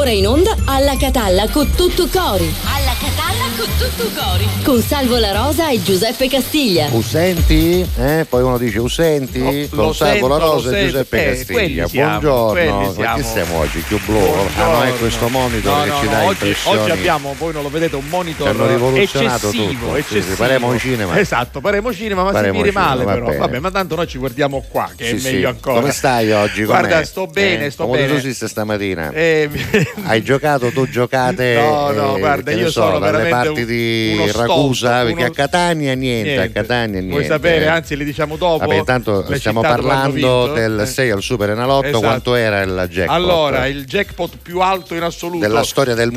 Ora in onda Alla Catalla con tutto cori. Alla Catalla con tutto cori. Con Salvo La Rosa e Giuseppe Castiglia. Senti? Poi uno dice senti? Con Salvo La Rosa e Giuseppe Castiglia. Buongiorno. Ma che siamo oggi? Più blu? Non è questo monitor che ci dà impressioni. Oggi abbiamo, voi non lo vedete, un monitor hanno rivoluzionato eccessivo. Sì, paremo cinema. Esatto, paremo cinema, ma si dire male però. Vabbè, ma tanto noi ci guardiamo qua, che è meglio ancora. Come stai oggi? Guarda, sto bene, sto bene. Come tu sei stamattina? Hai giocato, tu giocate? No, guarda, io sono dalle veramente parti di Ragusa, perché a Catania niente. Vuoi sapere? Anzi, le diciamo dopo. Vabbè, intanto stiamo parlando del 6 al Super Enalotto. Esatto. Quanto era il jackpot? Allora, il jackpot più alto in assoluto della storia del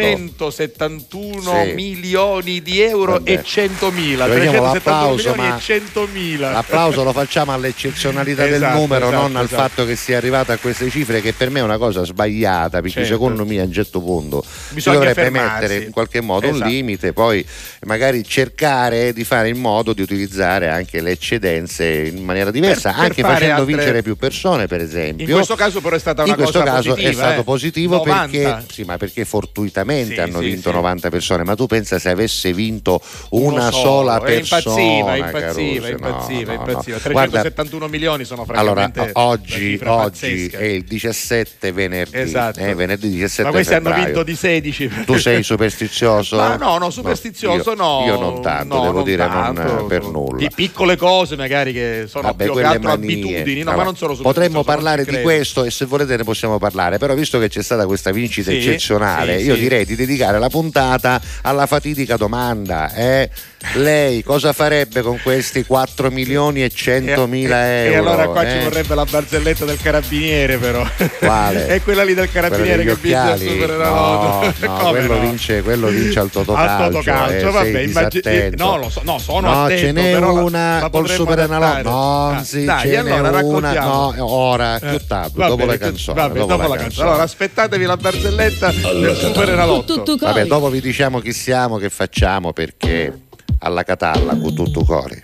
371 milioni di euro e 100.000. 371 milioni e 100.000. L'applauso lo facciamo all'eccezionalità del numero, non al fatto che sia arrivata a queste cifre, che per me è una cosa sbagliata, perché secondo me a un certo punto si dovrebbe mettere in qualche modo un limite, poi magari cercare di fare in modo di utilizzare anche le eccedenze in maniera diversa, anche facendo vincere più persone, per esempio. In questo caso però è stata una cosa positiva. In questo caso è stato positivo 90. Perché fortuitamente hanno vinto 90 persone, ma tu pensa se avesse vinto una sola persona. Impazziva. 371 milioni sono francamente. Allora, oggi è il 17 venerdì. Esatto. Venerdì 17 ma questi febbraio. hanno vinto di 16. Tu sei superstizioso? Ma no, superstizioso no. Io non tanto, devo dire, non per nulla. Di piccole cose magari che sono più che altro abitudini, ma non sono superstizioso. Potremmo parlare di questo, e se volete ne possiamo parlare, però visto che c'è stata questa vincita eccezionale, io direi di dedicare la puntata alla fatidica domanda. Lei cosa farebbe con questi 4 milioni e 100.000 euro? E allora qua ci vorrebbe la barzelletta del carabiniere, però. Quale? È quella lì del carabiniere che vince al Super Enalotto. Quello vince al Totocalcio. Vabbè, immagino. Sono attento. Ce n'è una col Super Enalotto. No, ce n'è una. No, ora, più tardi, dopo la canzone. Dopo la canzone. Allora aspettatevi la barzelletta del Super Enalotto. Vabbè, dopo vi diciamo chi siamo, che facciamo, perché alla Catalla con tutto cuore.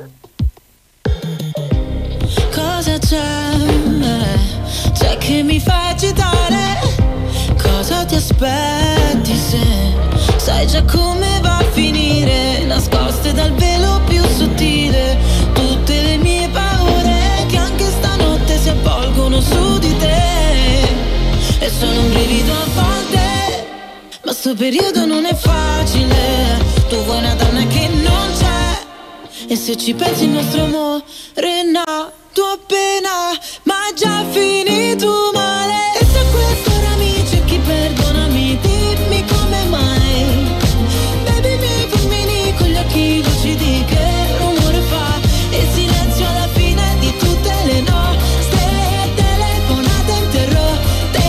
Cosa c'è che mi fa agitare? Cosa ti aspetti se sai già come va a finire? Nascoste dal velo più sottile tutte le mie paure che anche stanotte si avvolgono su di te. È solo un brivido a volte, ma sto periodo non è facile. Tu vuoi una donna che non c'è, e se ci pensi il nostro amore è nato appena, ma già finito male. E se questo ora mi cerchi, perdonami, dimmi come mai. Baby, i miei fulmini con gli occhi lucidi, che rumore fa il silenzio alla fine di tutte le nostre telefonate interrotte.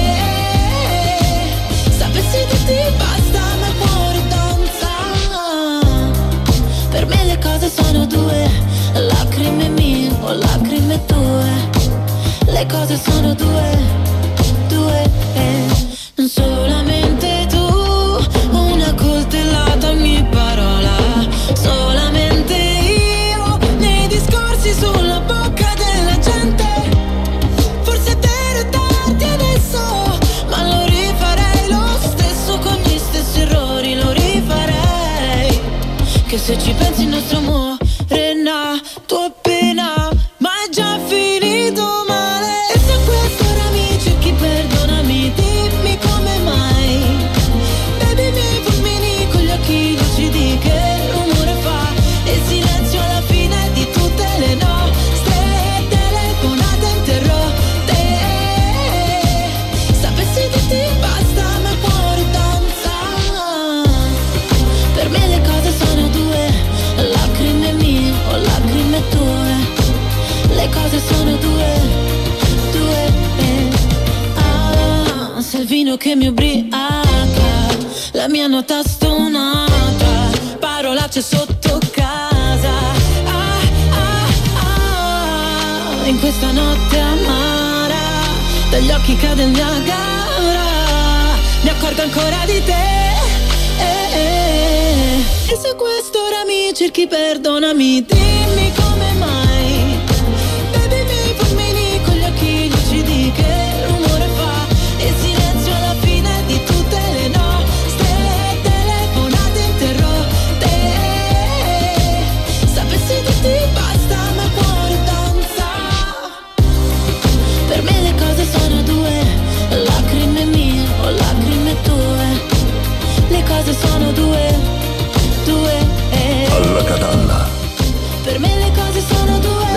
Sapessi dirti basta, ma il cuore danza. Per me le cose sono due, lacrime mie o lacrime tue. Le cose sono due. Non solamente tu, una coltellata ogni parola. Solamente io, nei discorsi sulla bocca della gente. Forse per darti adesso, ma lo rifarei lo stesso, con gli stessi errori lo rifarei. Che se ci pensi il nostro amore è nato appena, ma è già finito male. E se questo ora mi cerchi, perdonami, dimmi come mai. Baby, i miei fulmini con gli occhi lucidi, che rumore fa il silenzio alla fine di tutte le nostre telefonate interrotte. Sapessi dirti basta, ma il cuore danza. Per me le cose sono due, lacrime mie o lacrime tue. Le cose sono due. Se il vino che mi ubriaca, la mia nota stonata, parolacce sotto casa. In questa notte amara, dagli occhi cade il Niagara, mi accorgo ancora di te. E se quest'ora mi cerchi, perdonami, dimmi come mai. Baby, mi fulmini con gli occhi lucidi, che rumore fa il silenzio alla fine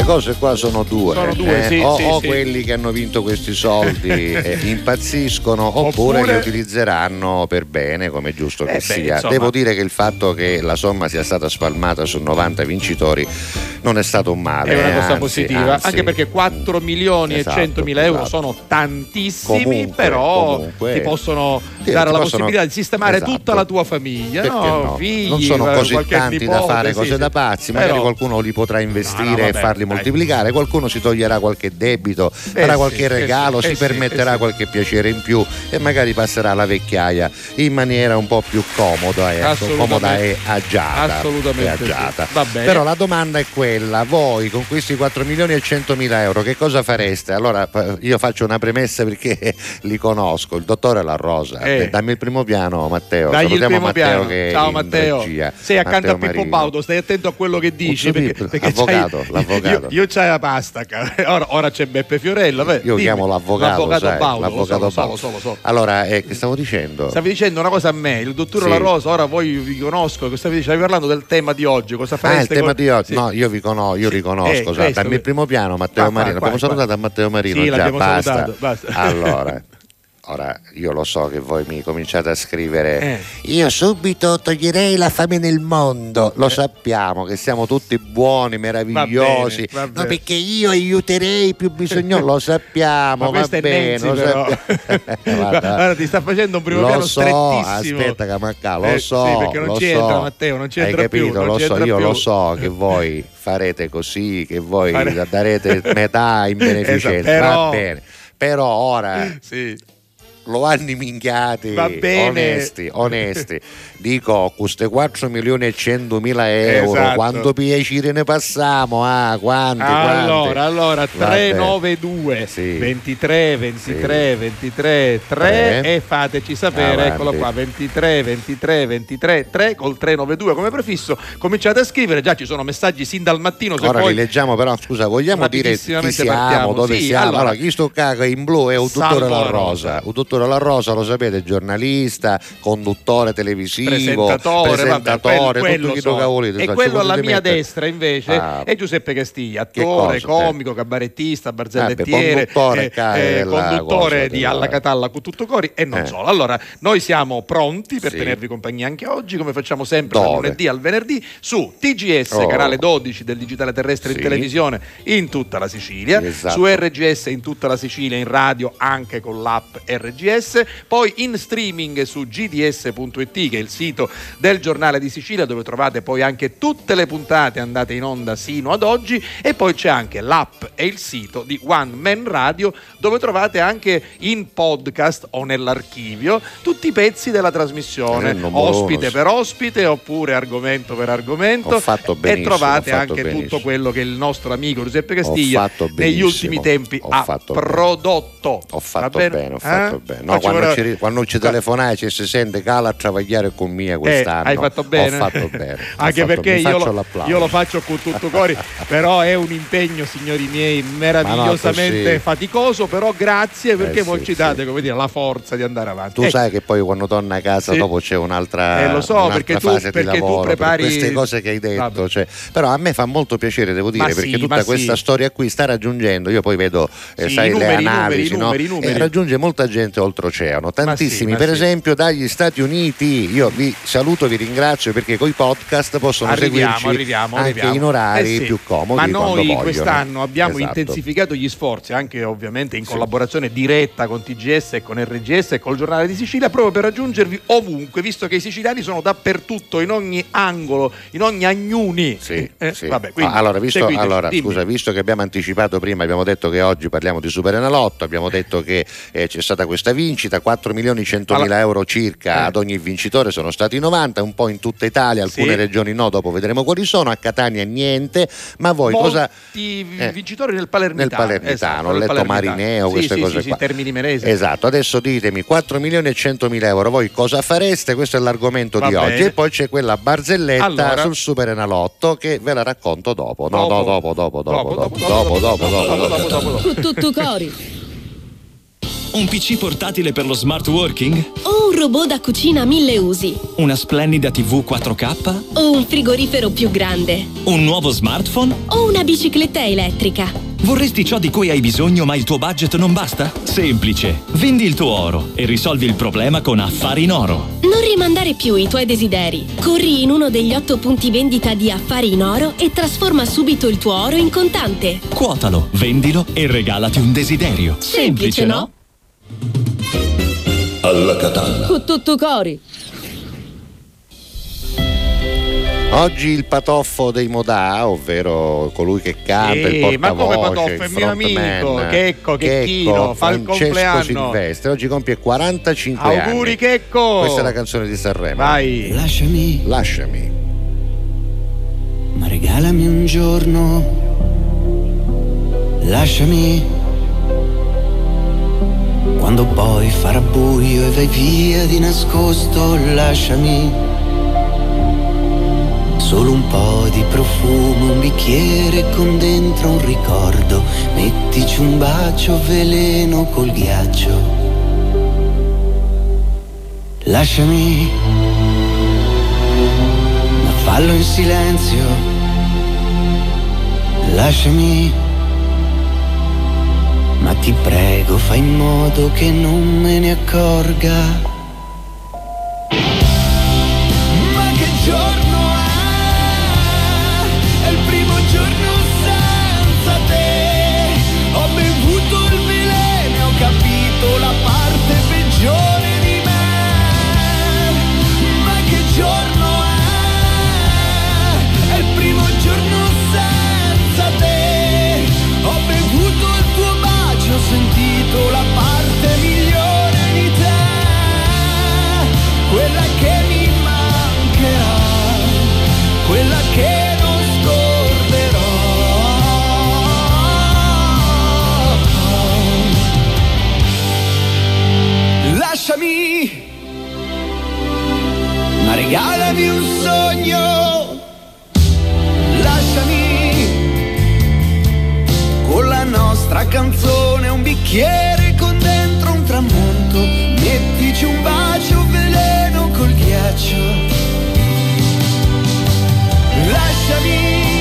queste cose qua sono due, sì. quelli che hanno vinto questi soldi impazziscono oppure li utilizzeranno per bene, come è giusto che sia. insomma. Devo dire che il fatto che la somma sia stata spalmata su 90 vincitori non è stato un male, è una cosa anzi, positiva, anche perché 4 milioni e 100.000 euro sono tantissimi, però ti possono dare la possibilità di sistemare tutta la tua famiglia, no? Figli, non sono così tanti nipote, da fare cose da pazzi, magari qualcuno li potrà investire e farli moltiplicare, qualcuno si toglierà qualche debito, farà qualche regalo, si permetterà qualche piacere in più e magari passerà la vecchiaia in maniera un po' più comoda e agiata. Assolutamente. Va bene. Però la domanda è quella: voi con questi 4 milioni e 100.000 euro che cosa fareste? Allora io faccio una premessa perché li conosco, il dottore La Rosa. Dammi il primo piano, Matteo. Dagli salutiamo il primo Matteo piano. che ciao Matteo, sei accanto a Pippo Marino. Baudo, stai attento a quello che dici, perché l'avvocato. Io c'hai la pasta, ora c'è Beppe Fiorella. Io chiamo l'avvocato Baudo, l'avvocato solo. Allora, che stavo dicendo? Stavi dicendo una cosa a me, il dottore La Rosa, ora voi vi conosco, stavi parlando del tema di oggi, cosa fareste? Il tema di oggi? No, io riconosco, dammi il primo piano, Matteo Marino. Abbiamo salutato a Matteo Marino, già basta. Allora, ora io lo so che voi mi cominciate a scrivere io subito toglierei la fame nel mondo, lo sappiamo che siamo tutti buoni, meravigliosi, va bene. No, perché io aiuterei i più bisognosi, lo sappiamo, va bene, Guarda, ti sta facendo un primo piano strettissimo. Aspetta Camacca, lo so, perché non c'entra Matteo, non c'entra hai capito, più, lo so, io lo so che voi farete così, che voi darete metà in beneficenza, va bene, però ora lo hanno minchiati, va bene. onesti. Dico, queste 4 milioni e 100.000 euro, quanto piacere ne passiamo? Quanti? Allora 392 23 3 e fateci sapere, eccolo qua, 23 3 col 392 come prefisso, cominciate a scrivere, già ci sono messaggi sin dal mattino. Ora li leggiamo, però scusa, vogliamo dire chi siamo, dove siamo? Allora, chi sto cago in blu è un dottore La Rosa. Un dottore La Rosa, lo sapete, giornalista, conduttore televisivo, presentatore, quello tutto cavolito. E quello alla mia destra invece è Giuseppe Castiglia, attore, comico, cabarettista, barzellettiere, conduttore di Alla Catalla con tutto cori e non solo. Allora, noi siamo pronti per tenervi compagnia anche oggi, come facciamo sempre dal lunedì al venerdì su TGS, canale 12 del digitale terrestre in televisione in tutta la Sicilia, su RGS in tutta la Sicilia, in radio anche con l'app RGS, poi in streaming su gds.it, che è il sito del Giornale di Sicilia, dove trovate poi anche tutte le puntate andate in onda sino ad oggi, e poi c'è anche l'app e il sito di One Man Radio, dove trovate anche in podcast o nell'archivio tutti i pezzi della trasmissione, ospite per ospite oppure argomento per argomento, e trovate anche tutto quello che il nostro amico Giuseppe Castiglia negli ultimi tempi ha prodotto. Ho fatto bene. No, quando ci telefonai ci si sente cala a travagliare con mia quest'anno. Hai fatto bene. Ho fatto bene. Anche perché io lo faccio con tutto cuore, però è un impegno, signori miei, meravigliosamente faticoso, però grazie perché voi ci date, come dire, la forza di andare avanti. Tu sai che poi quando torna a casa dopo c'è un'altra, lo so, perché fase di lavoro, tu prepari per queste cose che hai detto, però a me fa molto piacere, devo dire, perché tutta questa storia qui sta raggiungendo, io poi vedo le analisi, e raggiunge molta gente oltreoceano, tantissimi, per esempio dagli Stati Uniti. Io vi saluto, vi ringrazio, perché coi podcast possono seguirci anche in orari più comodi. Ma noi quest'anno abbiamo intensificato gli sforzi, anche ovviamente in collaborazione diretta con TGS e con RGS e col Giornale di Sicilia, proprio per raggiungervi ovunque, visto che i siciliani sono dappertutto, in ogni angolo, in ogni agnuni. Vabbè, scusa, visto che abbiamo anticipato prima, abbiamo detto che oggi parliamo di Superenalotto, abbiamo detto che c'è stata questa vincita, 4 milioni 100.000 euro circa ad ogni vincitore, sono stati 90, un po' in tutta Italia, alcune regioni no, dopo vedremo quali sono, a Catania niente, ma voi vincitori nel Palermitano, ho letto Marineo, queste cose qua. Termini Merese. Esatto, adesso ditemi 4 milioni e 100.000 euro, voi cosa fareste? Questo è l'argomento di oggi, e poi c'è quella barzelletta sul Superenalotto che ve la racconto dopo. Tutto cori. Un PC portatile per lo smart working? O un robot da cucina 1000 usi? Una splendida TV 4K? O un frigorifero più grande? Un nuovo smartphone? O una bicicletta elettrica? Vorresti ciò di cui hai bisogno ma il tuo budget non basta? Semplice. Vendi il tuo oro e risolvi il problema con Affari in Oro. Non rimandare più i tuoi desideri. Corri in uno degli 8 punti vendita di Affari in Oro e trasforma subito il tuo oro in contante. Quotalo, vendilo e regalati un desiderio. Semplice, no? Alla Catalla. Con tutto cori. Oggi il patoffo dei Modà, ovvero colui che canta, il portavoce, ma come patoffo? È mio amico, Checchino, fa il compleanno. Silvestre, oggi compie 45 anni. Auguri Checco! Questa è la canzone di Sanremo. Vai! Lasciami. Ma regalami un giorno. Lasciami. Quando poi farà buio e vai via di nascosto, lasciami. Solo un po' di profumo, un bicchiere con dentro un ricordo. Mettici un bacio veleno col ghiaccio. Lasciami, ma fallo in silenzio. Lasciami, ma ti prego fai in modo che non me ne accorga. Ma che giorno! La parte peggiore di me, ma che giorno è il primo giorno senza te, ho bevuto il tuo bacio, ho sentito la parte migliore di te, quella che mi mancherà, quella che non scorderò. Lasciami, ma regalami un sogno. Lasciami, con la nostra canzone, un bicchiere con dentro un tramonto. Mettici un bacio veleno col ghiaccio. Lasciami,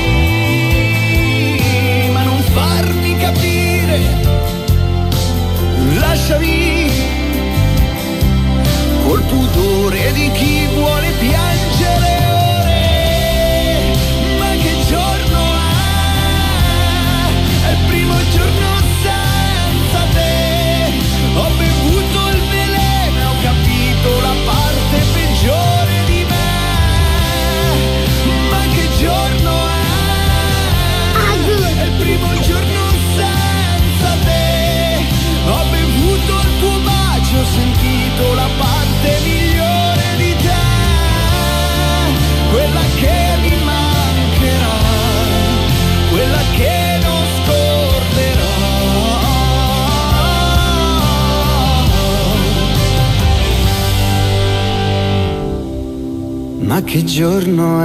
ma non farmi capire. Lasciami, col pudore di chi vuole piangere ore. Ma che giorno è il primo giorno senza te, ho bevuto il veleno, ho capito la parte peggiore di me. Ma che giorno è il primo giorno senza te, ho bevuto il tuo bacio, ho sentito la parte migliore di te, quella che mi mancherà, quella che non scorderò. Ma che giorno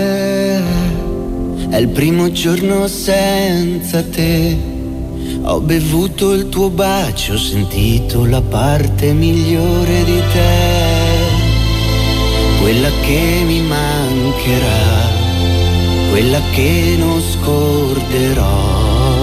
è il primo giorno senza te, ho bevuto il tuo bacio, ho sentito la parte migliore di te, quella che mi mancherà, quella che non scorderò.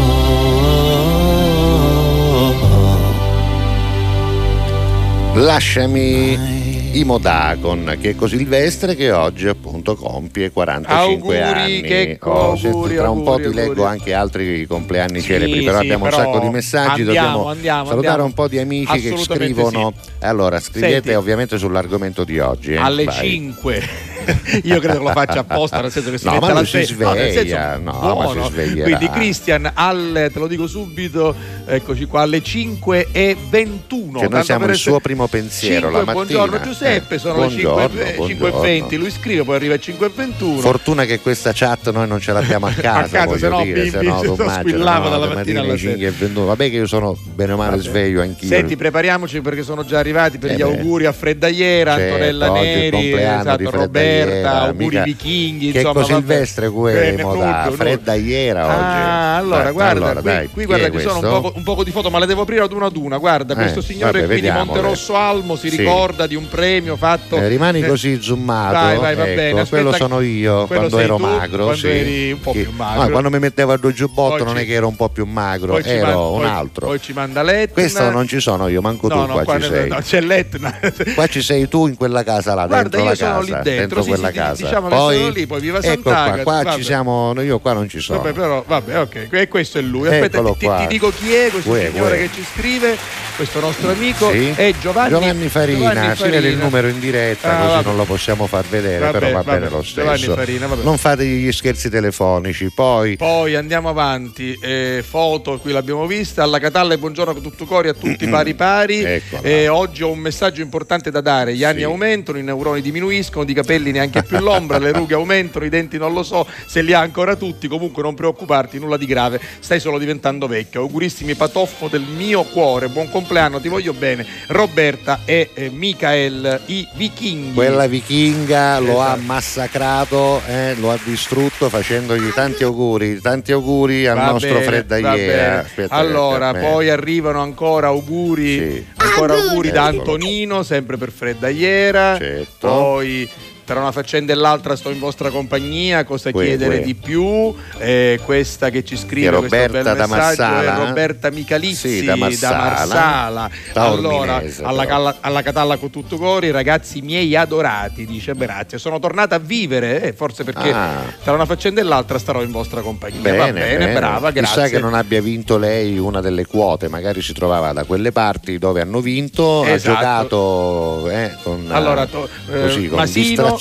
Lasciami, i Modà con Checco Silvestre, che oggi appunto compie 45 anni. Checco, tra un po' ti leggo anche altri compleanni celebri, però abbiamo un sacco di messaggi, dobbiamo salutare un po' di amici che scrivono. Sì. Allora scrivete. Senti, ovviamente sull'argomento di oggi alle 5. Io credo che lo faccia apposta, nel senso che si mette alla si sveglia, ma si sveglierà. Quindi Christian, te lo dico subito, eccoci qua, alle 5:21. Che noi siamo il suo primo pensiero 5, la mattina. Buongiorno Giuseppe, sono le 5:20, lui scrive, poi arriva a 5:21. Fortuna che questa chat noi non ce l'abbiamo a casa, se no squillavo dalla mattina alla sera. 5:21. Vabbè che io sono bene o male sveglio anch'io. Senti, prepariamoci perché sono già arrivati per gli auguri a Freddagliera, certo, Antonella Neri, esatto, Roberto, Roberta, auguri vichinghi, che insomma, Silvestre fredda iera oggi. Allora guarda, qui guarda, ci sono un poco di foto, ma le devo aprire ad una. Guarda, questo signore qui di Monterosso Almo si ricorda di un premio fatto. Rimani così zoomato. Vai, va bene. Quello sono io quando ero magro. Quando eri un po' più magro. Quando mi mettevo al giubbotto non è che ero un po' più magro, ero un altro. Poi ci manda l'Etna. Questo non ci sono io, manco tu qua ci sei. No, c'è l'Etna. Qua ci sei tu in quella casa là, guarda, dentro io la sono casa, lì dentro quella casa. Diciamo che sono lì, poi viva Sant'Agata. Qua ci siamo, io qua non ci sono. Vabbè, ok, e questo è lui. Aspetta, ti dico chi è questo signore che ci scrive, questo nostro amico è Giovanni Farina. Si vede il numero in diretta, così non lo possiamo far vedere, però va bene lo stesso. Non fate gli scherzi telefonici. Poi andiamo avanti, foto qui l'abbiamo vista, alla Catalla e buongiorno con tutto cori a tutti pari. Oggi ho un messaggio importante da dare: gli anni aumentano, i neuroni diminuiscono, di capelli neanche più l'ombra, le rughe aumentano, i denti non lo so se li ha ancora tutti, comunque non preoccuparti, nulla di grave, stai solo diventando vecchio. Augurissimi patoffo del mio cuore, buon compleanno, ti voglio bene, Roberta e Michael, i vichinghi. Quella vichinga lo ha massacrato, lo ha distrutto, facendogli tanti auguri al nostro Freddaiera. Allora poi arrivano ancora auguri da Antonino, sempre per Freddaiera. Poi tra una faccenda e l'altra sto in vostra compagnia, cosa chiedere di più? Questa che ci scrive Roberta questo bel messaggio Marsala, è Roberta Micalizzi da Marsala. Allora, alla Catalla con tutto cori, ragazzi miei adorati, dice grazie, sono tornata a vivere, forse perché tra una faccenda e l'altra starò in vostra compagnia. Va bene, brava, grazie. Chissà che non abbia vinto lei una delle quote, magari si trovava da quelle parti dove hanno vinto, ha giocato con distrazione.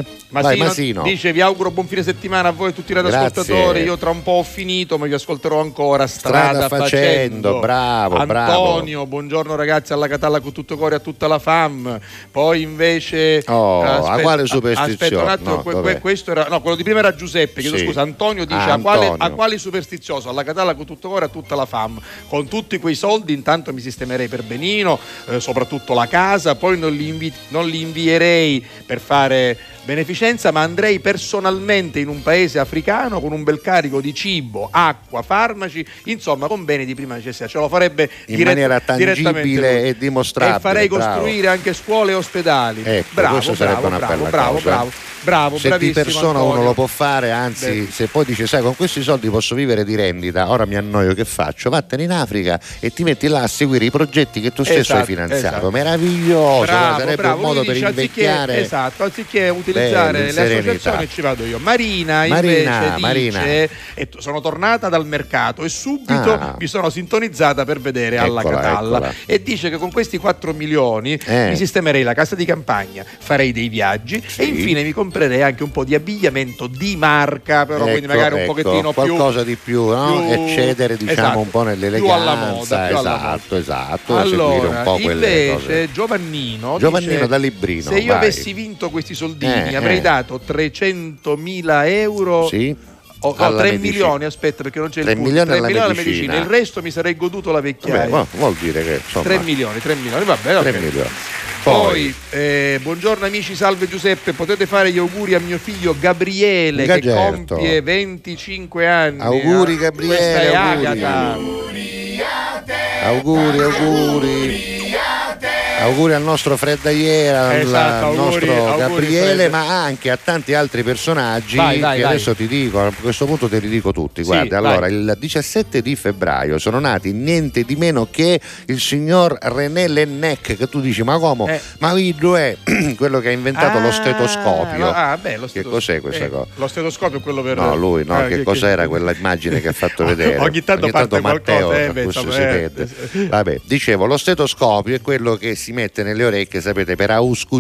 Masino dice: vi auguro buon fine settimana a voi e tutti i radioascoltatori. Io tra un po' ho finito, ma vi ascolterò ancora strada facendo. Bravo, Antonio, buongiorno ragazzi, alla Catalla con tutto cuore a tutta la fam. Poi invece a quale superstizione? Aspetta un attimo, questo era quello di prima era Giuseppe, chiedo scusa. Antonio dice a quale superstizioso? Alla Catalla con tutto cuore a tutta la fam. Con tutti quei soldi intanto mi sistemerei per benino, soprattutto la casa, poi non li invierei per fare beneficenza, ma andrei personalmente in un paese africano con un bel carico di cibo, acqua, farmaci, insomma con beni di prima necessità. Ce lo farebbe in maniera tangibile e dimostrabile. E farei costruire anche scuole e ospedali. Questo sarebbe una bella cosa. Bravo, se di persona Antonio. Uno lo può fare, anzi se poi dice sai con questi soldi posso vivere di rendita, ora mi annoio, che faccio? Vattene in Africa e ti metti là a seguire i progetti che tu stesso hai finanziato. Meraviglioso, sarebbe un modo per invecchiare. Anziché utilizzare le associazioni ci vado io. Marina dice sono tornata dal mercato e subito mi sono sintonizzata per vedere alla Catalla e dice che con questi 4 milioni mi sistemerei la casa di campagna, farei dei viaggi e infine mi comprerei anche un po' di abbigliamento di marca, però quindi magari un pochettino qualcosa di più, no? Eccedere un po' nell'eleganza, più alla moda, esatto. Allora, un po' quelle invece cose. Giovannino dice, da Librino, se io avessi vinto questi soldini avrei dato 300.000 euro 3 milioni, aspetta perché non c'è 3 il milioni 3 milioni alla medicina. il resto mi sarei goduto la vecchiaia. Vuol dire che insomma 3 milioni, va bene, 3 milioni. Poi buongiorno amici, salve Giuseppe, potete fare gli auguri a mio figlio Gabriele che compie 25 anni. Auguri Gabriele. Questa è Agata. Auguri al nostro Freddaiera, al nostro Gabriele, ma anche a tanti altri personaggi che adesso ti dico, a questo punto te li dico tutti. Guarda, allora il 17 di febbraio sono nati niente di meno che il signor René Lennec, che tu dici ma come? Ma Guido è quello che ha inventato lo stetoscopio. Che cos'è questa cosa? Lo stetoscopio è quello per... No, lui no, che cos'era quella immagine che ha fatto vedere? Ogni tanto Matteo, qualcosa, si vede. Vabbè, dicevo, lo stetoscopio è quello che si mette nelle orecchie, sapete, per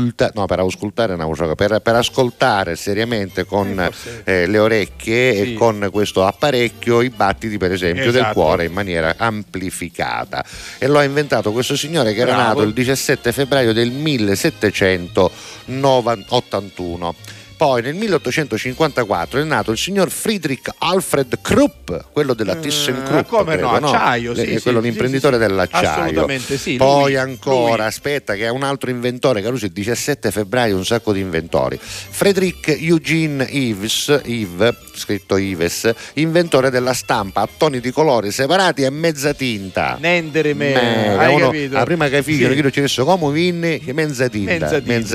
ascoltare seriamente con le orecchie e con questo apparecchio i battiti, per esempio, del cuore in maniera amplificata. E lo ha inventato questo signore che era nato il 17 febbraio del 1781. poi nel 1854 è nato il signor Friedrich Alfred Krupp, quello della ThyssenKrupp, come credo, no? Acciaio, quello l'imprenditore dell'acciaio. Assolutamente sì. Poi ancora, aspetta, che è un altro inventore, Caruso, il 17 febbraio un sacco di inventori. Frederick Eugene Ives, scritto Ives, inventore della stampa a toni di colore separati e mezza tinta. Nendere me, hai capito? La prima che figlio io ci adesso come vinne che mezza tinta.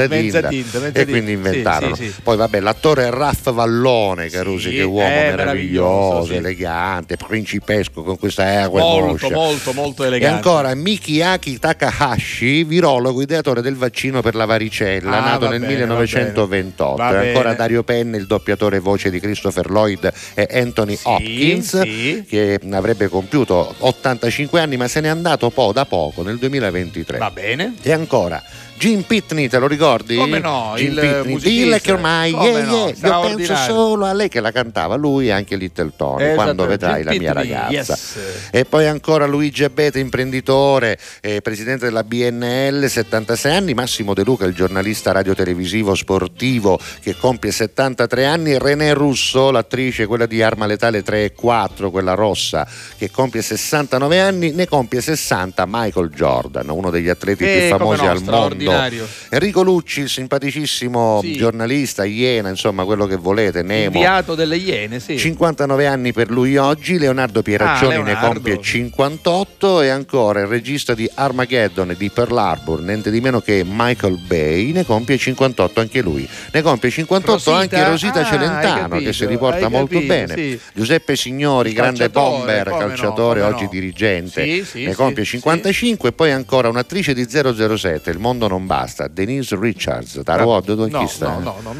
E quindi inventarono. Sì. Poi vabbè, l'attore Ralph Vallone, Carusi, che uomo meraviglioso, elegante, principesco, con questa aria molto elegante. E ancora Mikiaki Takahashi, virologo, ideatore del vaccino per la varicella, nato nel 1928. E ancora Dario Penna, il doppiatore voce di Christopher Lloyd e Anthony Hopkins, che avrebbe compiuto 85 anni, ma se n'è andato da poco, nel 2023. Va bene. E ancora Jim Pitney, te lo ricordi? Come no? Jim Pitney, dille che ormai io penso solo a lei, che la cantava lui e anche Little Tony, quando vedrai Jim la mia Pitney, ragazza. Yes. E poi ancora Luigi Abete, imprenditore, presidente della BNL, 76 anni. Massimo De Luca, il giornalista radiotelevisivo sportivo, che compie 73 anni. René Russo, l'attrice, quella di Arma Letale 3 e 4, quella rossa, che compie 69 anni. Ne compie 60 Michael Jordan, uno degli atleti più famosi al mondo. Enrico Lucci, il simpaticissimo giornalista, Iena, insomma quello che volete, Nemo, inviato delle Iene, 59 anni per lui oggi. Leonardo Pieraccioni ne compie 58. E ancora il regista di Armageddon e di Pearl Harbor, niente di meno che Michael Bay, ne compie 58 anche lui. Ne compie 58 anche Rosita Celentano, che si riporta molto bene. Giuseppe Signori, grande bomber, calciatore, oggi dirigente, ne compie 55. E poi ancora un'attrice di 007, Il mondo non basta, Denise Richards, Tarot, chi sta?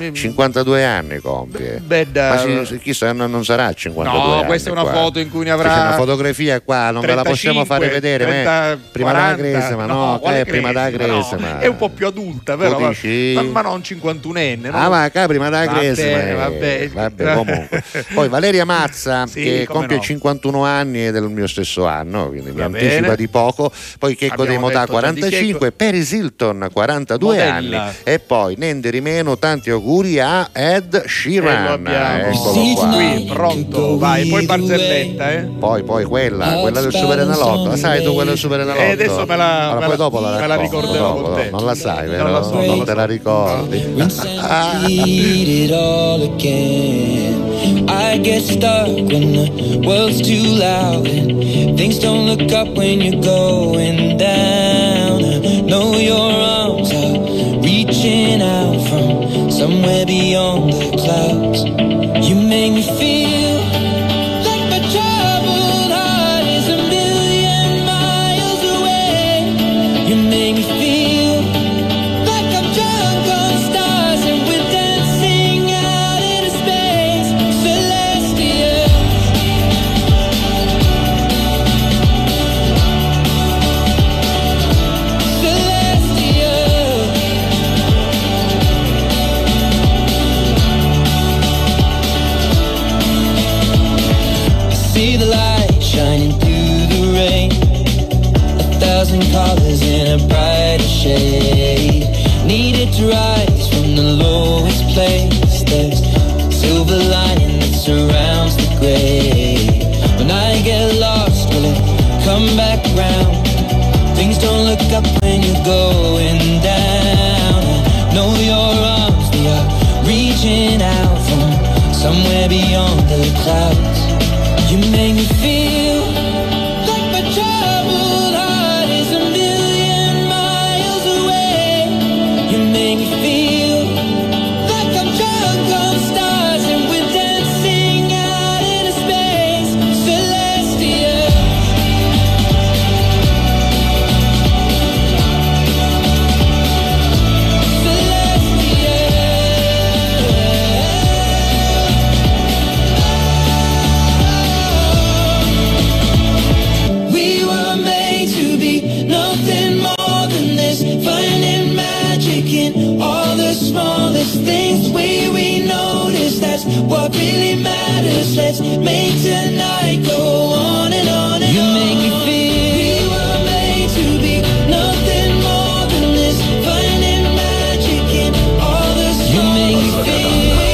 52 anni compie. Ma chissà, non sarà 52 anni. No, questa è una foto in cui ne avrà. C'è una fotografia qua, non 35, ve la possiamo fare vedere. 30, prima 40, della cresima, no, prima della cresima. No, è un po' più adulta, vero? Ma non 51enne. No? Ma prima della cresima. Vabbè, comunque. Poi Valeria Mazza, che compie 51 anni, ed è del mio stesso anno, quindi mi anticipa di poco. Poi Checco Dei Modà 45, Paris Hilton 42 anni. E poi niente di meno, tanti auguri a Ed Sheeran. Eccolo qua. Qui, pronto, vai. Poi Barzelletta, Poi quella del Super Enalotto. La sai tu quella del Super Enalotto? Adesso me la ricorderò con te. Non la sai, vero? Non te la ricordi. I get stuck when the world's too loud and things don't look up when you're going down. I know your arms are reaching out from somewhere beyond the clouds. You make me feel like my troubled heart is a million miles away. You make me feel like I'm drunk on stars and we're dancing out into space. Celestial. Celestial. I see the light shining through the rain, 1,000 colors in a brighter shade. Needed to rise from the lowest place. There's a silver lining that surrounds the gray. When I get lost, will it come back round? Things don't look up when you're going down. I know your arms, they are reaching out from somewhere beyond the clouds. You make me feel like my troubled heart is a million miles away. You make me feel like I'm drunk on stars and we're dancing out into space. Celestial. We were made to be nothing more than this, finding magic in all the smallest things. The way we notice, that's what really matters. Let's make tonight go on and on and on. You make me feel we were made to be nothing more than this, finding magic in all the smallest things. You make me feel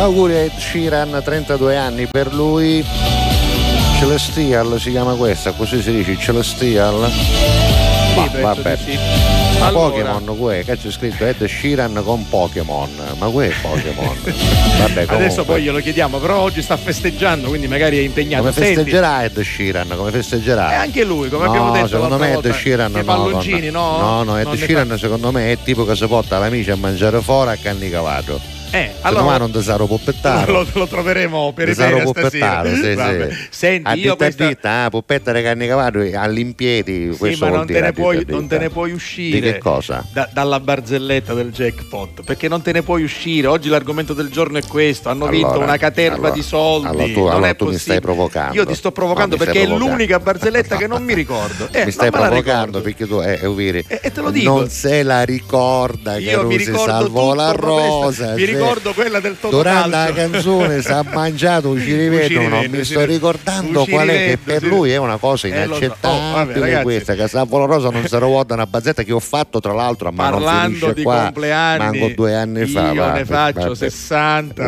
Auguri a Ed Sheeran, 32 anni per lui. Celestial si chiama questa, così si dice, Celestial. Vabbè. Sì. Ma allora... Pokémon, che c'è scritto Ed Sheeran con Pokémon, ma è Pokémon? Vabbè, adesso poi glielo chiediamo, però oggi sta festeggiando, quindi magari è impegnato. Come festeggerà Ed Sheeran? Come festeggerà? E anche lui, come abbiamo detto secondo me Ed Sheeran no, palloncini, no, Ed Sheeran secondo me è tipo che si porta l'amici a mangiare fuori a cannicavato. Allora non te sarò pupettare. Lo troveremo per idea stasera. Sì. Senti, io questa puppetta di carnicavato all'impiedi, questo ma non te ne puoi uscire. Di che cosa? Dalla barzelletta del jackpot, perché non te ne puoi uscire. Oggi l'argomento del giorno è questo, hanno vinto una caterva di soldi. Tu mi stai provocando. Io ti sto provocando perché è l'unica barzelletta che non mi ricordo. Mi stai provocando perché tu Uviri, e te lo dico. Non se la ricorda che Rusi salvò la rosa. Ricordo quella del Totocalcio. Durante la canzone si è mangiato un ciriveto, non mi sto ricordando qual è, che per lui è una cosa inaccettabile questa, che Salvo la Rosa non si ruota una bazzetta che ho fatto tra l'altro a mano parlando di qua, compleanni manco 2 anni fa. Io ne faccio 60.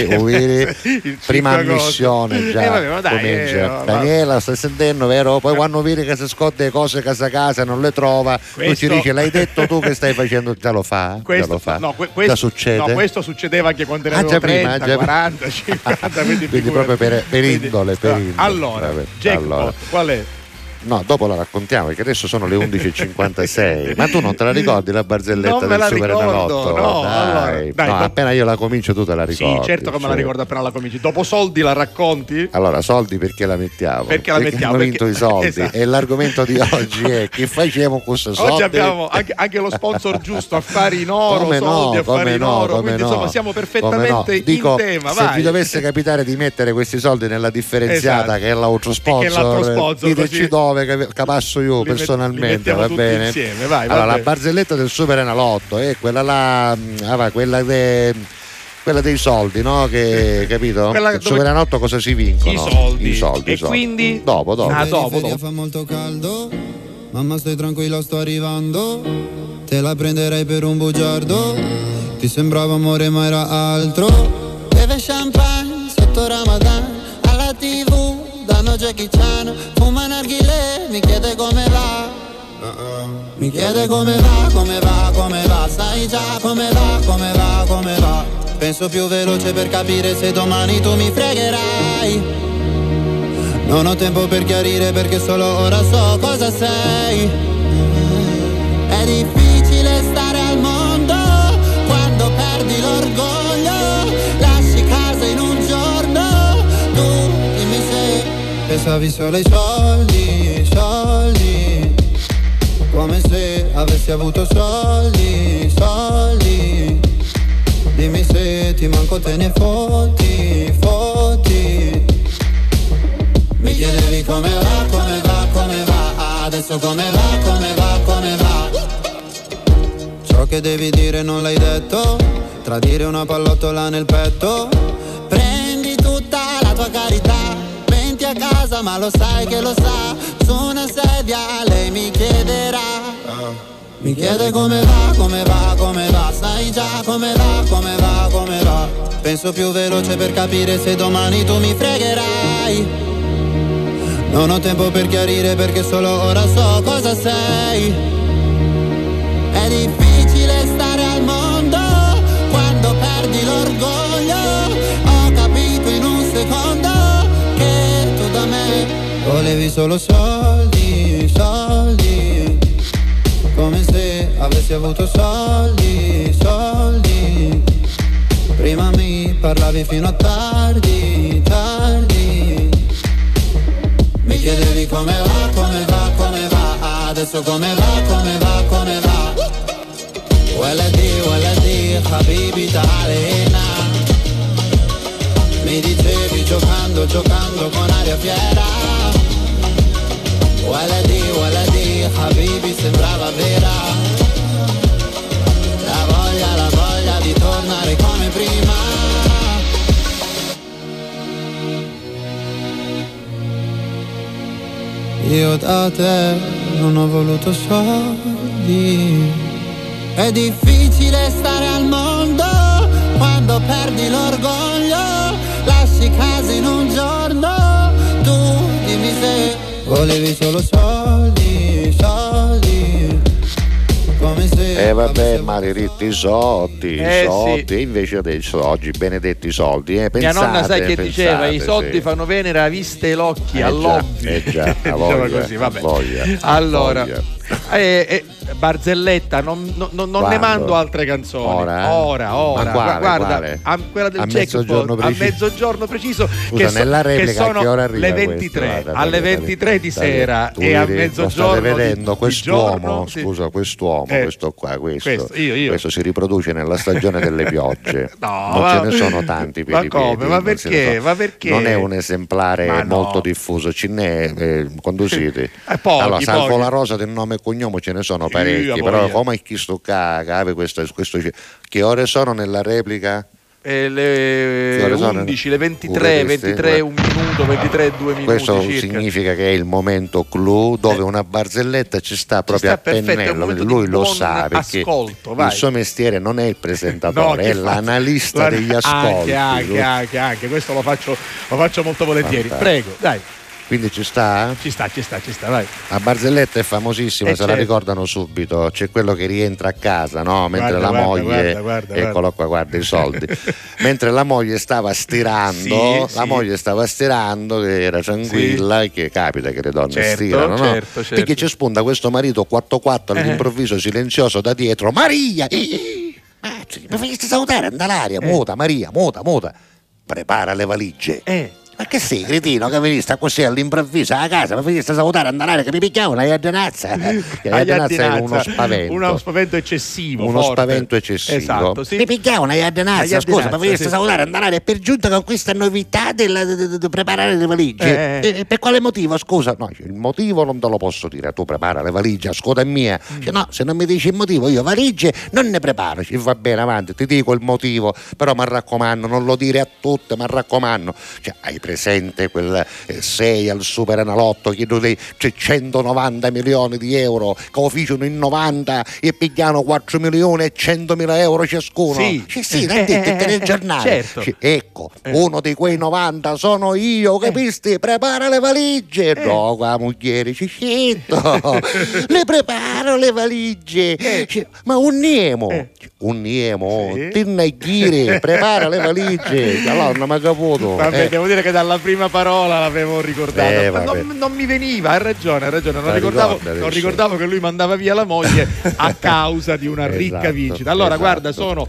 Prima missione già comincia. Daniela, stai sentendo, vero? Poi quando vedi che si scotte le cose casa non le trova, tu ci dici l'hai detto tu che stai facendo, già lo fa? Già succede? No, questo succedeva anche quando ne avevo 30, 40, 50, quindi proprio per indole. Allora, jackpot, qual è? No, dopo la raccontiamo perché adesso sono le 11.56. Ma tu non te la ricordi la barzelletta del Superenalotto? Dai, appena io la comincio tu te la ricordi. Sì, certo che me la ricordo appena la cominci. Dopo soldi la racconti? Allora, soldi perché la mettiamo? Perché hanno vinto i soldi. Esatto. E l'argomento di oggi è che facciamo con questi soldi. Oggi abbiamo anche lo sponsor giusto, affari in oro, affari in oro. Quindi insomma siamo perfettamente in tema. Se vi dovesse capitare di mettere questi soldi nella differenziata, che è l'altro sponsor, diteci dove che passo io personalmente, va bene? Insieme, allora, la barzelletta del Superenalotto è quella là, quella dei soldi, no? Che capito? Il Superenalotto cosa si vincono? I soldi. E quindi? Dopo. Dopo. Fa molto caldo, mamma stai tranquilla, sto arrivando. Te la prenderei per un bugiardo. Ti sembrava amore ma era altro. Beve champagne sotto Ramadan, alla TV danno Jackie Chan, fuma narghilè, mi chiede come va. Mi chiede come va, sai già come va. Penso più veloce per capire se domani tu mi fregherai. Non ho tempo per chiarire perché solo ora so cosa sei. È difficile stare al mondo quando perdi l'orgoglio. Lasci casa in un giorno, tu dimmi se pensavi solo ai soldi, come se avessi avuto soldi. Dimmi se ti manco, te ne fotti. Mi chiedevi come va, adesso come va. Ciò che devi dire non l'hai detto, tradire una pallottola nel petto. Prendi tutta la tua carità, venti a casa ma lo sai che lo sa. Su una sedia lei mi chiederà. Mi chiede come va, sai già come va. Penso più veloce per capire se domani tu mi fregherai. Non ho tempo per chiarire perché solo ora so cosa sei. È difficile stare al mondo quando perdi l'orgoglio. Ho capito in un secondo che tu da me volevi solo soldi. Come se avessi avuto soldi. Prima mi parlavi fino a tardi. Mi chiedevi come va, adesso come va. Waladi, habibi ta'alena. Mi dicevi giocando con aria fiera. Waladi, habibi sembrava vera. La voglia di tornare come prima. Io da te non ho voluto soldi. È difficile stare al mondo quando perdi l'orgoglio, lasci casa in un giorno. Tu dimmi se volevi solo soldi, soldi, come se vabbè, Mariritti, soldi, sì. Invece adesso oggi benedetti soldi, pensate, mia nonna sai che diceva, i soldi fanno venere a vista e l'occhi, all'ovvio. Già, diceva così, vabbè. Allora, Barzelletta, non ne mando altre canzoni. Ora. Guarda, quella del jackpot a mezzogiorno preciso. Scusa, nella replica che sono che ora arriva le 23 questo, alle 23 di sera e a mezzogiorno. State vedendo quest'uomo, giorno, sì. scusa, quest'uomo, questo qua, io. questo si riproduce nella stagione delle piogge. No, ce ne sono tanti per ma come? Ma perché? Non è un esemplare molto diffuso, ce n'è conduciti. Allora, salvo la rosa del nome e cognome ce ne sono parecchi, però come chi sto cave questo, che ore sono nella replica? Le 11, le 23, un minuto, 23, 2 minuti. Questo circa. significa che è il momento clou dove una barzelletta ci sta proprio a pennello, lui lo sa, perché il suo mestiere non è il presentatore, è l'analista degli ascolti. Anche questo lo faccio molto volentieri. Prego, dai. Quindi ci sta? Ci sta, vai. La barzelletta è famosissima, se la ricordano subito. C'è quello che rientra a casa, no? Mentre la moglie, eccolo qua, guarda i soldi. Mentre la moglie stava stirando, moglie stava stirando, che era tranquilla, che capita che le donne stirano, no? Certo. Perché ci spunta questo marito 4-4 all'improvviso silenzioso da dietro. Maria! Mi faceste salutare, anda l'aria, muta, Maria, muta. Prepara le valigie. Ma che sei, cretino, che veniste così all'improvviso a casa, mi faceste salutare, andare, che mi picchiavo una iadinazza. La iadinazza è uno spavento eccessivo. Spavento eccessivo. Esatto, sì. Mi picchiavo una iadinazza, scusa, mi faceste salutare, andare, per giunta con questa novità di preparare le valigie. E per quale motivo, scusa? No, il motivo non te lo posso dire, tu prepara le valigie, ascolta mia. No, se non mi dici il motivo, io valigie non ne preparo. Va bene, avanti, ti dico il motivo, però mi raccomando, non lo dire a tutte, mi raccomando. Cioè, hai presente quel 6 al Super Enalotto, chiedo dei 190 milioni di euro che lo fecero in 90 e pigliano 4 milioni e 100.000 euro ciascuno? Sì, l'ha detto nel giornale. Certo. Ecco, uno di quei 90 sono io, capisti? Prepara le valigie. No, qua moglie, cicetto, le preparo le valigie. Ma un niemo, Tinnaghire, prepara le valigie. Allora non mi ha caputo. Vabbè, devo dire che dalla prima parola l'avevo ricordato. Non mi veniva, hai ragione. Non ricordavo che lui mandava via la moglie a causa di una ricca vincita. Allora, guarda, sono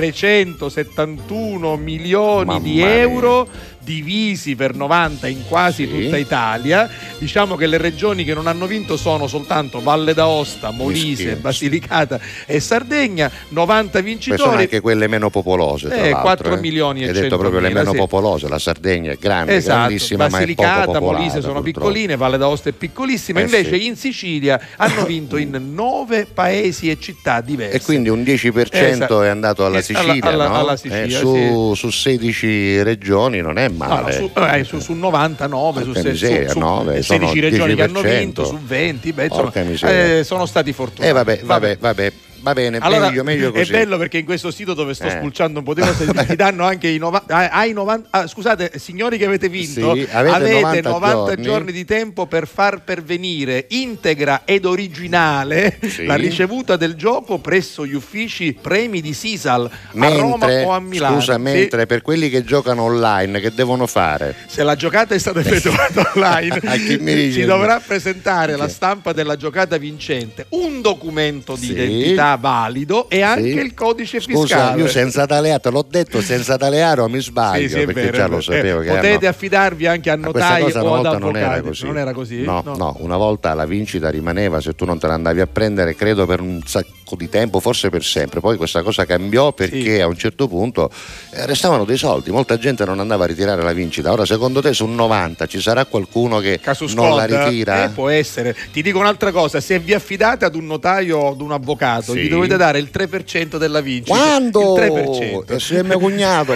371 milioni di euro divisi per 90 in quasi tutta Italia. Diciamo che le regioni che non hanno vinto sono soltanto Valle d'Aosta, Molise, Basilicata e Sardegna. 90 vincitori. Sono anche quelle meno popolose, tra l'altro, 4 milioni e 100.000. Hai detto proprio le meno popolose. La Sardegna è grande, grandissima, Basilicata, ma è poco popolata, Molise sono purtroppo piccoline, Valle d'Aosta è piccolissima. Invece in Sicilia hanno vinto in 9 paesi e città diverse. E quindi un 10% è andato alla Sicilia, no? Alla Sicilia, su 16 regioni non è male. Su 99, su 16 regioni 10%. che hanno vinto, su 20, sono stati fortunati. Vabbè. Va bene, allora, meglio così. È bello perché in questo sito dove sto spulciando un po' di cose ti danno anche i 90. Scusate, signori che avete vinto, avete 90 giorni di tempo per far pervenire integra ed originale la ricevuta del gioco presso gli uffici premi di Sisal a Roma o a Milano. Scusa, mentre per quelli che giocano online, che devono fare? Se la giocata è stata effettuata online, si dovrà presentare la stampa della giocata vincente, un documento di identità valido e anche il codice fiscale. Scusa, io senza taleare, te l'ho detto, senza taleare mi sbaglio, perché già lo sapevo che potete affidarvi anche a notai o ad avvocati. Non era così? No, una volta la vincita rimaneva, se tu non te la andavi a prendere, credo per un sacco di tempo, forse per sempre. Poi questa cosa cambiò perché a un certo punto restavano dei soldi, molta gente non andava a ritirare la vincita. Ora secondo te su 90 ci sarà qualcuno che non la ritira? Può essere. Ti dico un'altra cosa, se vi affidate ad un notaio o ad un avvocato gli dovete dare il 3% della vincita. Quando? Il 3%. Se mio cognato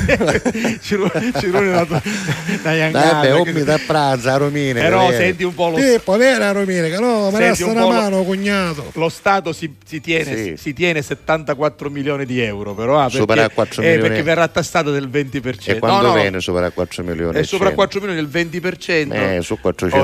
mi da pranzo a Romine. Però senti un po' povera Romine, che no, me resta una mano cognato. Lo Stato si si tiene 74 milioni di euro, però supera 4 milioni perché verrà tassato del 20%. E quando viene sopra 4 milioni? È sopra 4 milioni del 20%. Su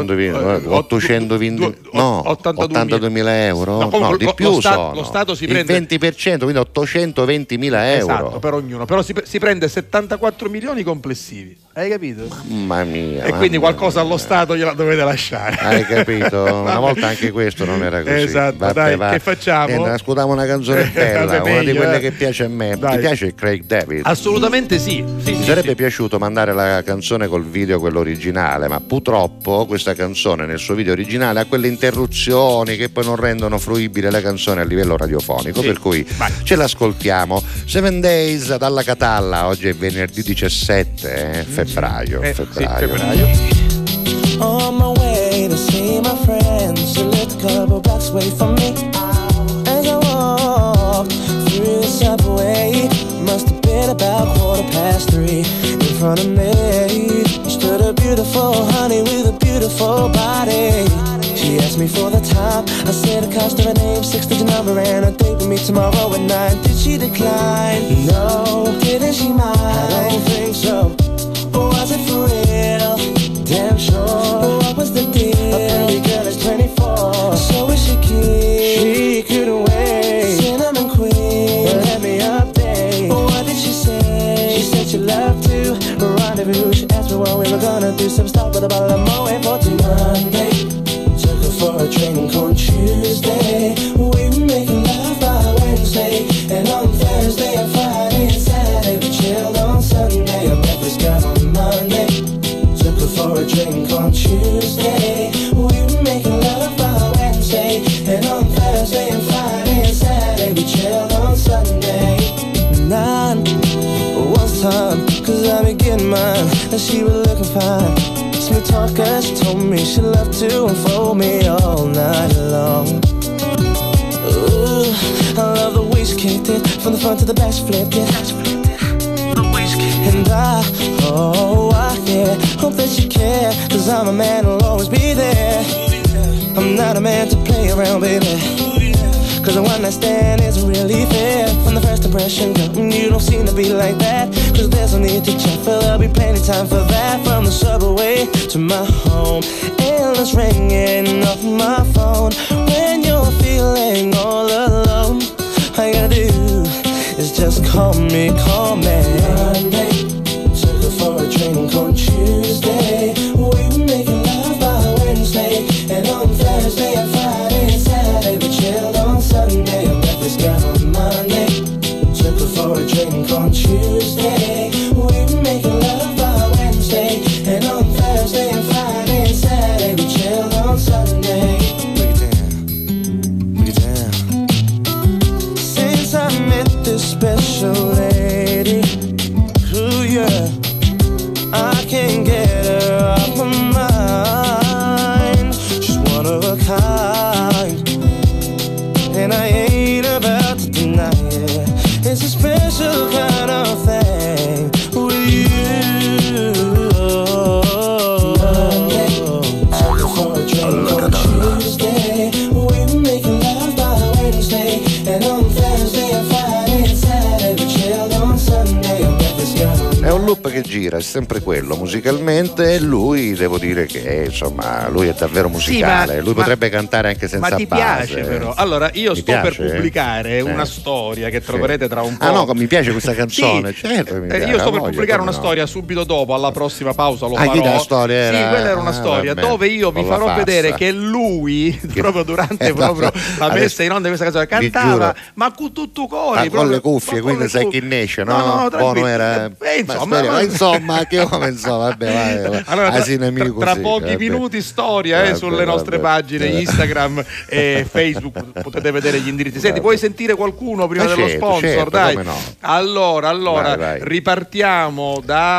82 mila euro? No, di più lo Stato si prende il 20%, quindi 820 mila euro. Esatto, per ognuno. Però si prende 74 milioni complessivi. Hai capito? Mamma mia. E quindi qualcosa allo Stato gliela dovete lasciare. Hai capito? Una volta anche questo non era così. Esatto, che facciamo? Ascoltiamo una canzone bella, una di quelle che piace a me. Ti piace Craig David? Assolutamente sì. Mi sarebbe piaciuto mandare la canzone col video, quello originale, ma purtroppo questa canzone nel suo video originale ha quelle interruzioni che poi non rendono fruibile la canzone a livello radiofonico, per cui ce l'ascoltiamo. 7 Days dalla Catalla, oggi è venerdì 17 febbraio. On my way to see my friends, she lived a couple blocks away from me. As I walked through the subway, must have been about 3:15. In front of me stood a beautiful honey with a beautiful body. She asked me for the time, I said the cost of her name, 6-digit number, and a date with me tomorrow at 9. Did she decline? No. Didn't she mind? I don't think so. Was it for real? Damn sure. What was the deal? A pretty girl is 24, so is she cute? She couldn't wait. Cinnamon queen, let me update. What did she say? She said she loved to rendezvous. She asked me what we were gonna do. Some stop with a bottle of Moet for Monday. Took her for a drink on Tuesday. We were making love by Wednesday, and on Thursday and Friday and Saturday we chilled on Sunday. I met this girl on Monday. Took her for a drink on Tuesday. We were making love by Wednesday, and on Thursday and Friday and Saturday we chilled on Sunday. 9 was time, cause I be getting mine, and she was looking fine. Smooth talker, she told me she loved to unfold me all night long. Ooh, I love the way she kicked it, from the front to the back she flipped it. And I hope that you care, cause I'm a man who'll always be there. I'm not a man to play around, baby, cause a one night stand isn't really fair. From the first impression, girl, you don't seem to be like that. Cause there's no need to check, for there'll be plenty time for that. From the subway to my home, endless ringing off my phone. When you're feeling all alone, all you gotta do is just call me. Monday, took her for a drink on Tuesday. We were making love by Wednesday, and on Thursday and Friday and Saturday we chilled on Sunday. I met this girl on Monday. Took her for a drink on Tuesday. We were making love by Wednesday, and on Thursday and Friday and Saturday we chilled on Sunday. Break it down. Since I met this special lady, ooh yeah, I can't get her off my mind. She's one of a kind, and I ain't about to deny it. It's a special kind of thing with you. Monday, took her for a drink on Tuesday. We were making love by Wednesday, and on Thursday and Friday and Saturday we chilled on Sunday. I met this girl. È un loop che gira, è sempre quello musicalmente, e lui, devo dire che insomma lui è davvero musicale. Lui potrebbe cantare anche senza base. Ma ti piace però? Allora io sto per pubblicare una storia che troverete tra un po'. Ah no, mi piace questa canzone. Sì. Certo, io sto per pubblicare una storia subito dopo, alla prossima pausa lo farò. La storia era... Sì, quella era una storia dove io vi farò vedere che lui proprio durante la messa in onda di questa canzone cantava ma con tutto cori, con le cuffie, quindi sai chi ne esce, no? Buono era. Insomma, che vabbè, allora, tra pochi minuti storia sulle nostre pagine Instagram e Facebook, potete vedere gli indirizzi. Senti, puoi sentire qualcuno prima dello sponsor? Dai. No. Allora, vai. ripartiamo da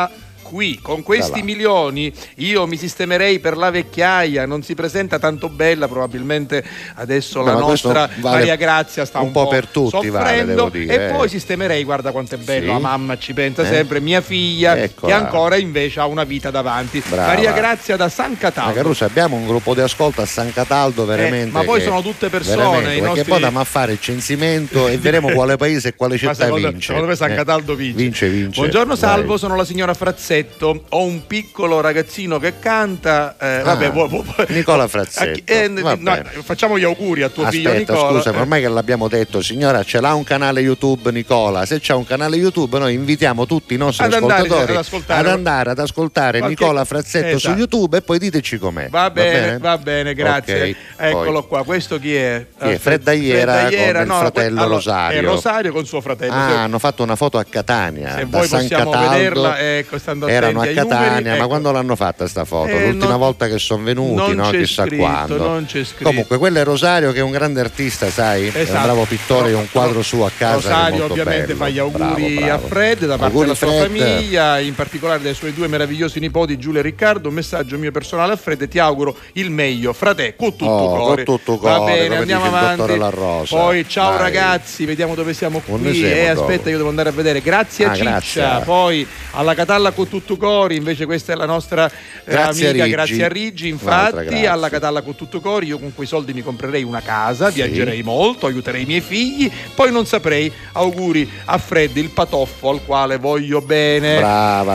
qui con questi milioni io mi sistemerei per la vecchiaia, non si presenta tanto bella, probabilmente adesso la nostra Maria Grazia sta un po' per tutti, soffrendo, devo dire, e poi sistemerei, guarda quanto è bello, la mamma ci pensa sempre, mia figlia che ancora invece ha una vita davanti. Brava. Maria Grazia da San Cataldo. Caruso, abbiamo un gruppo di ascolto a San Cataldo veramente, ma poi sono tutte persone, perché nostri... poi andiamo a fare il censimento e vedremo quale paese e quale città vince. Secondo me San Cataldo vince. Buongiorno Salvo, sono la signora Frazzetto, ho un piccolo ragazzino che canta, Nicola Frazzetto. Facciamo gli auguri a tuo figlio Nicola. Scusa, ma ormai che l'abbiamo detto, signora, ce l'ha un canale YouTube Nicola? Se c'ha un canale YouTube noi invitiamo tutti i nostri ascoltatori ad andare ad ascoltare Nicola Frazzetto su YouTube e poi diteci com'è. Va bene, grazie. Okay, eccolo qua, questo chi è? Freddagliera con il fratello Rosario. È Rosario con suo fratello. Hanno fatto una foto a Catania. Se voi possiamo vederla, stando erano a Catania, ma quando l'hanno fatta sta foto? L'ultima volta che sono venuti, no? Chissà quando. Non c'è scritto. Comunque quello è Rosario, che è un grande artista, sai? È un bravo pittore, un quadro suo a casa. Rosario ovviamente fa gli auguri a Fred da parte della sua famiglia, in particolare dai suoi due meravigliosi nipoti Giulia e Riccardo. Un messaggio mio personale a Fred: ti auguro il meglio, frate, con tutto cuore. Va bene, andiamo avanti. Poi ciao ragazzi, vediamo dove siamo qui. Aspetta, io devo andare a vedere. Grazie a Ciccia. Grazie. Poi alla Catalla con tutto cori, invece questa è la nostra amica Grazia Riggi. Infatti alla Catalla con tutto cori io con quei soldi mi comprerei una casa, viaggerei molto, aiuterei i miei figli, poi non saprei. Auguri a Fred il patoffo al quale voglio bene. Brava.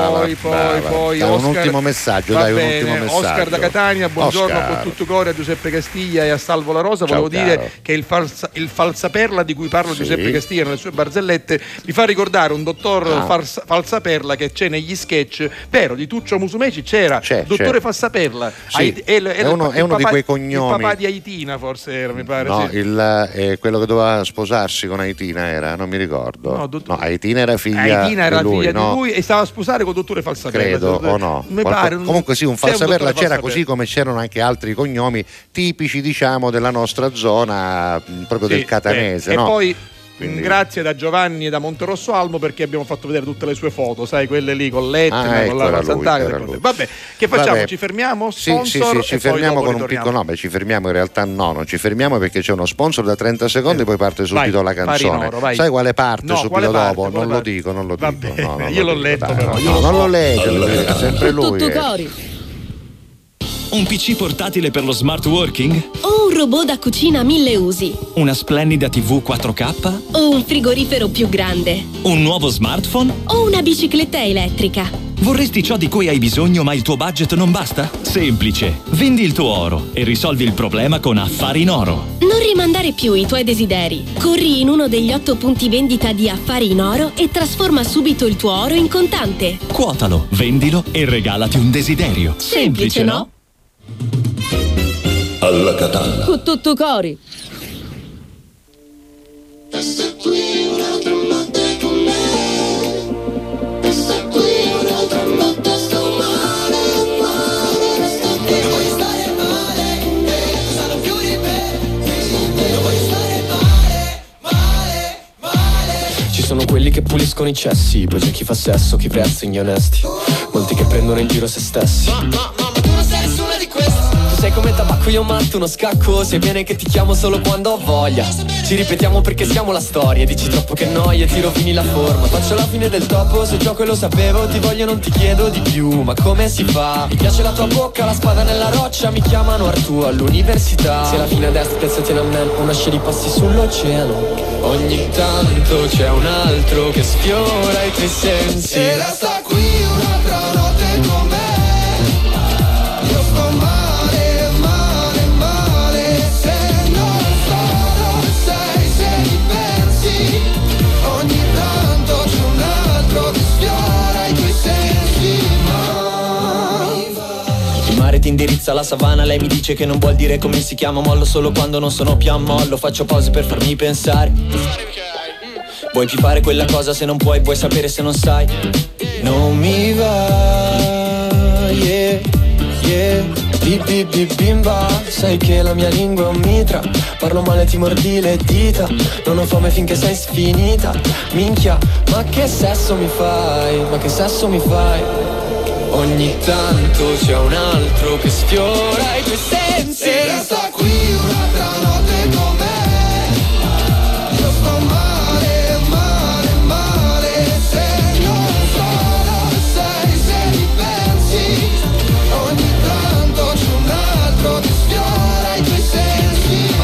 Poi Oscar, un ultimo messaggio, Oscar da Catania, buongiorno con tutto cuore a Giuseppe Castiglia e a Salvo La Rosa. Volevo dire che il falsaperla di cui parla Giuseppe Castiglia nelle sue barzellette mi fa ricordare un dottor falsaperla che c'è negli sketch, vero, di Tuccio Musumeci c'era dottore Falsaperla. È uno di quei cognomi. Il papà di Aitina forse era, mi pare. No, quello che doveva sposarsi con Aitina era, non mi ricordo. No, Aitina era figlia di lui e stava a sposare con dottore Falsaperla. Credo, o no? Comunque sì, un falsaperla c'era, così come c'erano anche altri cognomi tipici, diciamo, della nostra zona, proprio del catanese, no? E poi grazie da Giovanni e da Monterosso Almo, perché abbiamo fatto vedere tutte le sue foto, sai, quelle lì con l'Etna, con la Sant'Agata. Vabbè, che facciamo? Ci fermiamo? Sponsor? Sì, ci fermiamo con un piccolo. No, ci fermiamo in realtà non ci fermiamo perché c'è uno sponsor da 30 secondi, poi parte subito la canzone. Sai quale parte subito dopo? Non lo dico. Io l'ho letto, però. Non lo leggo, sempre lui. Un PC portatile per lo smart working? O un robot da cucina 1000 usi? Una splendida TV 4K? O un frigorifero più grande? Un nuovo smartphone? O una bicicletta elettrica? Vorresti ciò di cui hai bisogno ma il tuo budget non basta? Semplice, vendi il tuo oro e risolvi il problema con Affari in Oro. Non rimandare più i tuoi desideri. Corri in uno degli 8 punti vendita di Affari in Oro e trasforma subito il tuo oro in contante. Quotalo, vendilo e regalati un desiderio. Semplice, no? Alla Catalla con tutto cori. Questa qui un'altra notte con me. Questa qui un'altra notte sto male. E voglio stare male, sanno più di me. E voglio stare male. Ci sono quelli che puliscono i cessi, poi c'è chi fa sesso, chi prezza gli onesti, molti che prendono in giro se stessi. Ma tu non sei nessuna di queste. Sei come tabacco, io matto uno scacco. Se viene che ti chiamo solo quando ho voglia. Ci ripetiamo perché siamo la storia. Dici troppo che noia, ti rovini la forma. Faccio la fine del topo, se gioco e lo sapevo. Ti voglio, non ti chiedo di più, ma come si fa? Mi piace la tua bocca, la spada nella roccia. Mi chiamano Artù all'università. Se la fine a destra, piazzati a me. Una scia di passi sull'oceano. Ogni tanto c'è un altro che sfiora i tuoi sensi. E resta qui un'altra notte con me. Io sto male. Ti indirizza alla savana, lei mi dice che non vuol dire come si chiama. Mollo solo quando non sono più a mollo. Faccio pause per farmi pensare. Vuoi più fare quella cosa se non puoi, vuoi sapere se non sai. Non mi va, yeah, bimba. Sai che la mia lingua è un mitra. Parlo male, ti mordi le dita. Non ho fame finché sei sfinita. Minchia, ma che sesso mi fai? Ma che sesso mi fai? Ogni tanto c'è un altro che sfiora i tuoi sensi. E resta qui un'altra notte con me. Io sto male, male, male. Se non sono sei, se mi pensi. Ogni tanto c'è un altro che sfiora i tuoi sensi.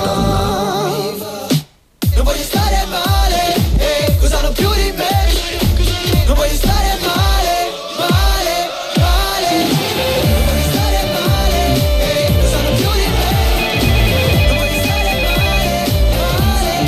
Non voglio stare male, cosa non più di me. Non voglio stare male, male, male. Non voglio stare male, cosa non più di me. Non voglio stare male, male,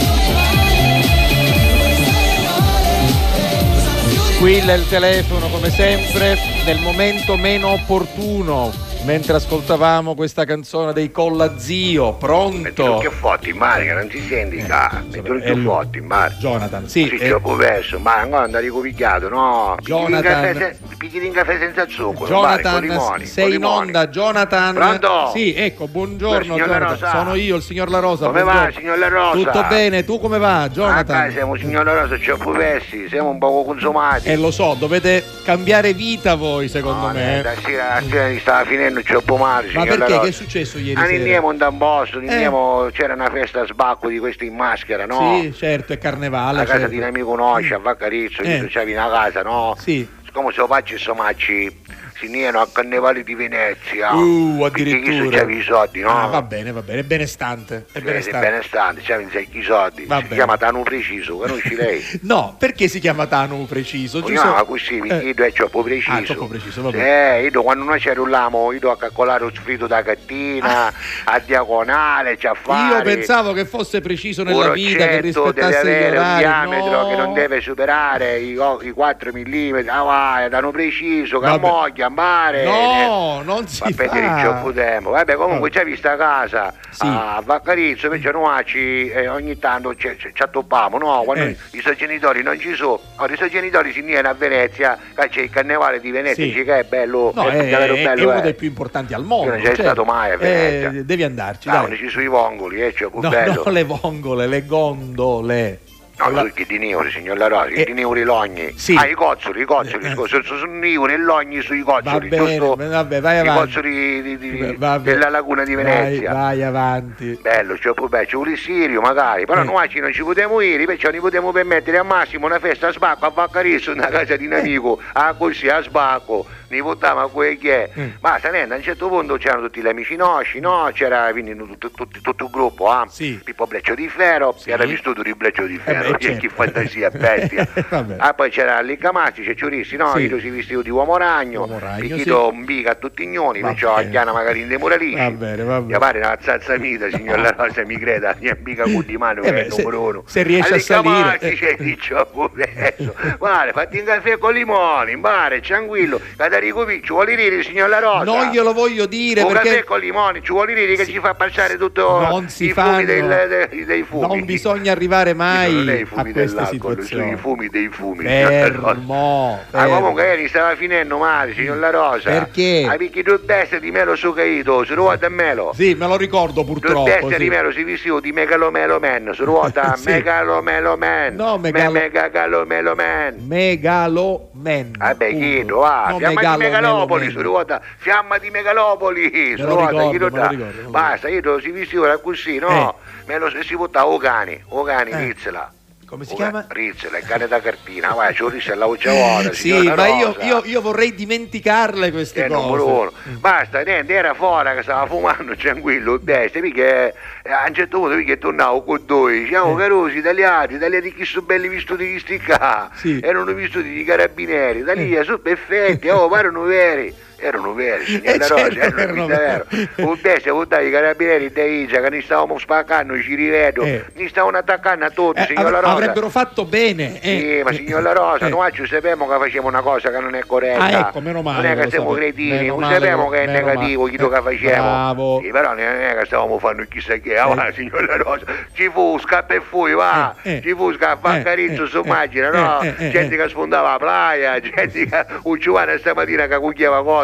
male. Non voglio stare male, cosa non più di me. Squilla il telefono come sempre nel momento meno opportuno. Mentre ascoltavamo questa canzone dei Colla-Zio, pronto? Che fotti, Mari, che non si senti, che fotti, Mari. Jonathan, sì. Sì, ci ho perso, ma ancora andare ricovicchiato, no? Jonathan. Picchi in caffè senza zucchero, Jonathan, Mari, con limoni, sei in onda, Jonathan. Pronto? Sì, ecco, buongiorno Jonathan. Sono io, il signor La Rosa. Come va, signor La Rosa? Tutto bene, tu come va, Jonathan? Siamo signor La Rosa, ci ho persi, siamo un poco consumati. Lo so, dovete cambiare vita voi, secondo me. La sera stava finendo. Ci ho pomato, ma perché? Che è successo ieri sera? Andiamo un dambosto, c'era una festa a sbacco di questi in maschera, no? Sì, certo, è carnevale. La casa di un amico nostro, a Vaccarizzo, c'avevi una casa, no? Sì. Come se lo faccio somacci, si nieno a Carnevale di Venezia. Addirittura. Perché c'avevi i soldi, no? Va bene, è benestante. È benestante, c'avevi i soldi. Si chiama Tanu Preciso, conosci lei? No, perché si chiama Tanu Preciso? Si chiama così, io è troppo preciso. Troppo preciso, va bene. Io quando noi ci rulliamo, io a calcolare lo sfritto da cattina, a diagonale, c'è a fare. Io pensavo che fosse preciso nella vita, che rispettasse deve gli orari. Un diametro che non deve superare i 4 mm. Tanu Preciso, Camoglia, mare. No, non si fa. Tempo. Vabbè, comunque c'è vista casa a Vaccarizzo, invece noi ogni tanto ci attoppiamo, no? Quando i suoi genitori non ci sono, i suoi genitori si nieno a Venezia, c'è il Carnevale di Venezia, che è bello, è uno dei più importanti al mondo. Non c'è stato mai a Venezia. Devi andarci, dai. Ci sui vongoli, c'è no, bello. Non le vongole, le gondole. No, i diniuri, signor La Rosa, i diniuri logni. Sì. I cozzoli, sono io e logni sui cozzoli. Vabbè, vai avanti. I cozzoli della laguna di Venezia. Vai avanti. Bello, c'è il Sirio magari, però noi non ci potremo ir, perciò ne potremo permettere al massimo una festa a sbacco a Vaccarizzo, una casa di un amico, così a sbacco. Ne votiamo a quel che è. Basta, a un certo punto c'erano tutti gli amici nostri, no? C'era quindi tutto il gruppo, Pippo Bleccio di Ferro, che era vissuto di Bleccio di Ferro, che fantasia bestia. Poi c'era Licamasti, c'è Ciurissi, no? Io si vestivo di uomo ragno, picchito un biga a tutti i gnoni, perciò a Chiana magari in dei muralici. Va bene. Mi pare una zazzamita, signor La Rosa, mi creda, mia biga con di mano che è il numero uno. Se riesce a salire. C'è il guarda, fatti un caffè con limoni, in bar, tranquillo, ci vuole dire, signor La Rosa? Non glielo voglio dire, un perché caffè con limoni, ci vuole dire che ci fa passare tutto fumi dei fumi. Non bisogna arrivare mai a queste situazioni. I fumi dei fumi. Fermo. Comunque ieri stava finendo male, signor La Rosa. Perché? Perché due bestie di melo su caito, su ruota a melo. Sì, me lo ricordo purtroppo. Due bestie di melo si vestivo di megalomelomen, su ruota megalomelomen. No, megalomelomen. Megalomen. Vabbè, chiedo, fiamma di Megalopoli su ruota, fiamma di Megalopoli su ruota, ricordo. Basta, io si vestiva così, no? Me lo si votava o cani, Rizzela. Come si chiama? Rizzela, il cane da cartina, vai, c'ho Rizzela la voce vuota. Sì, ma io vorrei dimenticarle queste cose. Basta, niente, era fuori che stava fumando tranquillo, bestia, perché a un certo punto perché tornavo con noi, diciamo carosi italiani che sono belli vistuti di sticca, erano vistuti di carabinieri, da lì sono perfetti, parano veri. Erano veri, signor La Rosa, erano vero. Un bestia, i carabinieri da Igia, che ne stavamo spaccando, ci rivedo, ne stavano attaccando a tutti, signor La Rosa. Avrebbero fatto bene. Sì, ma signor La Rosa, noi ci sappiamo che facciamo una cosa che non è corretta. Ecco, meno male. Non è che siamo cretini, non sappiamo che è negativo quello che facciamo. Bravo. Sì, però non è che stavamo facendo chissà che, signor La Rosa. Ci fu, scappa e fui, va. Ci fu, scappa a Carizzo, su immagina, no? Gente che sfondava la playa, gente che un giovane stamattina che cucchiava cozzo.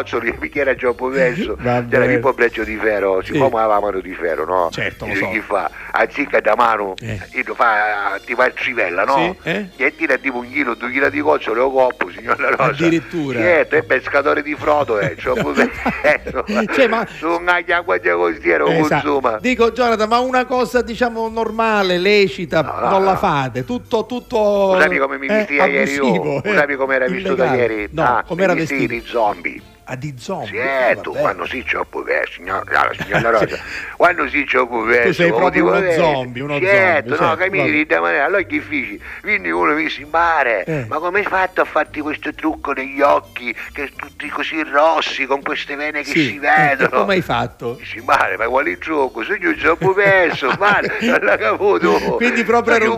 cozzoli perché era troppo verso. C'era tipo breccio di ferro, siccome aveva mano di ferro, no? Certo, lo so. so. Chi fa? Anziché da mano, ti fa il trivella, no? Sì? E tira tipo 1 chilo, 2 chili di cozzoli o coppo, signor La Rosa. Addirittura. Certo, è pescatore di frodo, troppo verso. Ma su un acqua costiera consuma. Dico Jonathan, ma una cosa diciamo normale, lecita, non la fate? Tutto Sapi come mi vestia ieri io? Sapi come era vissuto ieri? No, come era vestito? Di zombie. Di zombie? Certo, quando si c'è signor La Rosa, quando si c'è tu sei proprio uno zombie, certo, no, cammini di da maniera, allora che feci? Quindi uno mi si mare, ma come hai fatto a farti questo trucco negli occhi, che tutti così rossi, con queste vene che si vedono? Come hai fatto? Si mare, ma quali trucco? Sono io troppo perso, male, non l'ha caputo. Quindi proprio era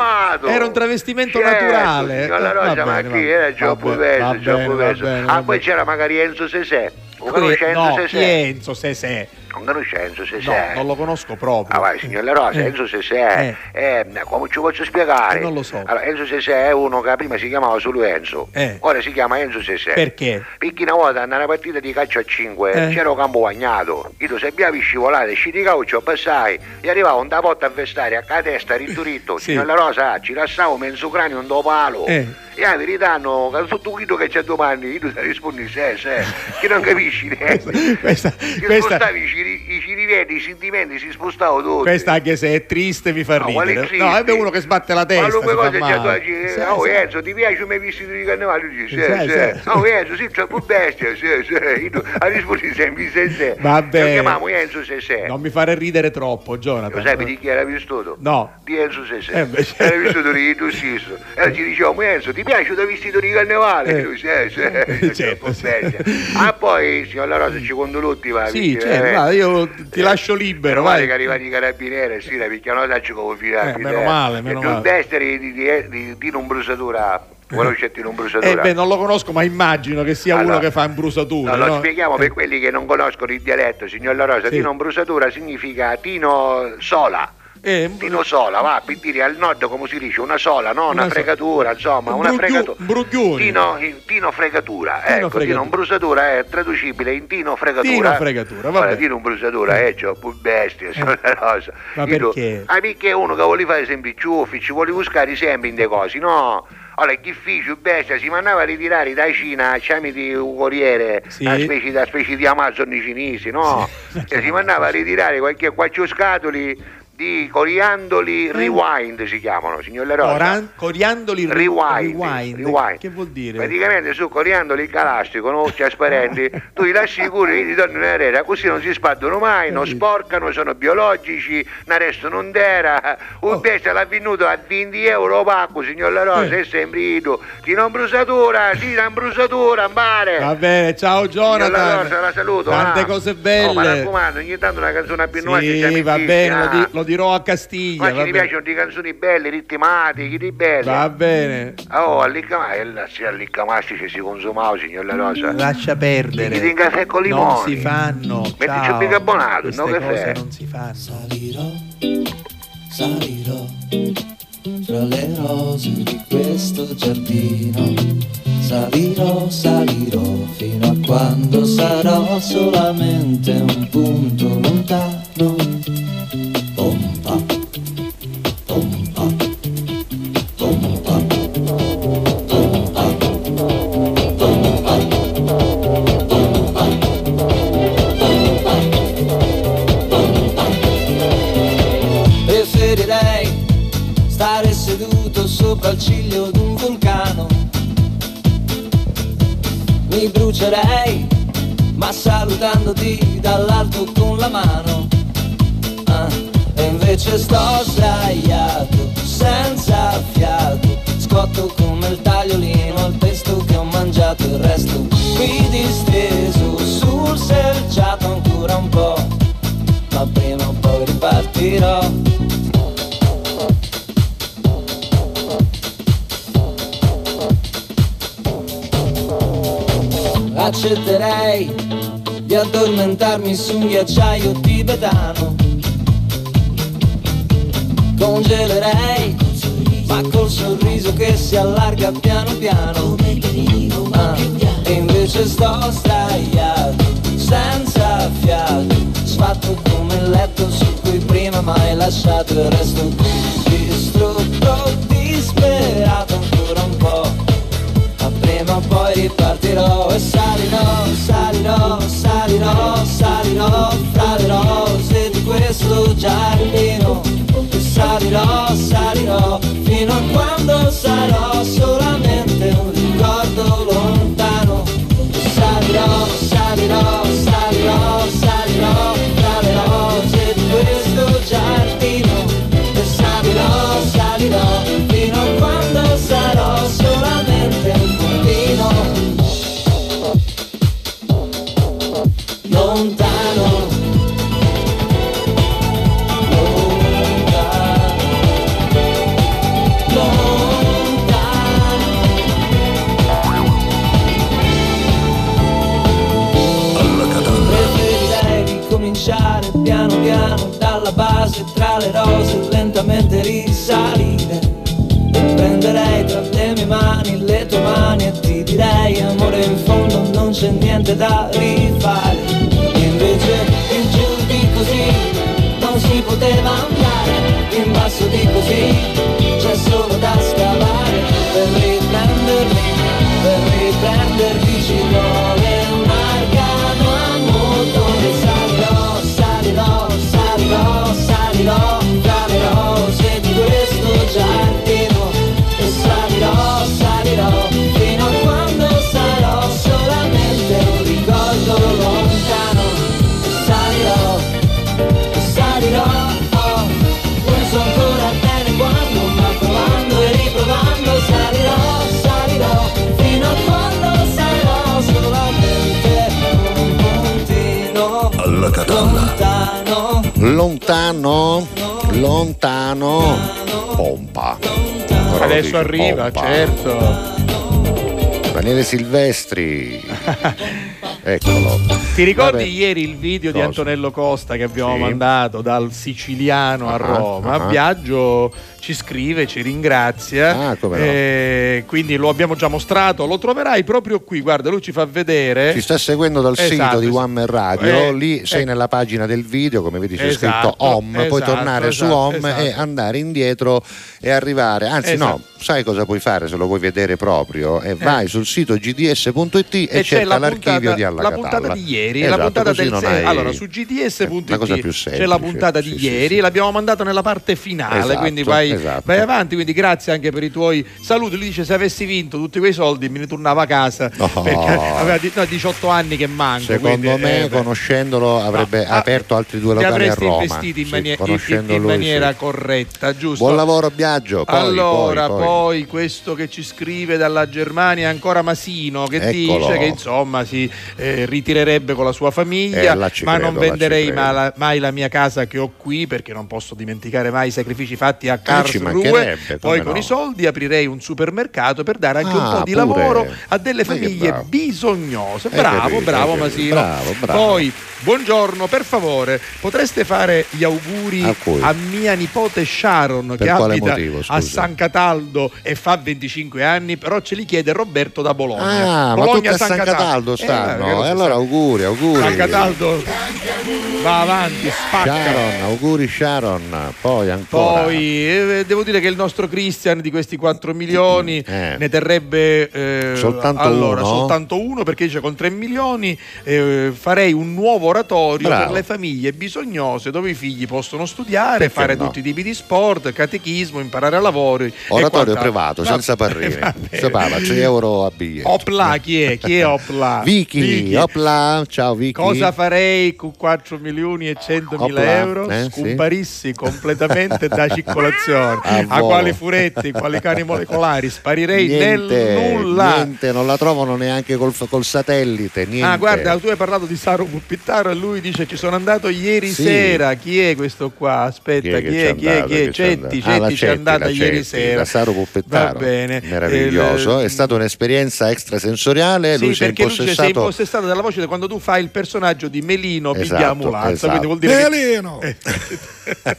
un travestimento naturale. Signor La Rosa, ma chi era troppo perso? Ah, poi c'era magari Enzo Sesè. Chi è Enzo Sesè? Non conosce Enzo Sesè? No, non lo conosco proprio. Ah, vai, signor La Rosa, Enzo Sesè come ci posso spiegare? Non lo so. Allora, Enzo Sesè è uno che prima si chiamava solo Enzo, ora si chiama Enzo Sesè. Perché? Perché una volta nella partita di calcio a 5 c'era un campo bagnato, io se abbiamo scivolato, sci cauccio, passai, gli arrivava un tapotto a vestare a cadesta ritto, signor La Rosa, ci lasciavo mezzo cranio un do palo. E la verità no, tutto quello che c'è domani, io ti rispondi se, che non capisci questa spostavi i ciriventi, i sentimenti si spostavano tutti. Questa anche se è triste mi fa ridere. No, è uno che sbatte la testa. Ma cosa c'è Enzo, ti piace come vestito di carnevale? Enzo, sì, c'è più bestia, a rispondi sempre se. Va bene. Lo chiamiamo Enzo Sesè. Non mi fare ridere troppo, Jonathan. Lo sai di chi era vissuto? No. Di Enzo Sesè. Era vissuto di tu stesso. E allora ci dicevamo Enzo, ti piace da vestito di carnevale? Certo. Ah, poi signor La Rosa ci conto l'ultima. Sì, certo, io ti lascio libero. Vai che arrivati i carabinieri, sì, perché non ci come finire. Meno male. Tu destri di non bruciatura. Conoscetti non bruciatura? Non lo conosco, ma immagino che sia uno che fa imbruciatura. Lo spieghiamo per quelli che non conoscono il dialetto, signor La Rosa. Tino bruciatura significa Tino sola. Tino sola, va, per dire al nord come si dice, una sola, no? Una fregatura, insomma, una fregatura. Tino fregatura, Tino bruciatura è traducibile in Tino fregatura. Vabbè. Tino bruciatura, c'ho più bestia, signor La Rosa. Ma perché? Perché uno che vuole fare sempre i ciuffi, ci vuole buscare sempre in dei cose, no? Allora, chi figlio bestia si mandava a ritirare da Cina tramite un corriere, una specie di Amazon cinesi, no? E si mandava a ritirare qualche scatoli di coriandoli rewind si chiamano, signor La Rosa. Coriandoli rewind. Che vuol dire? Praticamente su coriandoli calastico, no? Trasparenti, tu li lasci curi e ti tornano in arena, così non si spaddono mai, non sporcano, sono biologici, non restano in terra. Un bestia l'ha venuto a 20 euro pacco, signor La Rosa, è sempre ito. Ti non bruciatura, mare. Va bene, ciao Jonathan. Signor La Rosa, la saluto. Tante cose belle. Ma raccomando, ogni tanto una canzone a Pinnoa. Sì, va bene, lo dirò a Castiglia. Ma ci piacciono di canzoni belle, ritmatiche, di belle. Va bene. All'iccamassi si consumava, signor La Rosa. Lascia perdere. Mettiti in caffè con limone. Non si fanno. Mettici un bicarbonato, no caffè. Non si fanno. Salirò tra le rose di questo giardino. Salirò fino a quando sarò solamente un punto lontano. Pompa, pompa, pompa, pompa, pompa, pompa, pompa. Preferirei stare seduto sopra il ciglio d'un vulcano. Mi brucerei, ma salutandoti dall'alto con la mano. E invece sto sdraiato, senza fiato, scotto come il tagliolino al pesto che ho mangiato. Il resto qui disteso sul selciato ancora un po', ma prima o poi ripartirò. Accetterei di addormentarmi su un ghiacciaio tibetano. Congelerei, ma col sorriso che si allarga piano piano. E invece sto sdraiato disfatto come il letto su cui prima m'hai lasciato, e resto qui distrutto, disperato ancora un po', ma prima o poi ripartirò e salirò, salirò, salirò, salirò fra le rose di questo giardino, e salirò, salirò fino a quando sarò solamente un ricordo lontano, e salirò, salirò, salirò, salirò fra le rose di questo giardino, e salirò, salirò fino a quando sarò solamente un puntino lontano, cominciare piano piano dalla base tra le rose, lentamente risalire, e prenderei tra le mie mani le tue mani e ti direi amore, in fondo non c'è niente da rifare, invece in giù di così non si poteva andare, in basso di così c'è solo da scavare, per riprenderti ci vuole un arcano a motore, salirò, salirò, salirò, salirò tra le rose di questo giardino, e salirò, salirò fino a quando sarò solamente un ricordo lontano, e salirò, oh, non so ancora bene quando, ma provando e riprovando salirò, salirò fino a quando sarò solamente un puntino alla lontano, lontano, lontano, pompa. Adesso arriva, pompa. certo. Daniele Silvestri. Eccolo. Ti ricordi Vabbè. ieri il video di Cosa? Antonello Costa che abbiamo Sì. mandato dal siciliano a Roma? Biagio ci scrive, ci ringrazia. Come no. Quindi lo abbiamo già mostrato, lo troverai proprio qui. Guarda, lui ci fa vedere. Ci sta seguendo dal sito di One Man Radio, lì sei nella pagina del video, come vedi c'è scritto Home, puoi tornare su Home e andare indietro e arrivare, anzi no, sai cosa puoi fare se lo vuoi vedere proprio? Vai sul sito gds.it e cerca l'archivio di Alla la Catalla. puntata di ieri, Esatto, la puntata così del non 6. hai- Allora su gds.it una cosa più semplice, c'è la puntata di ieri, sì. l'abbiamo mandata nella parte finale, Esatto, quindi vai esatto. avanti, quindi grazie anche per i tuoi saluti. Lui dice se avessi vinto tutti quei soldi me ne tornavo a casa, perché aveva 18 anni che manco. Secondo quindi, me, conoscendolo, avrebbe aperto altri 2 ti locali a avresti Roma. investiti in, Sì, conoscendo in lui, maniera sì. corretta, giusto? Buon lavoro Biagio. Poi, Allora, poi. poi questo che ci scrive dalla Germania è ancora Masino, che Eccolo. dice che insomma si ritirerebbe con la sua famiglia, là ci ma credo, non là ci venderei credo. mai la mia casa che ho qui, perché non posso dimenticare mai i sacrifici fatti a ci Karlsruhe. mancherebbe, Poi come con no. i soldi aprirei un supermercato per dare anche un po' di pure. lavoro a delle Ma che famiglie bravo. bisognose. Hai Bravo, capito, bravo hai capito. Masino. Bravo. Poi, buongiorno, per favore, potreste fare gli auguri A cui? a mia nipote Sharon, Per che quale abita motivo, a scusa? San Cataldo e fa 25 anni, però ce li chiede Roberto da Bologna. Ma Bologna, tutti a San Cataldo stanno. E allora auguri. San Cataldo va avanti, spacca. Sharon, auguri Sharon. Poi ancora. Poi devo dire che il nostro Christian di questi 4 milioni ne terrebbe soltanto uno, perché dice con 3 milioni farei un nuovo oratorio per le famiglie bisognose dove i figli possono studiare, Perché fare no? tutti i tipi di sport, catechismo, imparare a lavori. Oratorio privato, senza parrini. Si parla 6 euro a biglietto. Opla, chi è? Chi è Opla? Vicky, Opla, ciao Vicky. Cosa farei con 4 milioni e 100 mila Opla, euro? sì. Scomparissi completamente da circolazione. A A volo. quali furetti, quali cani molecolari? Sparirei Niente, nel nulla. niente, non la trovano neanche col satellite. Niente. Guarda, tu hai parlato di Saro Puppittaro e lui dice ci sono andato ieri Sì. sera. Chi è questo qua? Aspetta, chi è? Cetti ci è andata ieri sera. Da Saro Puppettaro. Va bene. Meraviglioso. È stata un'esperienza extrasensoriale. Sì, lui si è perché lui dice, sei impossessato. impossessato della voce quando tu fai il personaggio di Melino Esatto, Bigliamulazza, esatto. quindi vuol dire Melino!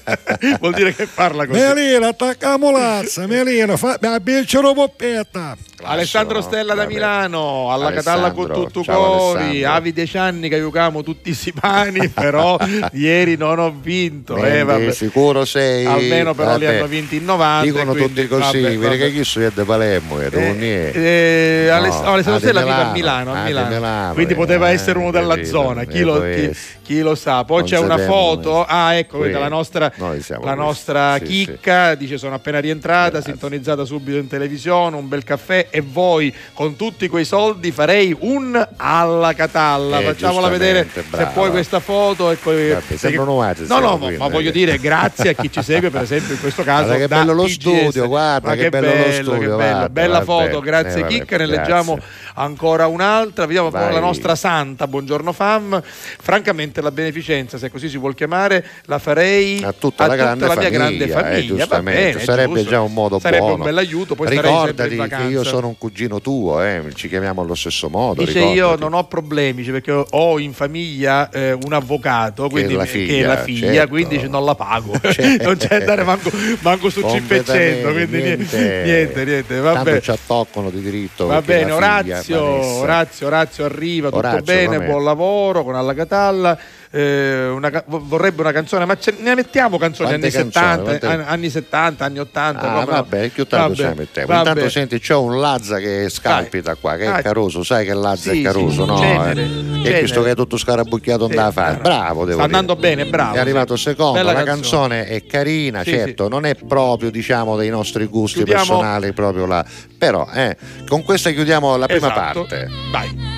vuol dire che parla così. Melino, attacca la mulazza, Melino, bilanciano poppetta. Alessandro Stella da Milano, alla Catalla con tutto cori, avi 10 anni che giocavamo tutti i pani, però ieri non ho vinto. Sicuro sei. Almeno però li hanno vinti in 90. Dicono tutti così, perché chi sono di Palermo? Alessandro Stella vive a Milano, quindi poteva essere uno della zona, chi lo sa. Poi c'è una foto, ecco, la nostra Chicca dice: sono appena rientrata, sintonizzata subito in televisione, un bel caffè, e voi con tutti quei soldi farei un alla Catalla. Facciamola vedere, se poi questa foto. Ma voglio dire, grazie a chi ci segue, per esempio in questo caso. Guarda che bello lo studio, guarda che bello lo studio, bella foto, grazie Chicca. Ne leggiamo ancora un'altra. Vediamo la nostra Santa, buongiorno fam. Francamente la beneficenza, se così si vuol chiamare, la farei a tutta la mia grande famiglia. Va bene, sarebbe già un modo buono, un bel aiuto. Poi ricordati che io sono un cugino tuo, ci chiamiamo allo stesso modo. Dice: io non ho problemi, perché ho in famiglia un avvocato, quindi che è la figlia, certo. Quindi non la pago, certo. Non c'è da andare manco su C100, quindi niente. Tanto ci attoccano di diritto. Va bene, Orazio arriva, tutto bene, buon lavoro con Alla Catalla. Vorrebbe una canzone, ma ne mettiamo canzoni anni 70, anni 80. Vabbè, più tanto ce ne mettiamo. Intanto senti, c'è un Lazza che scalpita qua, che è Caruso, sai che Lazza è Caruso, no? E questo che è tutto scarabucchiato da fare. Bravo, devo sta andando bene, bravo. È arrivato secondo, la canzone è carina, certo, non è proprio, diciamo, dei nostri gusti personali, proprio là. Però con questa chiudiamo la prima parte. Vai.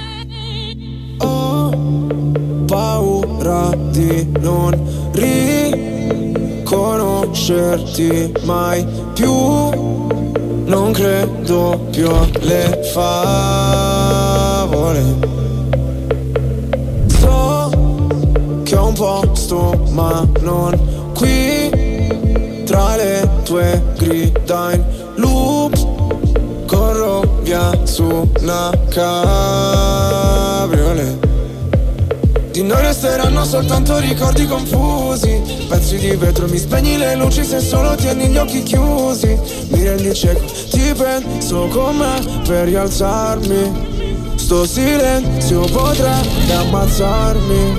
Paura di non riconoscerti mai più, non credo più alle favole. So che ho un posto ma non qui, tra le tue grida in loop, corro via su una cabriolet. Di noi resteranno soltanto ricordi confusi, pezzi di vetro, mi spegni le luci se solo tieni gli occhi chiusi. Mi rendi cieco, ti penso con me per rialzarmi. Sto silenzio potrebbe ammazzarmi.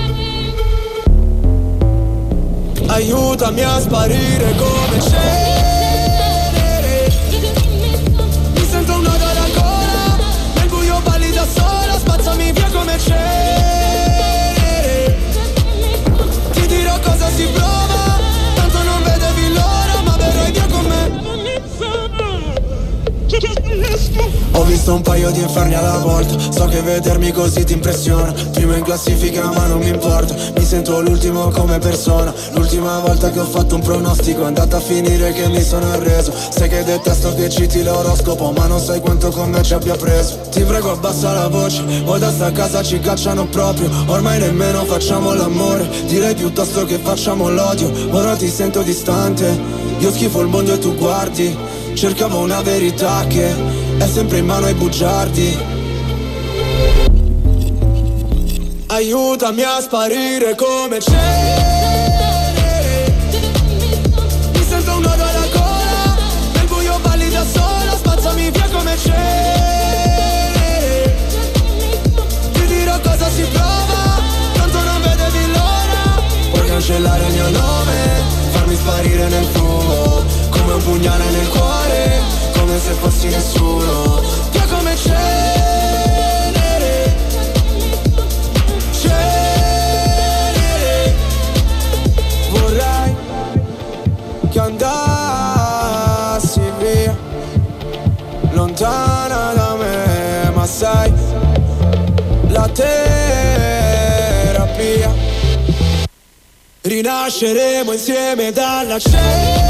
Aiutami a sparire come cenere. Mi sento un nodo alla gola, nel buio balli da sola, spazzami via come cenere. Cosa si prova, tanto non vedevi l'ora, ma verrai via con me. Ho visto un paio di inferni alla volta, so che vedermi così ti impressiona. Primo in classifica ma non mi importa, mi sento l'ultimo come persona. L'ultima volta che ho fatto un pronostico è andata a finire che mi sono arreso. Sai che detesto che citi l'oroscopo, ma non sai quanto con me ci abbia preso. Ti prego abbassa la voce, o da sta casa ci cacciano proprio. Ormai nemmeno facciamo l'amore, direi piuttosto che facciamo l'odio. Ora ti sento distante, io schifo il mondo e tu guardi. Cercavo una verità che è sempre in mano ai bugiardi. Aiutami a sparire come cenere. Mi sento un nodo alla gola, nel buio balli da sola, spazzami via come cenere. Ti dirò cosa si prova, tanto non vedevi l'ora. Puoi cancellare il mio nome, farmi sparire nel fumo, come un pugnale nel cuore, come se fossi nessuno. Via come cenere, cenere. Vorrei che andassi via, lontana da me, ma sai, la terapia. Rinasceremo insieme dalla cenere.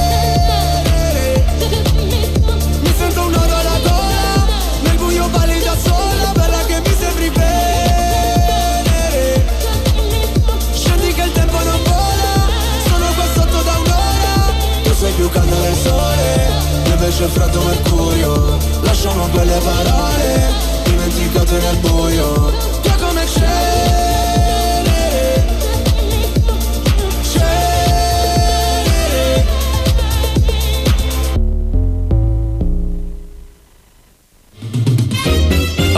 Mi sento un nodo alla gola, nel buio balli da sola, bella che mi sembri venere. Scendi che il tempo non vola, sono qua sotto da un'ora. Tu sei più caldo del sole, io invece freddo mercurio. Lasciamo quelle parole dimenticate nel buio. Via come c'è.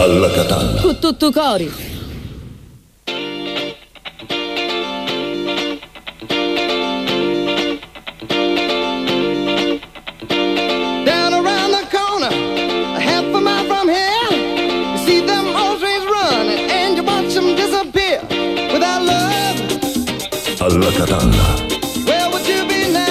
Alla Catalla. Con tutto cori. Down around the corner, a half a mile from here, you see them old trains running and you watch them disappear. Without love, Alla Catalla. where would you be now?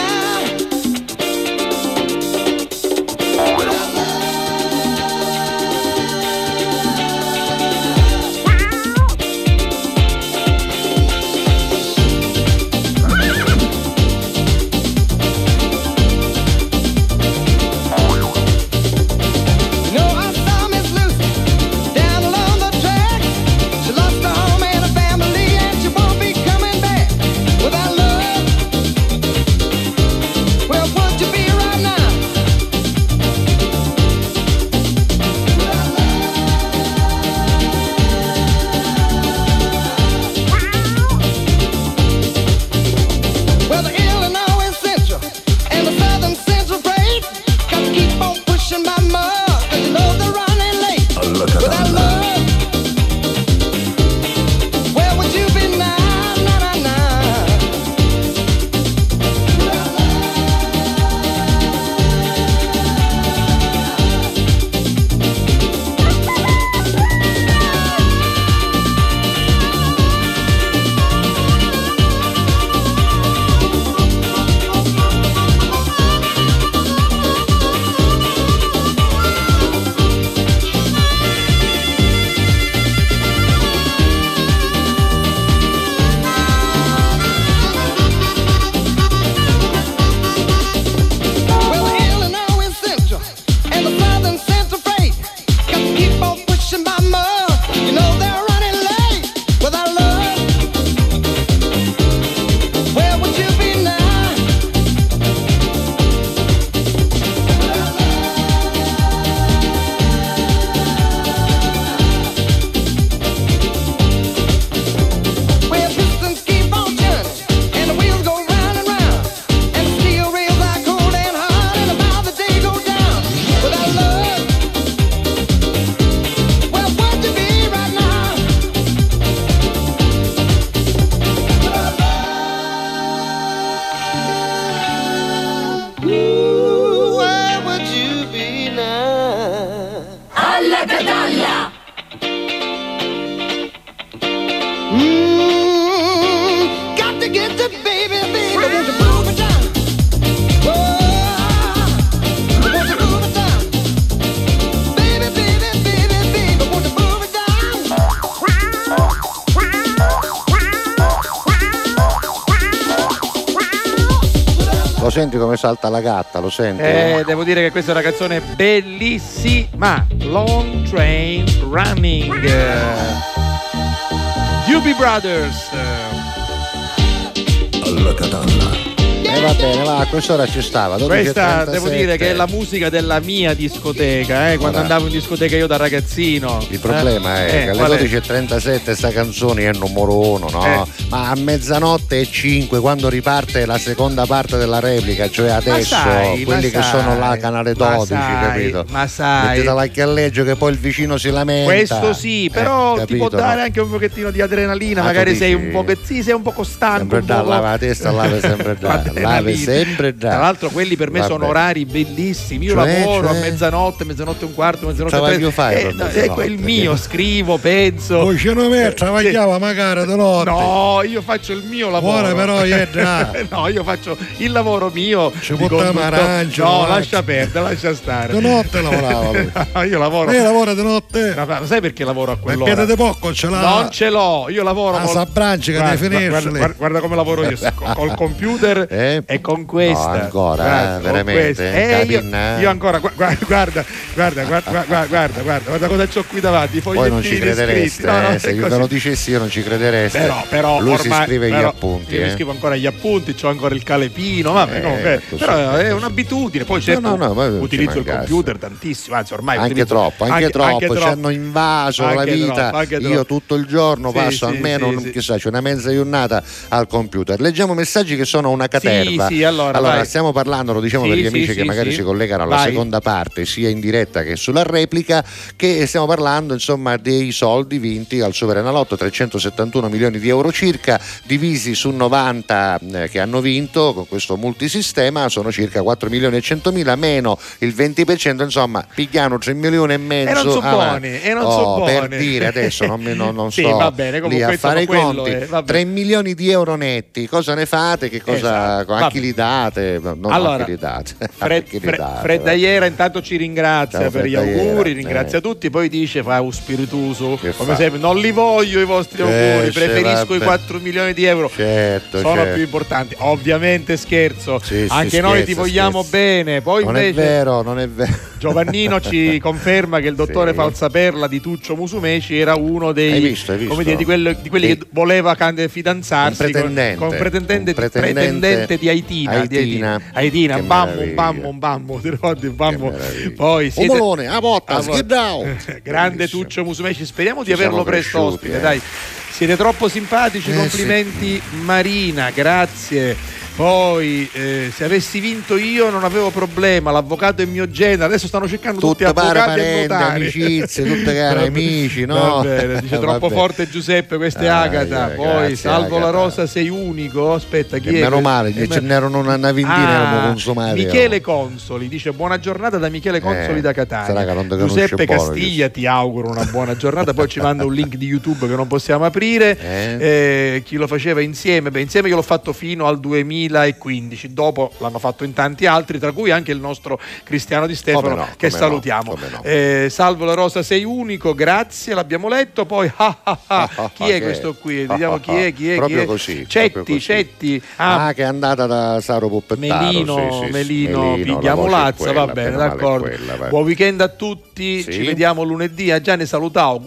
You know I saw Miss Lucy down along the track. She lost her home and her family and she won't be coming back. Without love, where would you be right now? Well, the Illinois Central and the Southern Central Freight got to keep on pushing my mug, 'cause you know they're running late. Alla Without Catalla. love, where would you be now? Nah, nah, nah. Well, the Illinois Central and the Southern Central Freight got to keep on pushing my mug. You know they're running late. Without love, where would you be now? Where pistons keep on turning and the wheels go round and round, and the steel rails are cold and hard, and about the day go down. Without love, where would you be right now? Ooh, where would you be now? Alla Catalla. Got to get the baby, baby, won't you move it down? Whoa, won't you move it down? Baby, baby, baby, baby, won't you move it Lo senti come salta la gatta, lo senti? Devo dire che questa è una canzone bellissima. Long Train Running. Doobie Brothers. Alla Catalla. Va bene, va, a quest'ora ci stava. Questa 12:37. devo dire che è la musica della mia discoteca, quando andavo in discoteca io da ragazzino. Il problema è che alle 12:37 sta canzone è il numero uno, no? Ma a mezzanotte e 5, quando riparte la seconda parte della replica, cioè adesso, quelli che sono là canale 12, capito? Ma sai, mettete l'alleggeggio che poi il vicino si lamenta. questo sì, però ti capito, può dare no? anche un pochettino di adrenalina, Ah, magari tu sei dici? un po' sei un poco stanco. Sempre da lava la testa, lave sempre da. Lave sempre da. Tra l'altro quelli per me Vabbè. sono orari bellissimi. Io Cioè, lavoro a mezzanotte e un quarto, mezzanotte e Travaglio 30. fai per mezzanotte? È il mio, scrivo, penso. Poi ce ne metto, travagliava magari di notte. No, io faccio il mio lavoro. Ora però no, io faccio il lavoro mio. Ci portiamo arancio. No, lascia perdere, lascia stare. Di notte lavorava lui. No, io lavoro. Lei lavora di notte. Ma sai perché lavoro a quell'ora? Perché di poco ce l'ha. Non ce l'ho, io lavoro a Sabranci che ne finisce. Guarda come lavoro io col computer e con questa. No, ancora, veramente. Io ancora guarda cosa c'ho qui davanti. Poi non ci credereste, se io ve lo dicessi io non ci credereste. Però lui ormai, si scrive gli appunti. Io mi scrivo ancora gli appunti, c'ho ancora il calepino, vabbè, comunque, però è un'abitudine. Poi certo utilizzo il computer tantissimo, anzi ormai anche troppo, ci hanno invaso la vita. Io tutto il giorno passo almeno chissà, c'è una mezza giornata al computer. Leggiamo messaggi che sono una catena. riserva. Sì, allora stiamo parlando, lo diciamo per gli amici che magari si collegano alla seconda parte, sia in diretta che sulla replica, che stiamo parlando insomma dei soldi vinti al Superenalotto, 371 milioni di euro circa, divisi su 90 che hanno vinto con questo multisistema, sono circa 4 milioni e 100 mila, meno il 20%, insomma pigliano 3 milioni e mezzo. E non sono buoni, per dire, adesso non sì, sto va bene, lì a fare i conti. 3 milioni di euro netti, cosa ne fate? Che cosa, a chi li date? Allora, a chi li date? Fredda Iera intanto ci ringrazia per gli auguri, ringrazia tutti, poi dice fa un spiritoso come sempre, non li voglio i vostri auguri, preferisco i 4 milioni di euro, sono più importanti. Ovviamente scherzo, anche noi ti vogliamo bene. Poi non invece non è vero. Giovannino ci conferma che il dottore Falsaperla di Tuccio Musumeci era uno dei hai visto? come dire, di quelli che voleva fidanzarsi con pretendente di Aitina. Bammo, ti ricordi? Bammo. Poi Omolone, a botta, grande Tuccio Musumeci, speriamo di averlo presto ospite, dai. Siete troppo simpatici, complimenti Marina, grazie. Poi se avessi vinto io non avevo problema, l'avvocato è mio genere, adesso stanno cercando tutti avvocati e notari, amicizie, tutte cari amici, no? Va bene, dice troppo forte Giuseppe, questa è Agata. Poi grazie, Salvo Agata. La Rosa sei unico, aspetta chi è? Meno male, ce n'erano una ventina, erano consumati. Michele Consoli dice buona giornata da Michele Consoli da Catania. Giuseppe Castiglia ti auguro una buona giornata, poi ci manda un link di YouTube che non possiamo aprire. Chi lo faceva insieme? Insieme io l'ho fatto fino al 2015, dopo l'hanno fatto in tanti altri, tra cui anche il nostro Cristiano Di Stefano, che salutiamo. Salvo la Rosa sei unico, grazie, l'abbiamo letto. Poi chi è questo qui? Vediamo chi è. Proprio così. Cetti. che è andata da Saro Poppettaro. Melino Pigliamolazza, va bene, d'accordo. Buon weekend a tutti, ci vediamo lunedì. A Gianni salutavo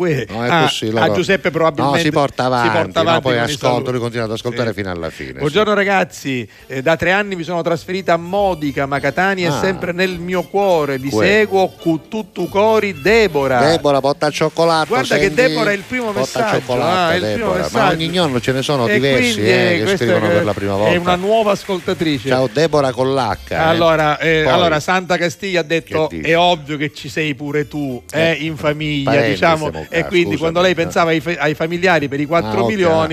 a Giuseppe probabilmente si porta avanti, poi ascolto, continua ad ascoltare fino alla fine. Buongiorno ragazzi, da 3 anni mi sono trasferita a Modica, ma Catania è sempre nel mio cuore. Vi seguo con tutto cori. Debora botta cioccolato. Guarda che Debora è il primo messaggio, ma ogni giorno ce ne sono diversi che scrivono per la prima volta. È una nuova ascoltatrice. Ciao Debora con l'H. Allora Santa Castiglia ha detto è ovvio che ci sei pure tu in famiglia, diciamo, e quindi quando lei pensava ai familiari per i 4 milioni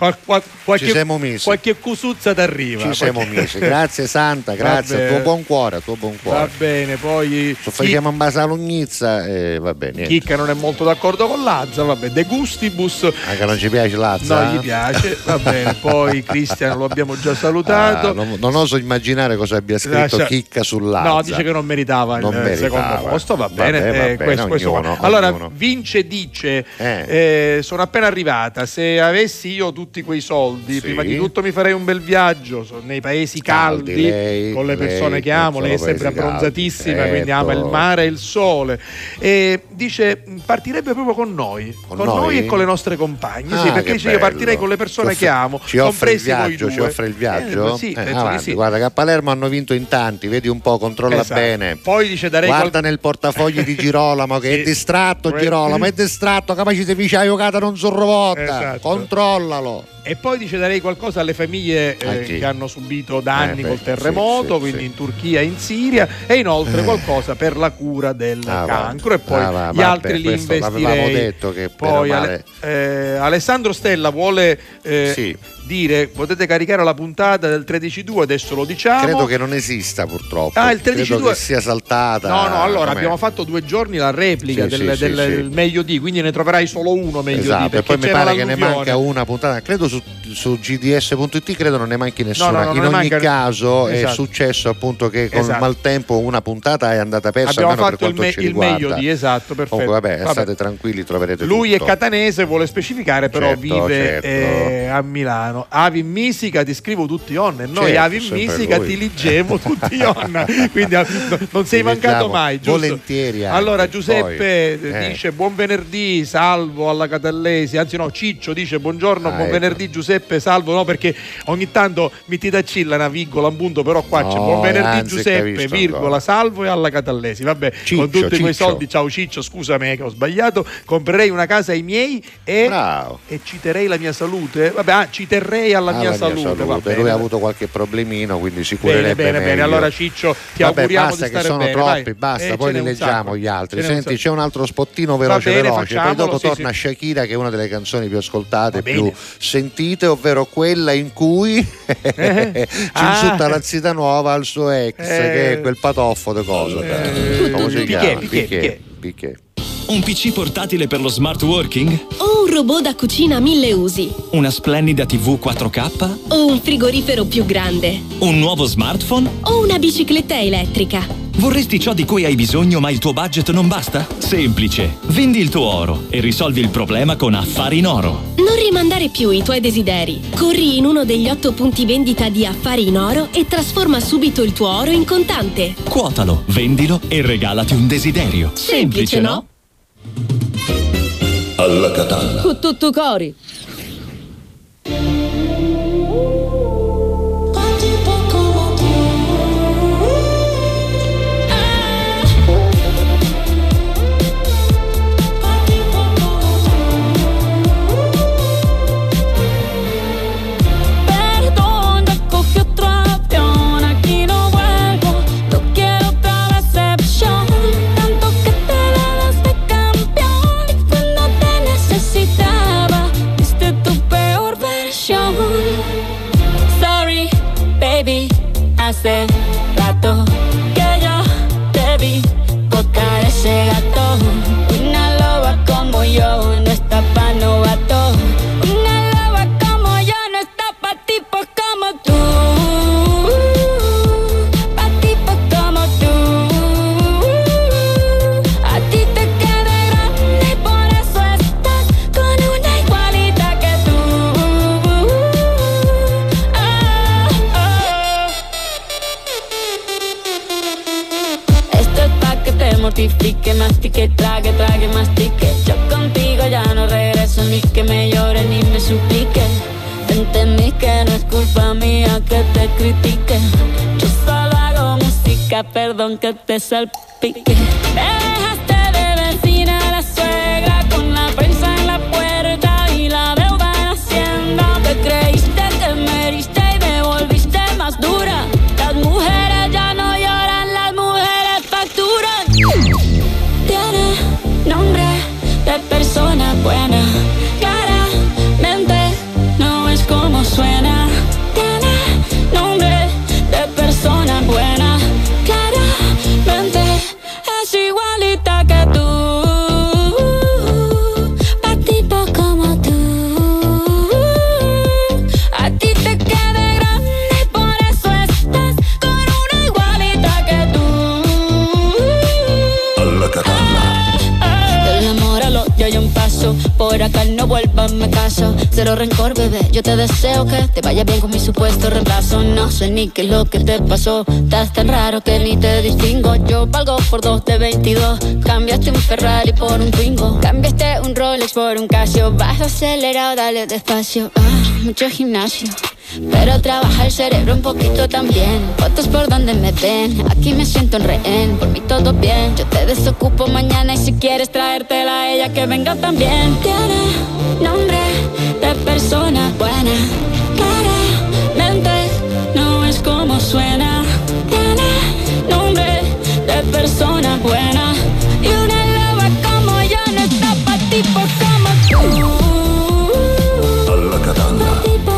qualche cusuzza t'arriva. Ci siamo messi. Grazie Santa, grazie, tuo buon cuore. Va bene, poi facciamo in base all'ugnizza va bene. Chicca non è molto d'accordo con Lazza, vabbè, De Gustibus. Anche non ci piace Lazza? No, gli piace, va bene. Poi Cristian lo abbiamo già salutato. Non oso immaginare cosa abbia scritto Chicca su Lazza. No, dice che non meritava il secondo posto, va bene. Questo. Allora, Vince dice sono appena arrivata, se avessi io tutti quei soldi, prima di tutto mi farei un bel viaggio nei paesi caldi, con le persone che amo. Lei è sempre abbronzatissima, quindi ama il mare e il sole, e dice partirebbe proprio con noi e con le nostre compagne, perché dice io partirei con le persone che amo, compresi voi due. Ci offre il viaggio? Sì, penso di sì. Guarda che a Palermo hanno vinto in tanti, vedi un po', controlla bene. Poi dice guarda nel portafogli di Girolamo che è distratto, Girolamo è distratto, capace di ficia giocata non sorrovotta, controllalo. E poi dice darei qualcosa alle famiglie che hanno subito danni col terremoto, quindi in Turchia e in Siria, e inoltre qualcosa per la cura del cancro, e poi gli altri li investirei. Detto che poi Alessandro Stella vuole dire potete caricare la puntata del 13-2, adesso lo diciamo. Credo che non esista purtroppo. Il 13-2 credo che sia saltata. No, allora abbiamo fatto 2 giorni la replica del meglio di, quindi ne troverai solo uno meglio di, e poi mi pare che ne manca una puntata, credo su gds.it credo non ne manchi nessuna. In ogni caso è successo appunto che con il maltempo una puntata è andata persa. Abbiamo fatto il meglio di, perfetto. Comunque state tranquilli, troverete lui tutto. È catanese, vuole specificare, però vive a Milano. Avi in Misica ti scrivo tutti on, e noi Avi in Misica ti leggevo tutti on, quindi non sei mancato mai, giusto? Volentieri. Allora Giuseppe dice buon venerdì, Salvo alla Catallesi, anzi no, Ciccio dice buongiorno, buon venerdì venerdì Giuseppe Salvo, no, perché ogni tanto mi ti dacilla una virgola, un punto, però qua c'è buon venerdì Giuseppe, virgola, Salvo e alla Catallesi. Vabbè, Ciccio, con tutti quei soldi, ciao Ciccio, scusami che ho sbagliato, comprerei una casa ai miei e citerei la mia salute. Vabbè, ci terrei alla mia salute. Lui ha avuto qualche problemino, quindi si curerebbe bene. Allora Ciccio, ti auguriamo di stare bene. Sono troppi, basta, poi li leggiamo gli altri. Senti, c'è un altro spottino veloce, poi dopo torna Shakira, che è una delle canzoni più ascoltate, più sentite, ovvero quella in cui ci insulta la zita nuova al suo ex, che è quel patoffo di cosa. Come si chiama? Piqué. Un PC portatile per lo smart working? O un robot da cucina 1000 usi? Una splendida TV 4K? O un frigorifero più grande? Un nuovo smartphone? O una bicicletta elettrica? Vorresti ciò di cui hai bisogno ma il tuo budget non basta? Semplice, vendi il tuo oro e risolvi il problema con Affari in Oro. Non rimandare più i tuoi desideri. Corri in uno degli 8 punti vendita di Affari in Oro e trasforma subito il tuo oro in contante. Quotalo, vendilo e regalati un desiderio. Semplice, no? Alla Catalla. Con tutto cori. Hace rato que yo te vi botar ese gato. Una loba como yo no está pa' novato. Una loba como yo no está pa' tipos como tú. Pa' tipos como tú. A ti te queda grande y por eso estás con una igualita que tú. Mortifique, mastique, trague, mastique. Yo contigo ya no regreso, ni que me llore ni me suplique. Entendí que no es culpa mía que te critique. Yo solo hago música, perdón que te salpique. Me dejaste de vecina a la suegra, con la prensa en la puerta y la deuda en Hacienda. Te creíste que me heriste y me volviste más dura. Las mujeres ya no lloran, las mujeres facturan. Tiene nombre de persona buena, claramente no es como suena. Tiene nombre de persona buena, claramente es igualita que tú. Pa' tipo como tú. A ti te queda grande y por eso estás con una igualita que tú. Alla Catalla. Del amor al odio hay un paso, por acá no vuelvas, me caso. Cero rencor, bebé, yo te deseo que te vaya bien con mi supuesto reemplazo. No sé ni qué es lo que te pasó, estás tan raro que ni te distingo. Yo valgo por 2 de 22, cambiaste un Ferrari por un Twingo. Cambiaste un Rolex por un Casio, vas acelerado, dale despacio. Mucho gimnasio, pero trabaja el cerebro un poquito también. Fotos por donde me ven, aquí me siento en rehén. Por mí todo bien, yo te desocupo mañana y si quieres traértela a ella que venga también. Tiene nombre de persona buena, claramente no es como suena. Tiene nombre de persona buena y una loba como yo no está pa' tipos como tú. Alla Catalla.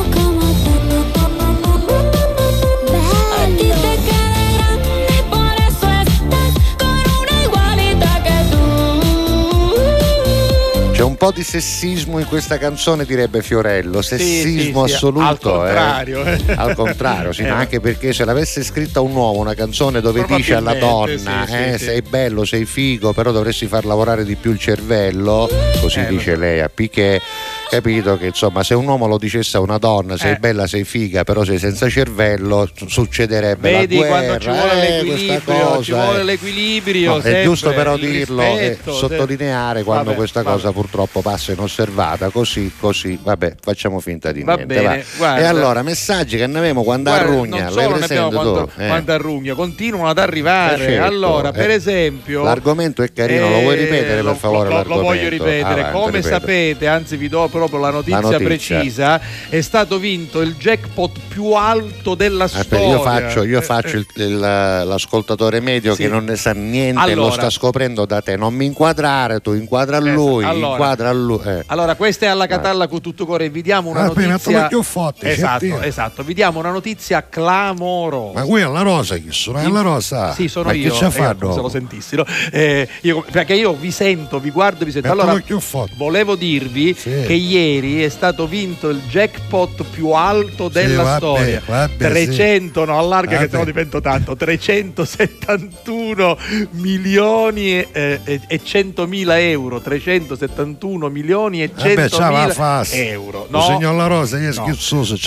C'è un po' di sessismo in questa canzone, direbbe Fiorello, sessismo sì, assoluto. Al contrario. Al contrario, sì, ma anche perché se l'avesse scritta un uomo una canzone dove dice alla donna sei bello, sei figo, però dovresti far lavorare di più il cervello, così dice lei a Piqué, capito che insomma se un uomo lo dicesse a una donna sei bella, sei figa, però sei senza cervello, succederebbe vedi la guerra. Quando ci vuole l'equilibrio, cosa, ci vuole l'equilibrio, è giusto però dirlo rispetto, e sottolineare quando questa cosa purtroppo passa inosservata, così vabbè, facciamo finta di niente. Bene, e allora messaggi che ne abbiamo quando arrugna, non solo ne abbiamo quando arrugna, continuano ad arrivare. Certo, allora per esempio l'argomento è carino, lo vuoi ripetere per favore? Lo voglio ripetere. Avanti, come sapete, anzi vi do proprio la notizia precisa, è stato vinto il jackpot più alto della storia. Io faccio l'ascoltatore medio che non ne sa niente, allora, lo sta scoprendo da te, non mi inquadrare, tu inquadra a lui, Allora questa è alla Catalla con tutto cuore, vi diamo una notizia esatto, vi diamo una notizia clamorosa. Ma qui è la Rosa, chi sono? È la Rosa? Sì, sono ma io. Che Se lo sentissero, perché io vi sento, vi guardo, vi sento. Allora, volevo dirvi che ieri è stato vinto il jackpot più alto della storia. 300, no, allarga che se no divento tanto. 371 milioni e 100.000 euro. 371 milioni e 100.000 euro. No? Signor La Rosa, che è schizzoso.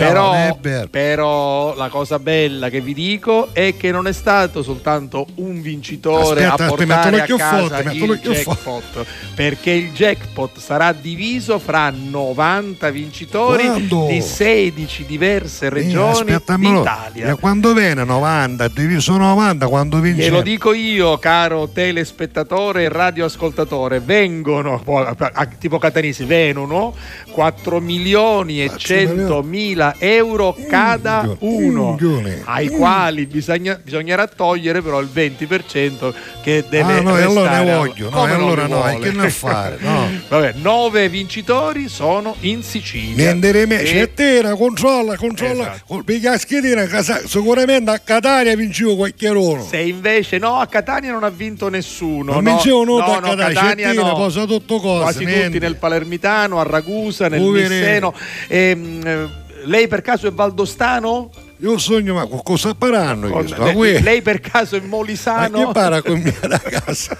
Però la cosa bella che vi dico è che non è stato soltanto un vincitore a portare a casa il jackpot, perché il jackpot sarà diviso fra 90 vincitori di 16 diverse regioni d'Italia. E quando viene 90 diviso 90, quando vince? Glielo dico io, caro telespettatore e radioascoltatore, vengono tipo Catanisi, vengono 4 milioni e 100.000 euro cada uno, ai quali bisognerà togliere però il 20% che deve restare. Allora ne voglio, che ne fare? Vabbè, 9 vincitori sono in Sicilia. C'è controlla, perché a schedina sicuramente a Catania vincevo qualche uno. Se invece a Catania non ha vinto nessuno. Non vincevo a Catania posa tutto cose. Quasi tutti nel Palermitano, a Ragusa, nel Misseno. Lei per caso è valdostano? Io sogno, ma cosa faranno? Lei per caso è molisano? Ma che para con mia ragazza?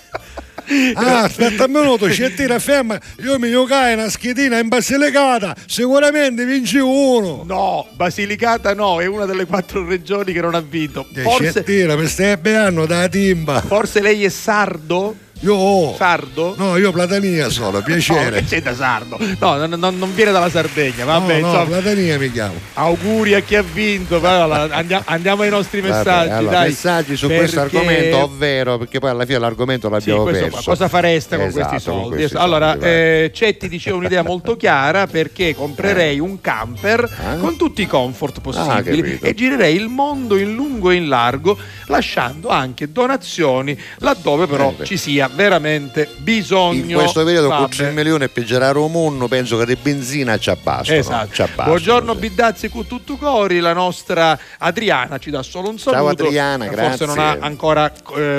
Aspetta un minuto, c'è tira ferma. Io mi giocai una schedina in Basilicata, sicuramente vinci uno. No, Basilicata no, è una delle 4 regioni che non ha vinto. Forse mi stai beando da timba. Forse lei è sardo? Io sardo? No, io Platania sono, piacere. No, che c'è da sardo? No, non viene dalla Sardegna, vabbè, no, Platania mi chiamo. Auguri a chi ha vinto. Andiamo ai nostri messaggi. Allora, messaggi su questo argomento, ovvero, perché poi alla fine l'argomento l'abbiamo perso. Cosa fareste con questi soldi? Allora, Cetti diceva un'idea molto chiara, perché comprerei un camper con tutti i comfort possibili e girerei il mondo in lungo e in largo, lasciando anche donazioni laddove però ci sia veramente bisogno. In questo periodo con 3 milioni e peggiorare un munno, penso che di benzina ci abbassa. Esatto. Buongiorno Bidazzi con tutto cori, la nostra Adriana ci dà solo un saluto. Ciao Adriana, grazie. Forse non ha ancora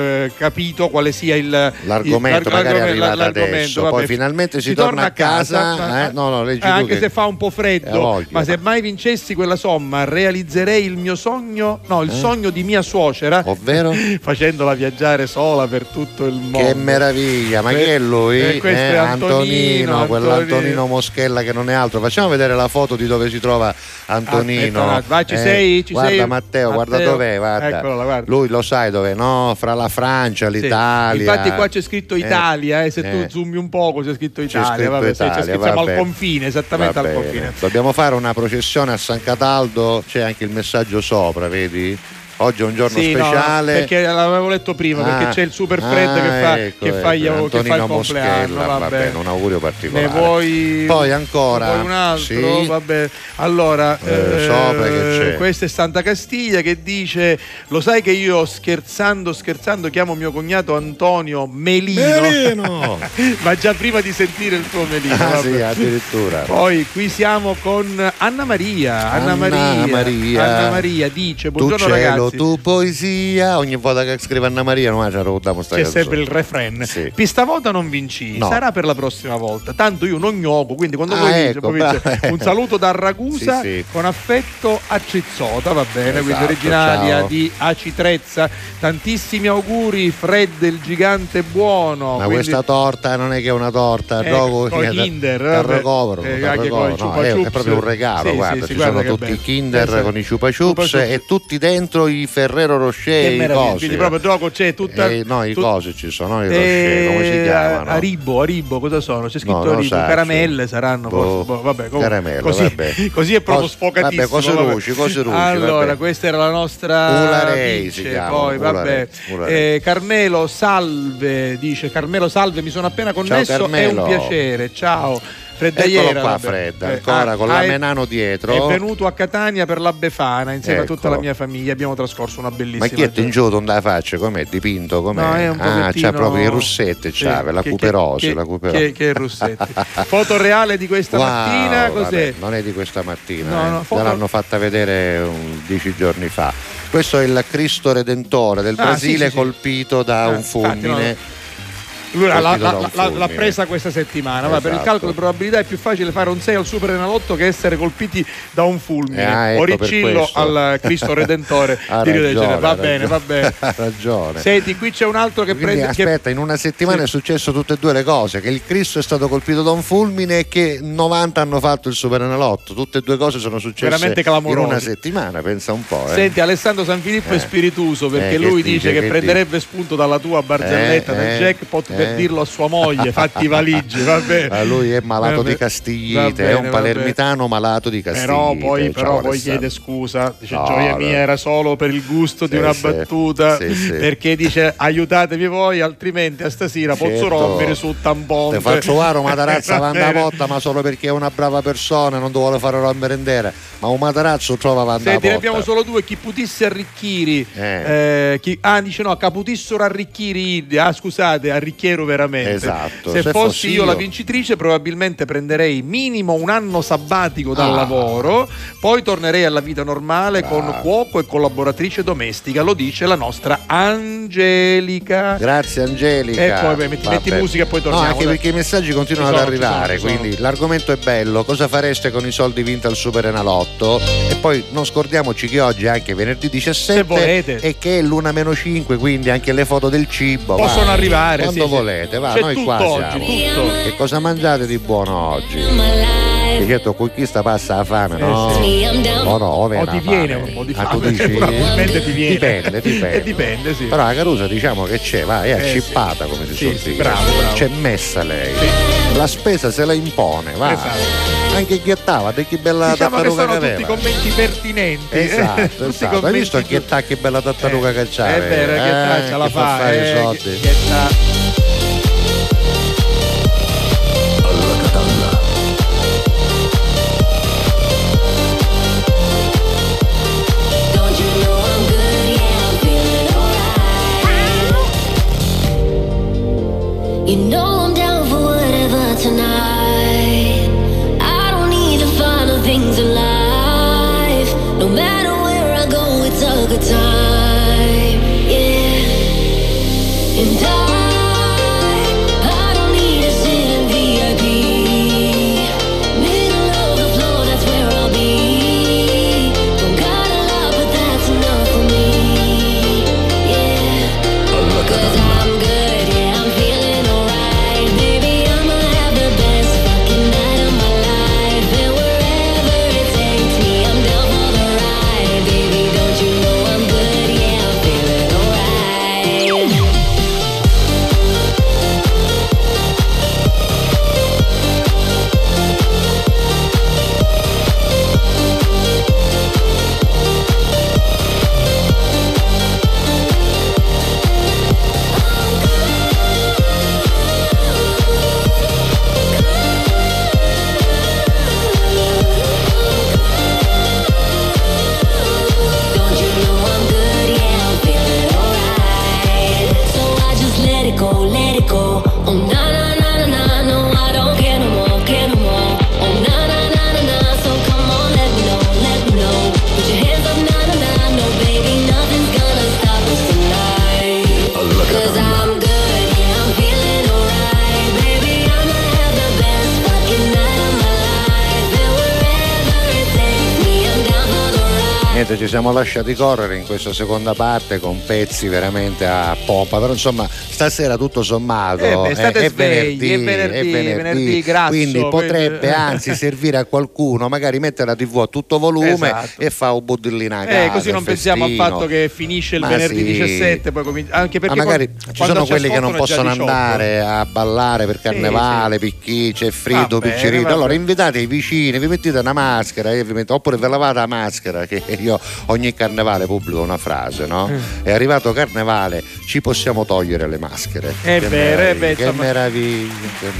capito quale sia l'argomento, magari è arrivato adesso. Poi finalmente si torna a casa. Anche se fa un po' freddo, ma se mai vincessi quella somma realizzerei il mio sogno, il sogno di mia suocera, ovvero facendola viaggiare sola per tutto il mondo. Che meraviglia, ma che è lui? Questo è Antonino, quell'Antonino Moschella che non è altro. Facciamo vedere la foto di dove si trova Antonino. Vai, ci sei? Guarda Matteo, guarda dov'è, guarda. Eccola, guarda. Lui lo sai dov'è, no? Fra la Francia, l'Italia. Infatti qua c'è scritto Italia, se tu zoomi un poco c'è scritto Italia. Siamo al confine, esattamente al confine. Dobbiamo fare una processione a San Cataldo, c'è anche il messaggio sopra, vedi? Oggi è un giorno speciale. Perché l'avevo letto prima, perché c'è il super Fred che fa il compleanno. Vabbè, un augurio particolare. Poi ancora un altro, vabbè. Allora, sopra che c'è. Questa è Santa Castiglia che dice: lo sai che io scherzando chiamo mio cognato Antonio Melino. Ma già prima di sentire il tuo Melino. Sì, addirittura. Poi qui siamo con Anna Maria. Anna Maria dice: buongiorno ragazzi. tu poesia, ogni volta che scrive Anna Maria non c'è c'è sempre il refrain. Sì. Pista vota non vinci, No. sarà per la prossima volta. Tanto io non gioco, quindi quando voi ecco, vince, un saluto da Ragusa, Sì. con affetto a Cizzota, va bene, quindi Esatto, originaria ciao. di Aci Trezza. Tantissimi auguri, Fred il gigante buono. Ma quindi... questa torta non è che è una torta, con Kinder, vabbè. ricovero, Anche con i Chupa è Chups. proprio un regalo, Sì, guarda, sì, ci guarda sono che tutti bello. i Kinder Esatto. con i Chupa Chups e tutti dentro i Ferrero Rocher, Che i meraviglia, cosi. quindi proprio gioco c'è tutta No, i cosi ci sono, i Rocher, come si chiamano? Aribo, cosa sono? C'è scritto No, non Aribo, so, caramelle saranno forse, vabbè, caramelle, così, vabbè. così è proprio sfocatissimo. Vabbè, cose ruci. Allora, vabbè. questa era la nostra Ularei si vince, chiama, poi vabbè. Ularei. Carmelo Salve dice: Carmelo Salve, mi sono appena connesso, è Carmelo. un piacere. Ciao. Fredda Eccolo iera, qua, vabbè. Fred, ancora con la Menano dietro. È venuto a Catania per la Befana insieme a tutta Ecco. la mia famiglia. Abbiamo trascorso una bellissima Ma chi è tingiuto da faccia? Com'è? Dipinto? Com'è? No, è un pochettino... c'ha proprio i russetti, Sì, c'ha la cuperosi. Che russetti. Foto reale di questa mattina, cos'è? Vabbè, non è di questa mattina, No, foto... l'hanno fatta vedere 10 giorni fa. Questo è il Cristo Redentore del Brasile, sì. colpito da un fulmine. Infatti, lui l'ha presa questa settimana. Esatto. Per il calcolo di probabilità è più facile fare un 6 al Super Enalotto che essere colpiti da un fulmine. Ecco, Oricillo al Cristo Redentore di Rio de Janeiro. Va bene. Ha ragione. Senti, qui c'è un altro che Quindi, prende. Aspetta, in una settimana è successo tutte e due le cose: che il Cristo è stato colpito da un fulmine e che 90 hanno fatto il Super Enalotto. Tutte e due cose sono successe veramente clamorose. in una settimana, pensa un po'. Senti, Alessandro Sanfilippo è spirituoso perché lui dice che prenderebbe spunto dalla tua barzelletta del jackpot per dirlo a sua moglie. Fatti valigie, vabbè. Lui è malato di Castiglite, è un palermitano malato di Castiglite. Però poi chiede scusa, dice gioia mia era solo per il gusto di una battuta, perché dice aiutatemi voi, altrimenti a stasera posso rompere su tampone. Te faccio varo Matarazzo vanda botta, ma solo perché è una brava persona, non ti vuole fare roba merendera, ma un Matarazzo trova vanda botta. Ne abbiamo solo due, chi potesse arricchire dice no, caputissero arricchire, scusate, arricchiero veramente. Esatto. Se fossi io la vincitrice probabilmente prenderei minimo un anno sabbatico dal lavoro, poi tornerei alla vita normale con cuoco e collaboratrice domestica, lo dice la nostra Angelica. Grazie Angelica. E poi metti musica e poi torniamo. No, anche perché i messaggi continuano ad arrivare, quindi l'argomento è bello. Cosa fareste con i soldi vinti al Super Enalotto? E poi non scordiamoci che oggi è anche venerdì 17 e che è l'1-5, quindi anche le foto del cibo possono arrivare quando volete, va. Noi qua siamo. Che cosa mangiate di buono oggi? E certo, con chi sta passa la fame, no? O ti viene un po' di fame. Tu dici? Probabilmente ti viene. Dipende, sì. Però la Carusa diciamo che c'è, va, è accippata come si suol dire. Bravo. C'è messa lei. La spesa se la impone, va. Esatto. Anche Ghiattava, che bella tartaruga che aveva. Tutti commenti pertinenti. Esatto. Hai visto Ghiattà che bella tartaruga che c'ha? È vero, Ghiattà ce la fa. Fare i soldi. You know I'm down for whatever tonight. I don't need the final things in life. No matter where I go, it's a good time. Yeah. And I don't need to sit in VIP. Middle of the floor, that's where I'll be. Don't got a lot, but that's enough for me. Yeah. 'Cause I'm good, yeah, I'm feeling alright. Baby, I'ma have the best fucking night of my life. And wherever it takes me, I'm down for the ride. Baby, don't you know I'm good, yeah, I'm feeling alright. niente, ci siamo lasciati correre in questa seconda parte con pezzi veramente a pompa, però insomma stasera tutto sommato è venerdì grasso, quindi potrebbe anzi servire a qualcuno magari mettere la TV a tutto volume e fa un budillina a casa, così non pensiamo al fatto che finisce il venerdì 17, poi comincia, anche perché magari ci sono quelli che non possono andare a ballare per carnevale, picchi, c'è freddo, piccerino, allora invitate i vicini, vi mettete una maschera oppure ve lavate la maschera, che io ogni carnevale pubblico una frase, no? È arrivato carnevale, ci possiamo togliere le maschere. È vero, che meraviglia,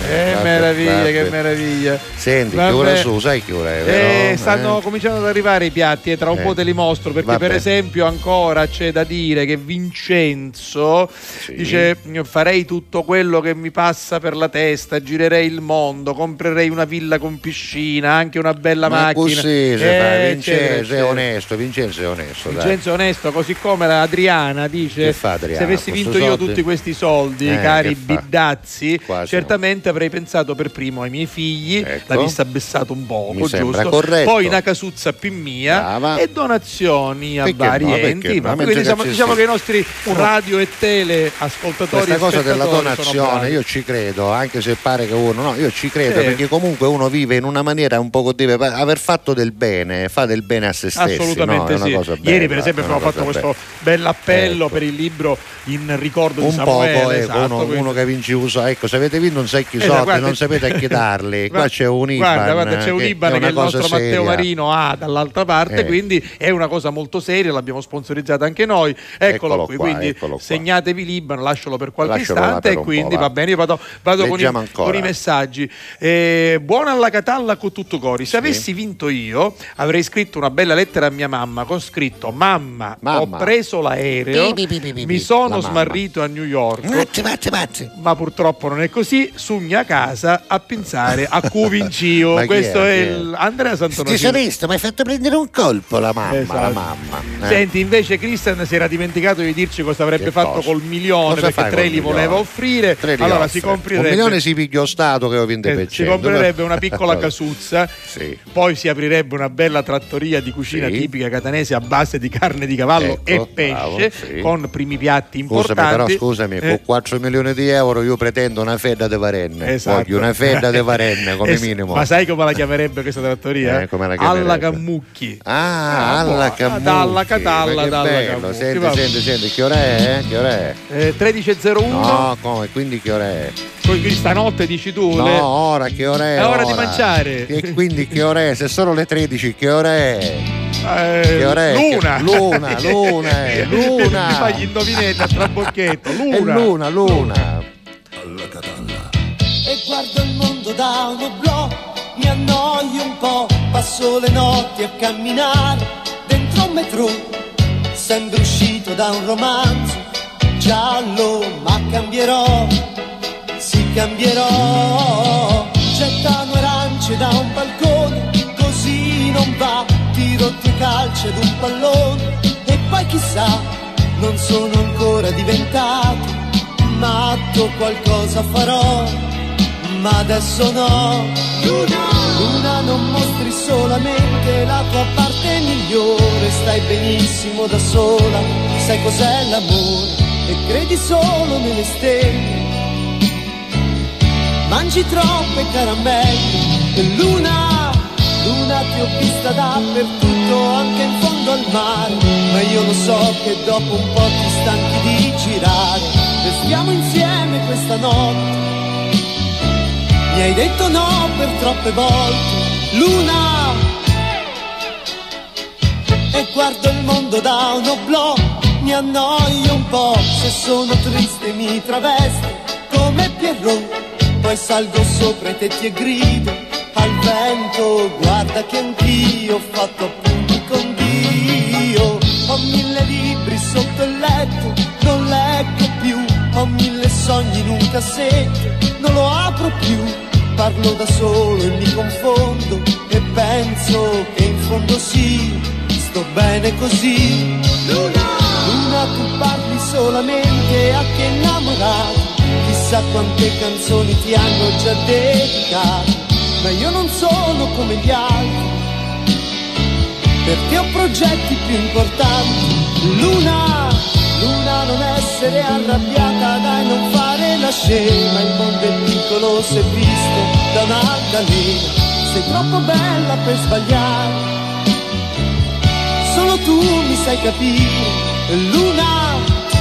che meraviglia. Senti, che ora su, sai che ora è, vero? Stanno cominciando ad arrivare i piatti e tra un po' te li mostro, perché per esempio ancora c'è da dire che Vincenzo dice: farei tutto quello che mi passa per la testa, girerei il mondo, comprerei una villa con piscina, anche una bella macchina. Così Vincenzo è onesto. Vincenzo è onesto, così come la Adriana dice: che fa Adriana? Se avessi vinto io tutti questi soldi, cari biddazzi, certamente avrei pensato per primo ai miei figli, la vista bessato un poco, giusto? Corretto. Poi una casuzza più mia e donazioni a vari enti. Quindi diciamo che i nostri radio e tele ascoltatori, questa cosa della donazione io ci credo, anche se pare che uno io ci credo, perché comunque uno vive in una maniera un poco diversa, aver fatto del bene, fa del bene a se stessi. Assolutamente no? È una cosa bella, ieri per esempio abbiamo fatto questo bell'appello per il libro in ricordo di Samuele, poco, uno che vince uso, ecco, se avete vinto un secchi soldi non sapete a chi darli, qua c'è un IBAN, guarda, c'è un IBAN che il nostro seria. Matteo Marino ha dall'altra parte, quindi è una cosa molto seria, l'abbiamo sponsorizzata anche noi, eccolo qui, quindi segnatevi l'IBAN, lascialo per qualche istante e quindi va bene, io vado con i messaggi. Buona alla Catalla con tutto cori. Se avessi vinto io avrei scritto una bella lettera a mia mamma con scritto: mamma, ho preso l'aereo, mi sono smarrito a New York, ma purtroppo non è così, sugna casa a pensare a Cuvincio. Questo è Andrea Santonocino. Ti sei visto, mi hai fatto prendere un colpo la mamma. Senti, invece Christian si era dimenticato di dirci cosa avrebbe fatto col milione, perché 3 li voleva offrire. Allora si comprirebbe un milione, si piglia stato che ho vinto per si comprerebbe una piccola casuzza, poi si aprirebbe una bella trattoria di cucina tipica catanese a base di carne di cavallo e pesce, con primi piatti importanti. Scusami, con 4 milioni di euro io pretendo una fedda de Varenne. Voglio una fedda de Varenne come minimo. Ma sai come la chiamerebbe questa trattoria? Come la chiamerebbe? Alla Cammucchi. Alla Cammucchi. Dalla Catalla, dalla Cammucchi. Senti, che ora è? 13:01. No, come? Quindi che ora è? Quindi stanotte dici tu? No, ora che ora è? È ora di mangiare. E quindi che ora è? Se sono le 13, che ora è? Che ora è? Luna. Luna. Mi fai gli indovinetti a trabocchetto. Luna. Alla Catalla. E guardo il mondo da uno oblò, mi annoio un po', passo le notti a camminare dentro un metro, sembra uscito da un romanzo giallo, ma cambierò, sì cambierò. Gettano arance da un balcone, così non va, tiro 2 calci ad un pallone e poi chissà, non sono ancora diventato matto, qualcosa farò, ma adesso no. Luna, non mostri solamente la tua parte migliore, stai benissimo da sola, sai cos'è l'amore e credi solo nelle stelle, mangi troppe caramelle. Luna, ti ho vista dappertutto, anche in fondo al mare, ma io lo so che dopo un po' ti stanchi di girare. Restiamo insieme questa notte, mi hai detto no per troppe volte. Luna, e guardo il mondo da un oblò, mi annoio un po', se sono triste mi travesto come Pierrot, poi salgo sopra i tetti e grido al vento, guarda che anch'io ho fatto appunti con Dio. Ho 1000 libri sotto il letto, non leggo più, ho 1000 sogni in un cassetto, non lo apro più, parlo da solo e mi confondo e penso che in fondo sì, sto bene così. Luna, tu parli solamente a chi è innamorato, chissà quante canzoni ti hanno già dedicato, ma io non sono come gli altri. per te ho progetti più importanti. Luna, luna, non essere arrabbiata, dai, non fare la scema, il mondo è piccolo se visto da un'altalena, sei troppo bella per sbagliare, solo tu mi sai capire. Luna,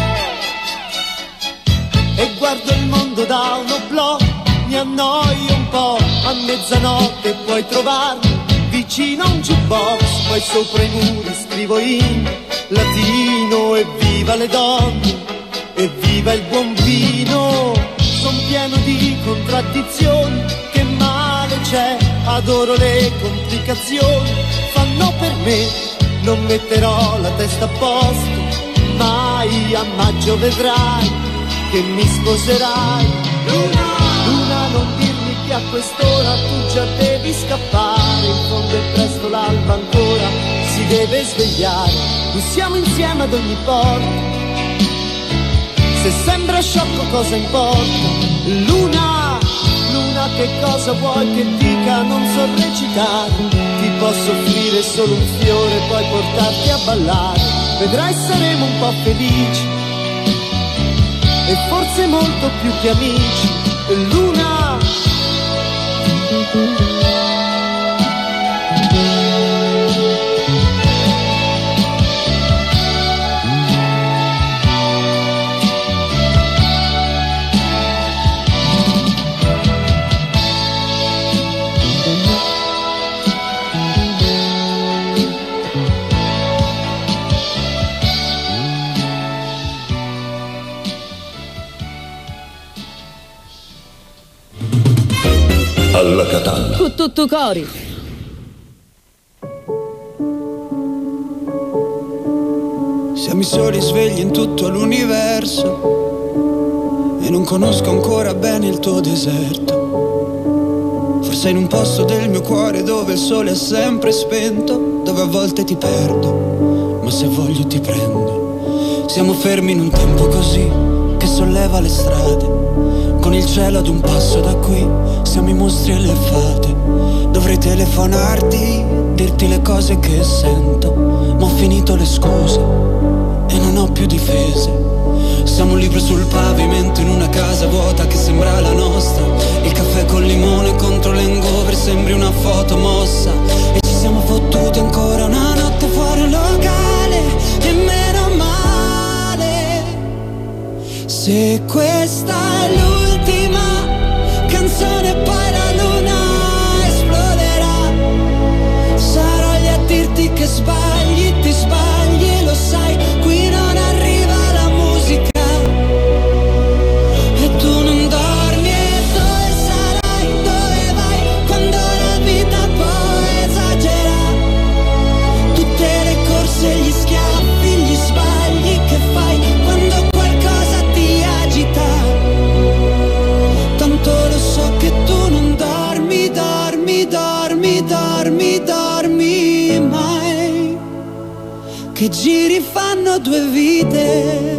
e guardo il mondo da uno blocco, mi annoio un po', a mezzanotte puoi trovarmi vicino a un jukebox, poi sopra i muri scrivo in latino: evviva le donne, evviva il buon vino. Son pieno di contraddizioni, che male c'è, adoro le complicazioni, fanno per me, non metterò la testa a posto, mai a maggio vedrai che mi sposerai. Luna, luna, non dirmi che a quest'ora tu già devi scappare, in fondo è presto, l'alba ancora si deve svegliare, noi siamo insieme ad ogni porta, se sembra sciocco cosa importa. Luna, luna, che cosa vuoi che dica, non so recitare, ti posso offrire solo un fiore, poi portarti a ballare, vedrai saremo un po' felici e forse molto più che amici. Luna, alla Catalla. Tutto cori. Siamo i soli svegli in tutto l'universo e non conosco ancora bene il tuo deserto. Forse in un posto del mio cuore dove il sole è sempre spento, dove a volte ti perdo, ma se voglio ti prendo. Siamo fermi in un tempo così che solleva le strade, con il cielo ad un passo da qui, siamo i mostri e le fate. Dovrei telefonarti, dirti le cose che sento, ma ho finito le scuse e non ho più difese. Siamo un libro sul pavimento in una casa vuota che sembra la nostra, il caffè col limone contro l'hangover sembri una foto mossa, e ci siamo fottuti ancora una notte fuori un locale, e meno male. Se questa è l'ultima canzone poi la luna esploderà, sarò lì a dirti che sbagli, ti sbagli, lo sai, qui non arriva la musica e tu non dormi, e dove sarai, dove vai, quando la vita poi esagera, tutte le corse, gli schiaffi, gli sbagli che fai quando qualcosa ti agita. Tanto lo so che tu non dormi, dormi, dormi, dormi, dormi mai, che giri fanno due vite.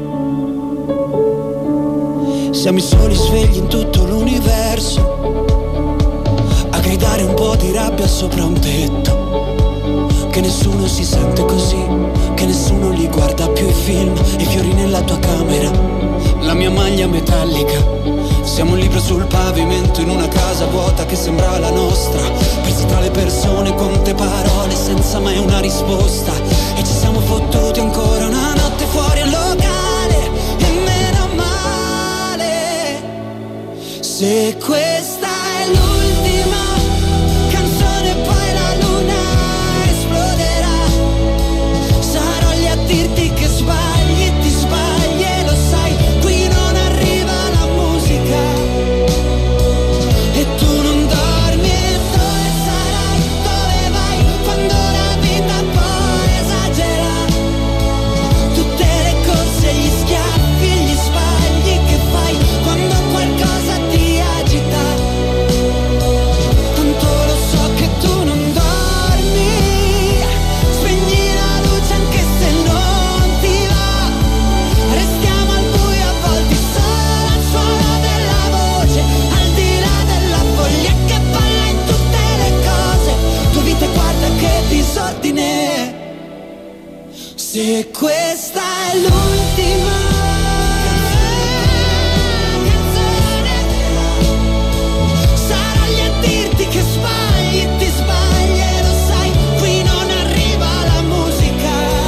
Siamo i soli svegli in tutto l'universo, a gridare un po' di rabbia sopra un tetto, che nessuno si sente così, che nessuno li guarda più i film, i fiori nella tua camera, la mia maglia metallica. Siamo un libro sul pavimento in una casa vuota che sembra la nostra, persi tra le persone, quante parole senza mai una risposta, e ci siamo fottuti ancora una notte fuori al locale, e meno male. Se questa è l'ultima canzone poi la luna esploderà, sarò lì a dirti che sbagli, ti sbagli e lo sai, qui non arriva la musica e tu non dormi, e dove sarai, dove vai, quando la vita poi esagera, tutte le corse, gli schiaffi, gli sbagli che fai quando qualcosa ti agita. che questa è l'ultima canzone. Sarà lì a dirti che sbagli, ti sbagli e lo sai, qui non arriva la musica.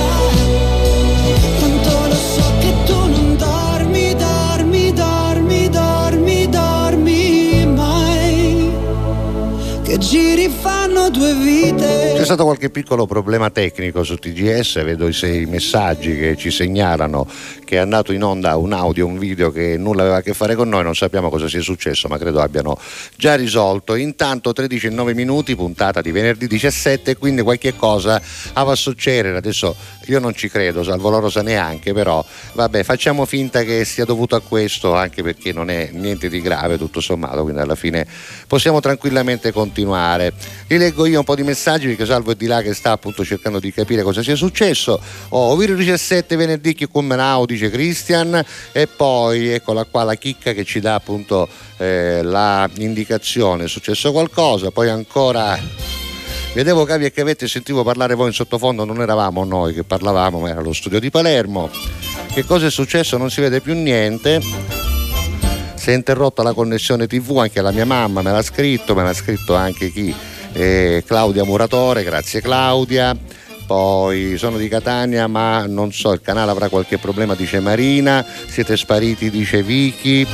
Tanto lo so che tu non dormi, dormi, dormi, dormi, dormi mai. Che giri fanno due vite. C'è stato qualche piccolo problema tecnico su TGS, vedo i 6 messaggi che ci segnalano che è andato in onda un audio, un video che nulla aveva a che fare con noi, non sappiamo cosa sia successo, ma credo abbiano già risolto. Intanto 13:09, puntata di venerdì 17, quindi qualche cosa va a succedere. Adesso io non ci credo, Salvo Lorosa neanche, però vabbè, facciamo finta che sia dovuto a questo, anche perché non è niente di grave tutto sommato, quindi alla fine possiamo tranquillamente continuare. Li leggo io un po' di messaggi perché Salvo è di là che sta appunto cercando di capire cosa sia successo. Oviro 17 venerdì che come now, dice Christian, e poi eccola qua la chicca che ci dà appunto la indicazione, è successo qualcosa. Poi ancora vedevo Cavi e Cavette, sentivo parlare voi in sottofondo, non eravamo noi che parlavamo ma era lo studio di Palermo. Che cosa è successo? Non si vede più niente. Si è interrotta la connessione TV, anche la mia mamma me l'ha scritto anche chi? Claudia Muratore, grazie Claudia. Poi sono di Catania ma non so, il canale avrà qualche problema, dice Marina. Siete spariti, dice Vicky.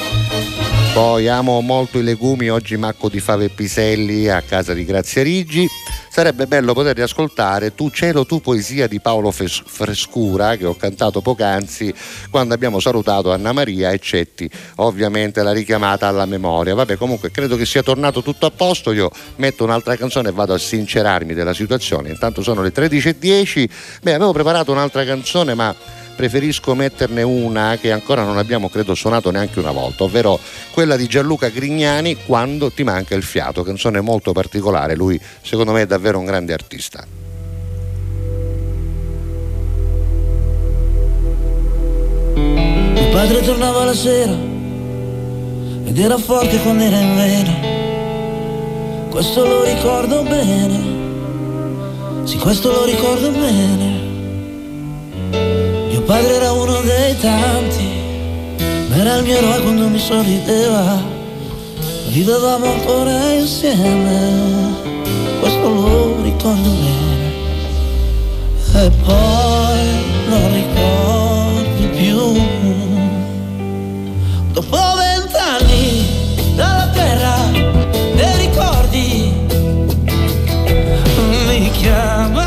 Poi amo molto i legumi, oggi macco di fave e piselli a casa di Grazia Riggi. Sarebbe bello poter riascoltare Tu cielo, tu poesia di Paolo Frescura, che ho cantato poc'anzi quando abbiamo salutato Anna Maria e Cetti, ovviamente la richiamata alla memoria. Vabbè, comunque credo che sia tornato tutto a posto. Io metto un'altra canzone e vado a sincerarmi della situazione. Intanto sono le 13:10. Avevo preparato un'altra canzone ma preferisco metterne una che ancora non abbiamo credo suonato neanche una volta, ovvero quella di Gianluca Grignani, Quando ti manca il fiato, canzone molto particolare. Lui secondo me è davvero un grande artista. Mio padre tornava la sera ed era forte quando era in vena, questo lo ricordo bene, sì, questo lo ricordo bene. Mio padre era uno dei tanti, ma era il mio eroe quando mi sorrideva, vivevamo ancora insieme, questo lo ricordo bene. E poi non ricordi più, dopo 20 anni dalla terra dei ricordi mi chiamano.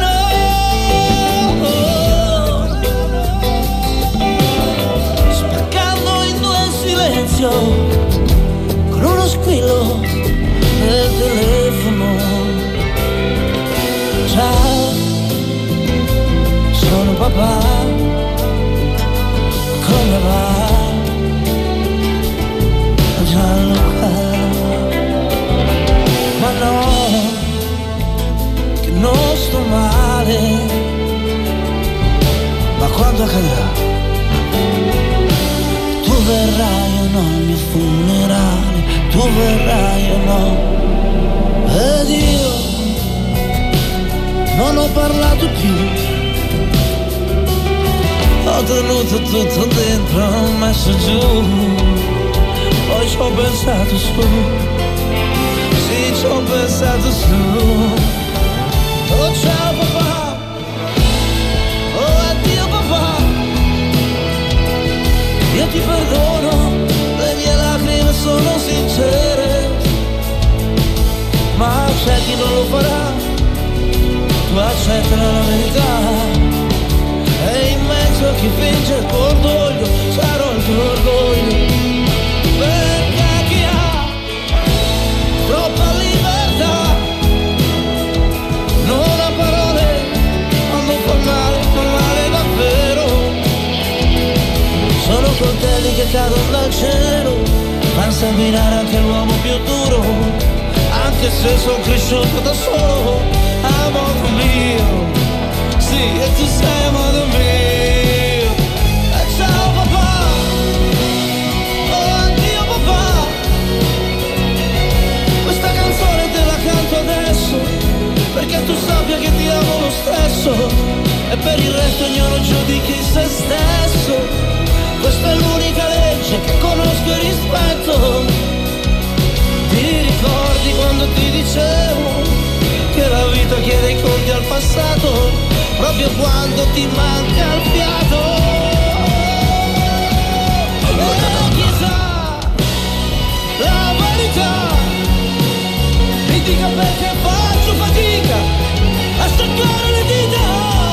Con uno squillo del telefono. Ciao, sono papà, come va? Gianluca, ma no, che non sto male, ma quando accadrà? Tu verrai o no al mio funerale, tu verrai o no? Ed io non ho parlato più, ho tenuto tutto dentro, ho messo giù, poi ci ho pensato su, sì, ci ho pensato su. Oh ciao papà, oh addio papà, io ti perdono, le mie lacrime sono sincere, ma c'è chi non lo farà, tu accettala la verità, e in mezzo a chi finge il tuo orgoglio, sarò il tuo orgoglio, perché chi ha troppa libertà non ha parole, quando fa male davvero. Sono coltelli che cadono dal cielo, fanno sanguinare anche l'uomo più duro, anche se sono cresciuto da solo, a modo mio, sì, e tu sei a modo mio. E ciao papà, oh addio papà, questa canzone te la canto adesso, perché tu sappia che ti amo lo stesso, e per il resto passato, proprio quando ti manca il fiato. Chissà la verità mi dica perché faccio fatica a staccare le dita.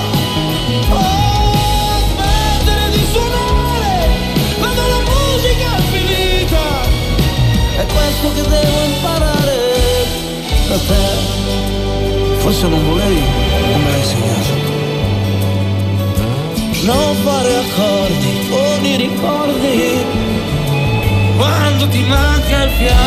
Oh, smettere di suonare quando la musica è finita. È questo che devo imparare da te. Forse non volevi, non me l'hai insegnato. Non fare accordi con i ricordi quando ti manca il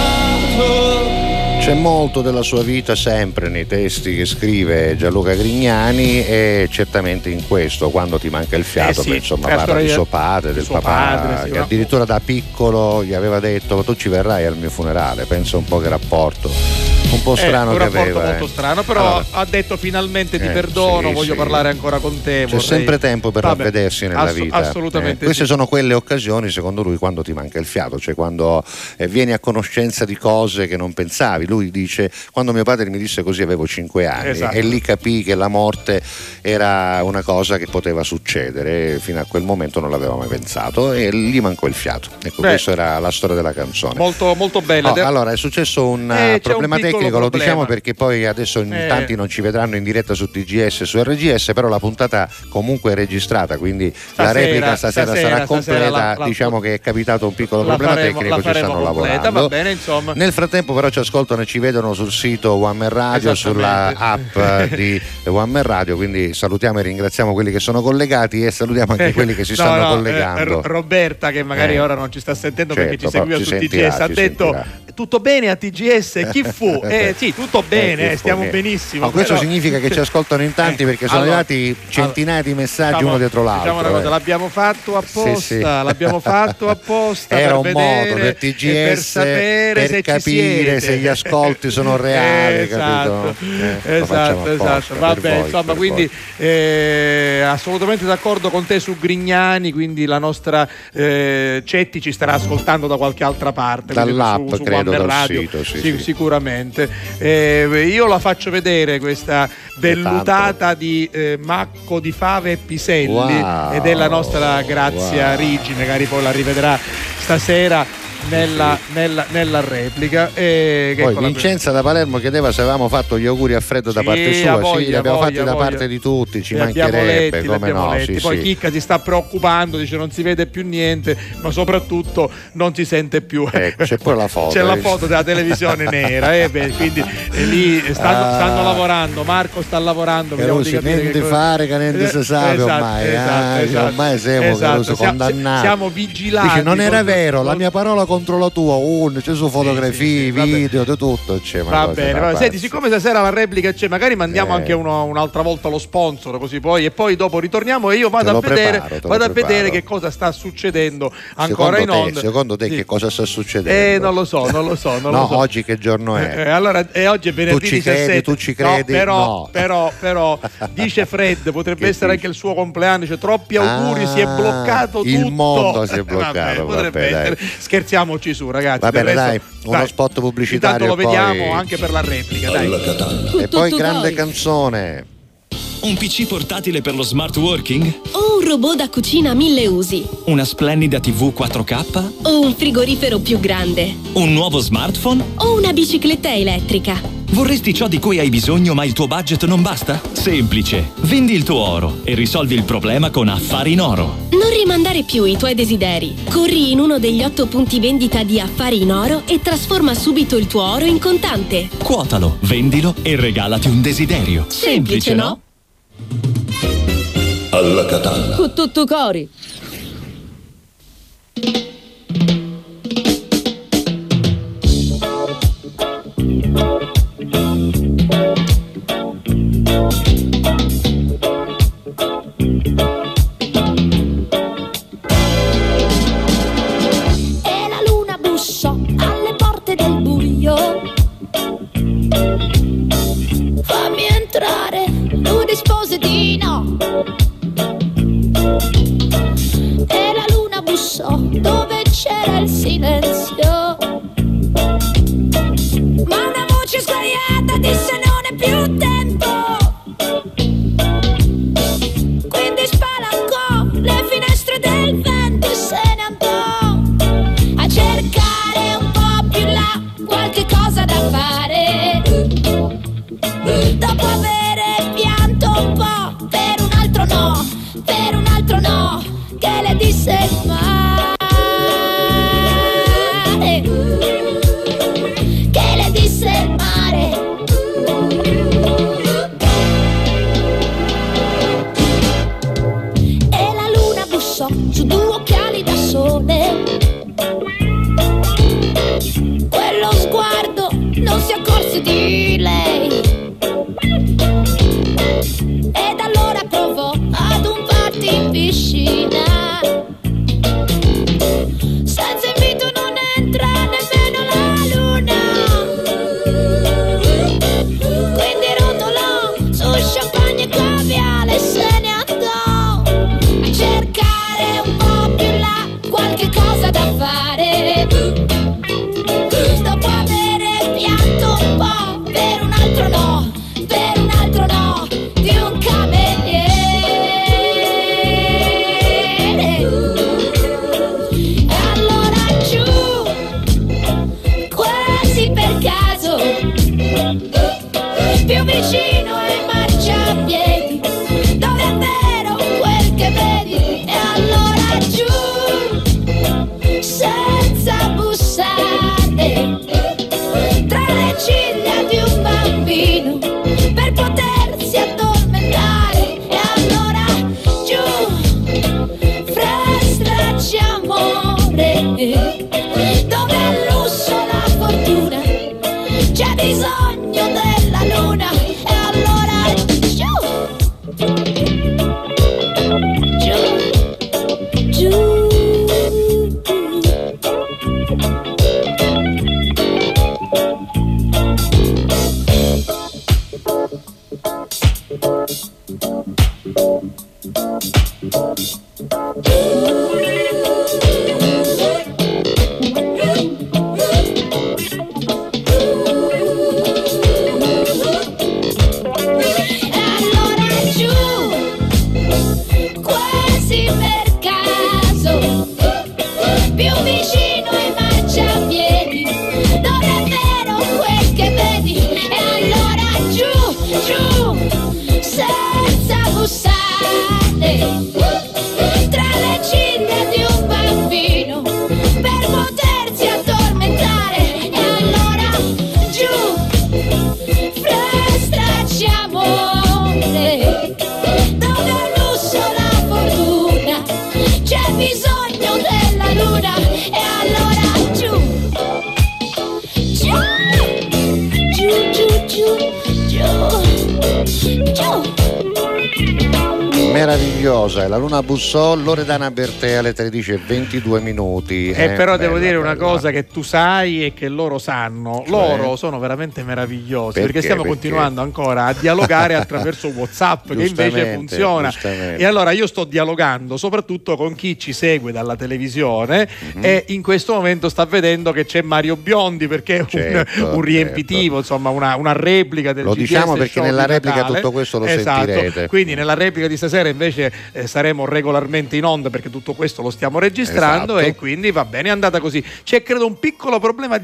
fiato. C'è molto della sua vita sempre nei testi che scrive Gianluca Grignani, e certamente in questo, quando ti manca il fiato, sì, insomma, parla di suo padre, del papà, padre, sì, che addirittura da piccolo gli aveva detto: tu ci verrai al mio funerale. Pensa un po' che rapporto un po' strano un che rapporto aveva. molto strano, però allora, ha detto finalmente ti perdono, sì, voglio parlare ancora con te. C'è sempre tempo per ravvedersi nella vita. Assolutamente. Queste sono quelle occasioni, secondo lui, quando ti manca il fiato, cioè quando vieni a conoscenza di cose che non pensavi. Lui dice: quando mio padre mi disse così avevo 5 anni, esatto. E lì capii che la morte era una cosa che poteva succedere, fino a quel momento non l'avevo mai pensato, e lì mancò il fiato. Ecco, questa era la storia della canzone. Molto, molto bella. Allora è successo un problema tecnico, lo diciamo perché poi adesso in tanti non ci vedranno in diretta su TGS e su RGS, però la puntata comunque è registrata, quindi la replica stasera sarà completa. Diciamo che è capitato un piccolo problema tecnico, ci stanno lavorando. Va bene, insomma. Nel frattempo però ci ascoltano e ci vedono sul sito One Man Radio, sulla app di One Man Radio, quindi salutiamo e ringraziamo quelli che sono collegati e salutiamo anche quelli che si stanno collegando. Roberta, che magari ora non ci sta sentendo, perché ci seguiva su TGS, ha detto: sentirà. Tutto bene a TGS? Chi fu? Sì, tutto bene, stiamo benissimo. Questo significa che ci ascoltano in tanti, perché sono arrivati centinaia di messaggi uno dietro l'altro. Diciamo una cosa, l'abbiamo fatto apposta, l'abbiamo fatto apposta. Era per un vedere, modo per TGS per sapere per se capire se gli ascolti sono reali. Esatto, esatto. Vabbè, insomma, quindi assolutamente d'accordo con te su Grignani, quindi la nostra Cetti ci starà ascoltando da qualche altra parte, dall'app, su credo, dal Radio, sito, sicuramente. Io la faccio vedere questa vellutata di Macco di Fave e Piselli, ed è la nostra Grazia Rigi, magari poi la rivedrà stasera nella replica. Poi Vincenza da Palermo chiedeva se avevamo fatto gli auguri a Freddo da parte sua. Li abbiamo fatti da parte di tutti, ci mancherebbe, come no. Poi Chicca si sta preoccupando, dice non si vede più niente, ma soprattutto non si sente più. C'è pure la foto. C'è la foto della televisione nera, quindi lì stanno lavorando. Marco sta lavorando. Che non si niente fare, che niente si sa ormai. Ormai siamo condannati. Siamo vigilati. Dice non era vero, la mia parola contro la tua, c'è su fotografie, video, di tutto c'è. Va bene, senti, siccome stasera la replica c'è, magari mandiamo anche un'altra volta lo sponsor, così poi dopo ritorniamo e io vado a vedere che cosa sta succedendo ancora in onda. Secondo te che cosa sta succedendo? Non lo so. Oggi che giorno è? Allora, oggi è venerdì 17. Tu ci credi? No, però dice Fred, potrebbe essere anche il suo compleanno, dice troppi auguri, si è bloccato tutto. Il mondo si è bloccato. Potrebbe essere. Scherziamoci su, ragazzi. Va bene, dai, uno spot pubblicitario. Intanto lo vediamo anche per la replica, dai. E poi grande canzone. Un PC portatile per lo smart working? O un robot da cucina 1000 usi? Una splendida TV 4K? O un frigorifero più grande? Un nuovo smartphone? O una bicicletta elettrica? Vorresti ciò di cui hai bisogno ma il tuo budget non basta? Semplice, vendi il tuo oro e risolvi il problema con Affari in Oro. Non rimandare più i tuoi desideri. Corri in uno degli 8 punti vendita di Affari in Oro e trasforma subito il tuo oro in contante. Quotalo, vendilo e regalati un desiderio. Semplice, no? Alla Catalla. Con tutto cori. E la luna bussò alle porte del buio. Fammi entrare, lui rispose di no. E la luna bussò dove c'era il silenzio. Ma una voce sguaiata disse non è più tempo. Meravigliosa, è la Luna Bussò, Loredana Bertè alle 13:22. Però devo dire una cosa che tu sai e che loro sanno, loro sono veramente meravigliosi perché stiamo continuando ancora a dialogare attraverso WhatsApp che invece funziona. E allora io sto dialogando soprattutto con chi ci segue dalla televisione e in questo momento sta vedendo che c'è Mario Biondi perché è un riempitivo, insomma una replica del lo GDS diciamo perché nella replica Natale. tutto questo lo sentirete. Quindi nella replica di stasera invece saremo regolarmente in onda perché tutto questo lo stiamo registrando e quindi va bene, è andata così. C'è credo un piccolo problema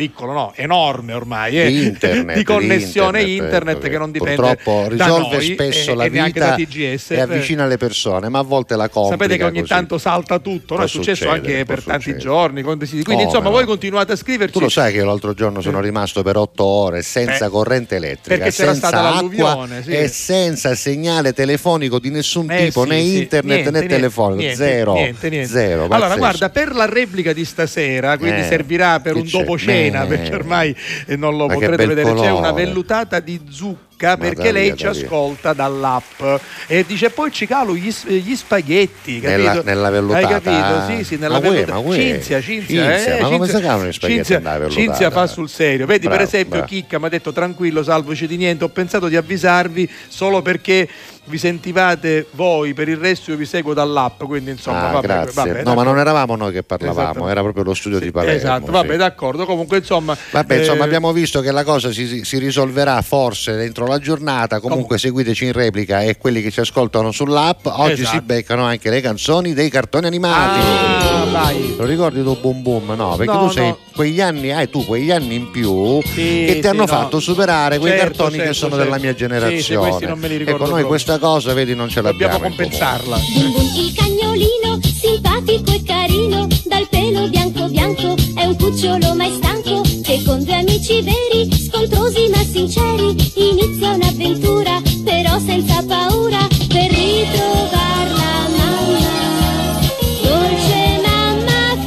enorme ormai internet, di connessione internet che non dipende purtroppo risolve da noi spesso la neanche vita da TGS e avvicina le persone, ma a volte la complica. Sapete che ogni così. Tanto salta tutto, no? È successo anche per tanti giorni, quindi insomma voi continuate a scriverci. Tu lo sai che io l'altro giorno sono rimasto per 8 ore senza corrente elettrica, perché c'era senza stata acqua l'alluvione e senza segnale telefonico di nessun tipo, né internet né telefonico, zero. Allora guarda, per la replica di stasera, quindi servirà per un dopo cena perché ormai non lo potrete vedere, c'è una vellutata di zucca perché lei ci ascolta dall'app e dice poi ci calo gli spaghetti, capito? Nella vellutata. Hai capito? Sì, nella vellutata. Cinzia, ma come si chiamano gli spaghetti nella vellutata? Cinzia fa sul serio. Vedi, per esempio Chicca mi ha detto tranquillo Salvo, c'è di niente, ho pensato di avvisarvi solo perché vi sentivate voi, per il resto io vi seguo dall'app, quindi insomma vabbè, no, ma non eravamo noi che parlavamo, era proprio lo studio di Palermo. Esatto, vabbè, d'accordo, comunque insomma abbiamo visto che la cosa si risolverà forse dentro la giornata, comunque seguiteci in replica e quelli che ci ascoltano sull'app oggi si beccano anche le canzoni dei cartoni animati. Vai. Lo ricordi tu Boom Boom? No, perché tu sei quegli anni, quegli anni in più che ti hanno fatto superare quei cartoni che sono della mia generazione. Questi non me li ricordo noi questa cosa, vedi, non ce l'abbiamo. Dobbiamo compensarla. Boom Boom il cagnolino, simpatico e carino, dal pelo bianco bianco, è un cucciolo mai stanco, che con due amici veri, scontrosi ma sinceri, inizia un'avventura, però senza paura, per ritrovare la mamma, dolce mamma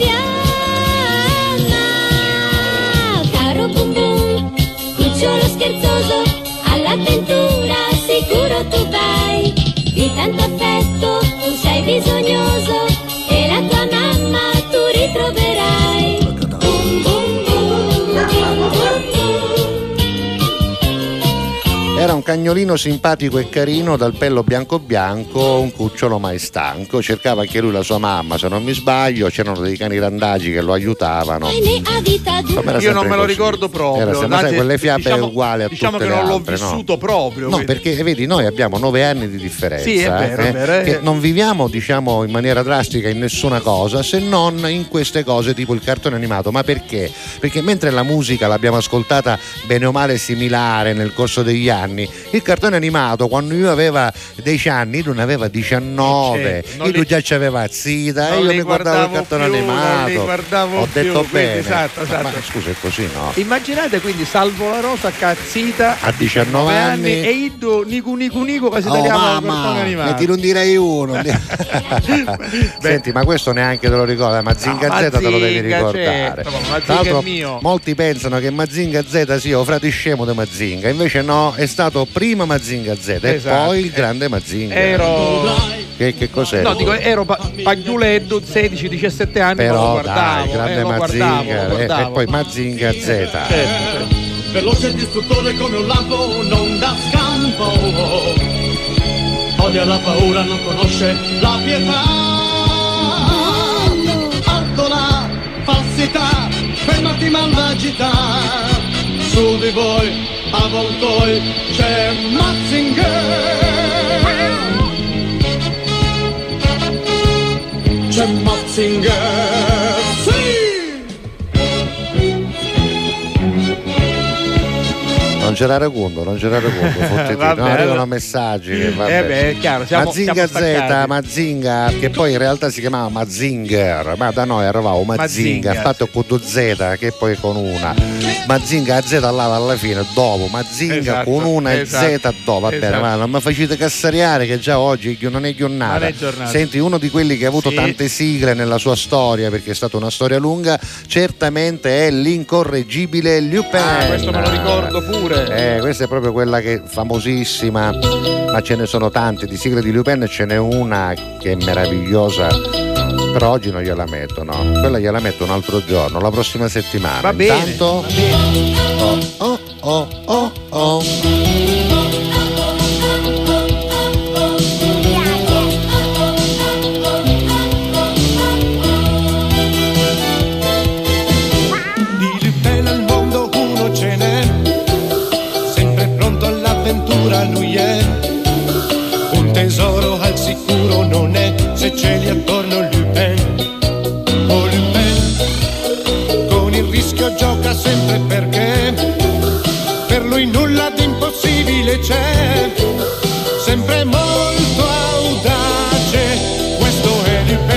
fiamma. Caro Boom Boom, cucciolo scherzoso, all'avventura sicuro tu vai, di tanto affetto tu sei bisognoso e la tua mamma tu ritroverai. Boom, boom, boom, boom, boom. Era un cagnolino simpatico e carino, dal pelo bianco bianco, un cucciolo mai stanco. Cercava anche lui la sua mamma, se non mi sbaglio, c'erano dei cani randagi che lo aiutavano. Io non me lo ricordo proprio. Ma sai, quelle fiabe è uguale a tutte le altre. Diciamo che non l'ho vissuto proprio. No, perché vedi, noi abbiamo 9 anni di differenza. Sì, è vero, è vero. Che non viviamo, diciamo, in maniera drastica in nessuna cosa, se non in queste cose tipo il cartone animato. Ma perché? Perché mentre la musica l'abbiamo ascoltata bene o male similare nel corso degli anni, il cartone animato quando io avevo 10 anni, lui ne aveva 19 e lui già c'aveva Zita e io mi guardavo il cartone animato. Ho detto bene. Esatto. Ma scusa, è così, no? Immaginate quindi Salvo La Rosa cazzita a 19 anni e Iddo Nicu che si tagliava il cartone animato. Ti non direi uno. Senti, ma questo neanche te lo ricorda, Mazinga Z te lo devi ricordare. Tra l'altro molti pensano che Mazinga Z sia o frate scemo di Mazinga, invece no, è stato prima Mazinga Z e poi il grande Mazinga. Che cos'è? No, dico, ero pagliuleddo, 16-17 anni, però lo guardavo, dai, grande Mazinga e poi Mazinga Z. Certo. Veloce e distruttore come un lampo, non dà scampo. Odia la paura, non conosce la pietà. Alto la falsità, fermati malvagità. Su di voi, avvoltoi, c'è Mazinger. C'è Mazinger, sì! Non c'era Ragundo, arrivano messaggi che è chiaro, Mazinga, che poi in realtà si chiamava Mazinger, ma da noi eravamo Mazinga, fatto con 2 Z che poi con una. Mazinga Z là alla fine, dopo Mazinga con una e Z dopo, va bene, ma non mi facete cassariare che già oggi non è giornata. Senti, uno di quelli che ha avuto tante sigle nella sua storia, perché è stata una storia lunga, certamente è l'incorreggibile Lupin. Questo me lo ricordo pure. Questa è proprio quella che è famosissima, ma ce ne sono tante di sigle di Lupin, ce n'è una che è meravigliosa, però oggi non gliela metto, no? Quella gliela metto un altro giorno, la prossima settimana. Va bene. Intanto... Oh. Lui è un tesoro al sicuro, non è se ce li attorno Lupin. Oh Lupin, con il rischio gioca sempre perché per lui nulla di impossibile c'è, sempre molto audace, questo è Lupin.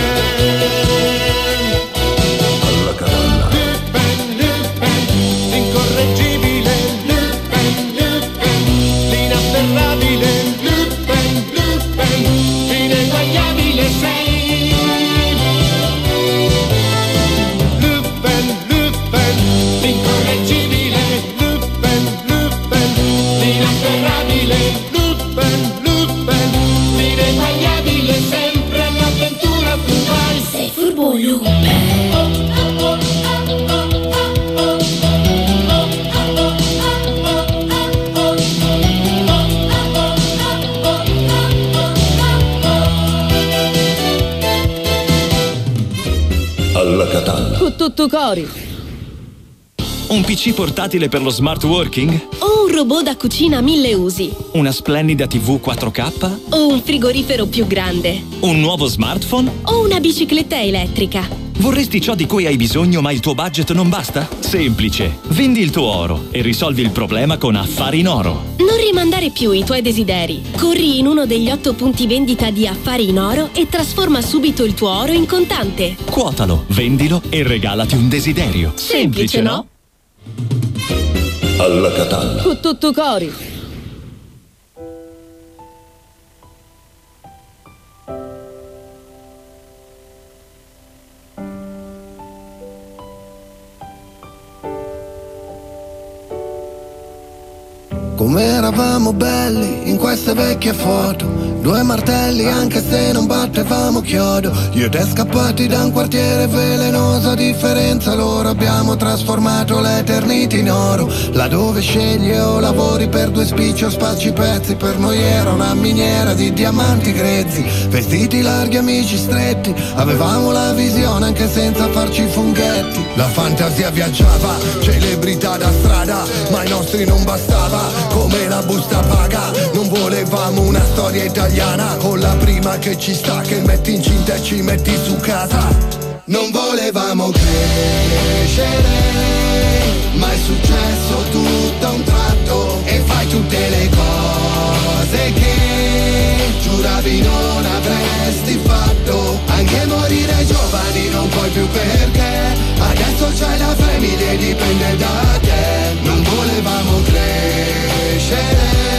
Alla Catalla. Con tutto cori. Un PC portatile per lo smart working? O un robot da cucina a 1000 usi? Una splendida TV 4K? O un frigorifero più grande? Un nuovo smartphone? O una bicicletta elettrica? Vorresti ciò di cui hai bisogno ma il tuo budget non basta? Semplice. Vendi il tuo oro e risolvi il problema con Affari in Oro. Non rimandare più i tuoi desideri. Corri in uno degli 8 punti vendita di Affari in Oro e trasforma subito il tuo oro in contante. Quotalo, vendilo e regalati un desiderio. Semplice, no? Alla Catalla. Con tutto cori. Come eravamo belli in queste vecchie foto, 2 martelli anche se non battevamo chiodo. Io e te scappati da un quartiere velenoso, a differenza loro abbiamo trasformato l'eternità in oro. Laddove scegli o lavori per 2 spicci o spacci pezzi, per noi era una miniera di diamanti grezzi. Vestiti larghi, amici stretti, avevamo la visione anche senza farci funghetti. La fantasia viaggiava, celebrità da strada, ma ai nostri non bastava. Come la busta paga, non volevamo una storia italiana con la prima che ci sta, che metti incinta e ci metti su casa. Non volevamo crescere, ma è successo tutto a un tratto. E fai tutte le cose che giuravi non avresti fatto. Anche morire giovani non puoi più perché adesso c'hai la famiglia e dipende da te. Non volevamo crescere,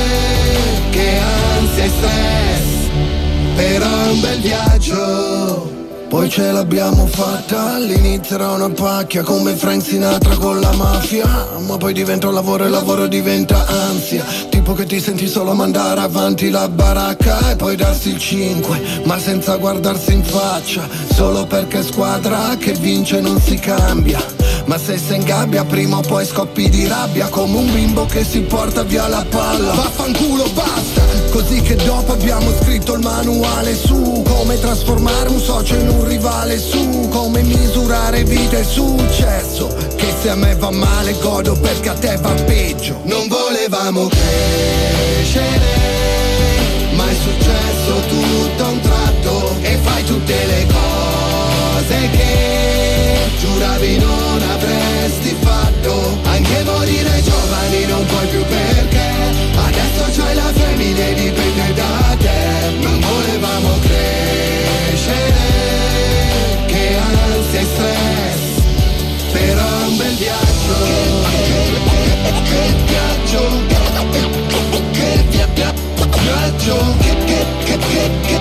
che ansia e stress, però è un bel viaggio. Poi ce l'abbiamo fatta, all'inizio era una pacchia come Frank Sinatra con la mafia. Ma poi diventa un lavoro e il lavoro diventa ansia. Tipo che ti senti solo mandare avanti la baracca e poi darsi il 5, ma senza guardarsi in faccia. Solo perché squadra che vince non si cambia. Ma se sei in gabbia prima o poi scoppi di rabbia, come un bimbo che si porta via la palla. Vaffanculo basta, così che dopo abbiamo scritto il manuale su come trasformare un socio in un rivale, su come misurare vita e successo. Che se a me va male godo perché a te va peggio. Non volevamo crescere, ma è successo tutto a un tratto. E fai tutte le cose che giuravi non avresti fatto. Anche morire giovani non puoi più perché adesso c'hai la famiglia e dipende da te. Non volevamo crescere, che ansia e stress, però è un bel viaggio. Che viaggio, che viaggio,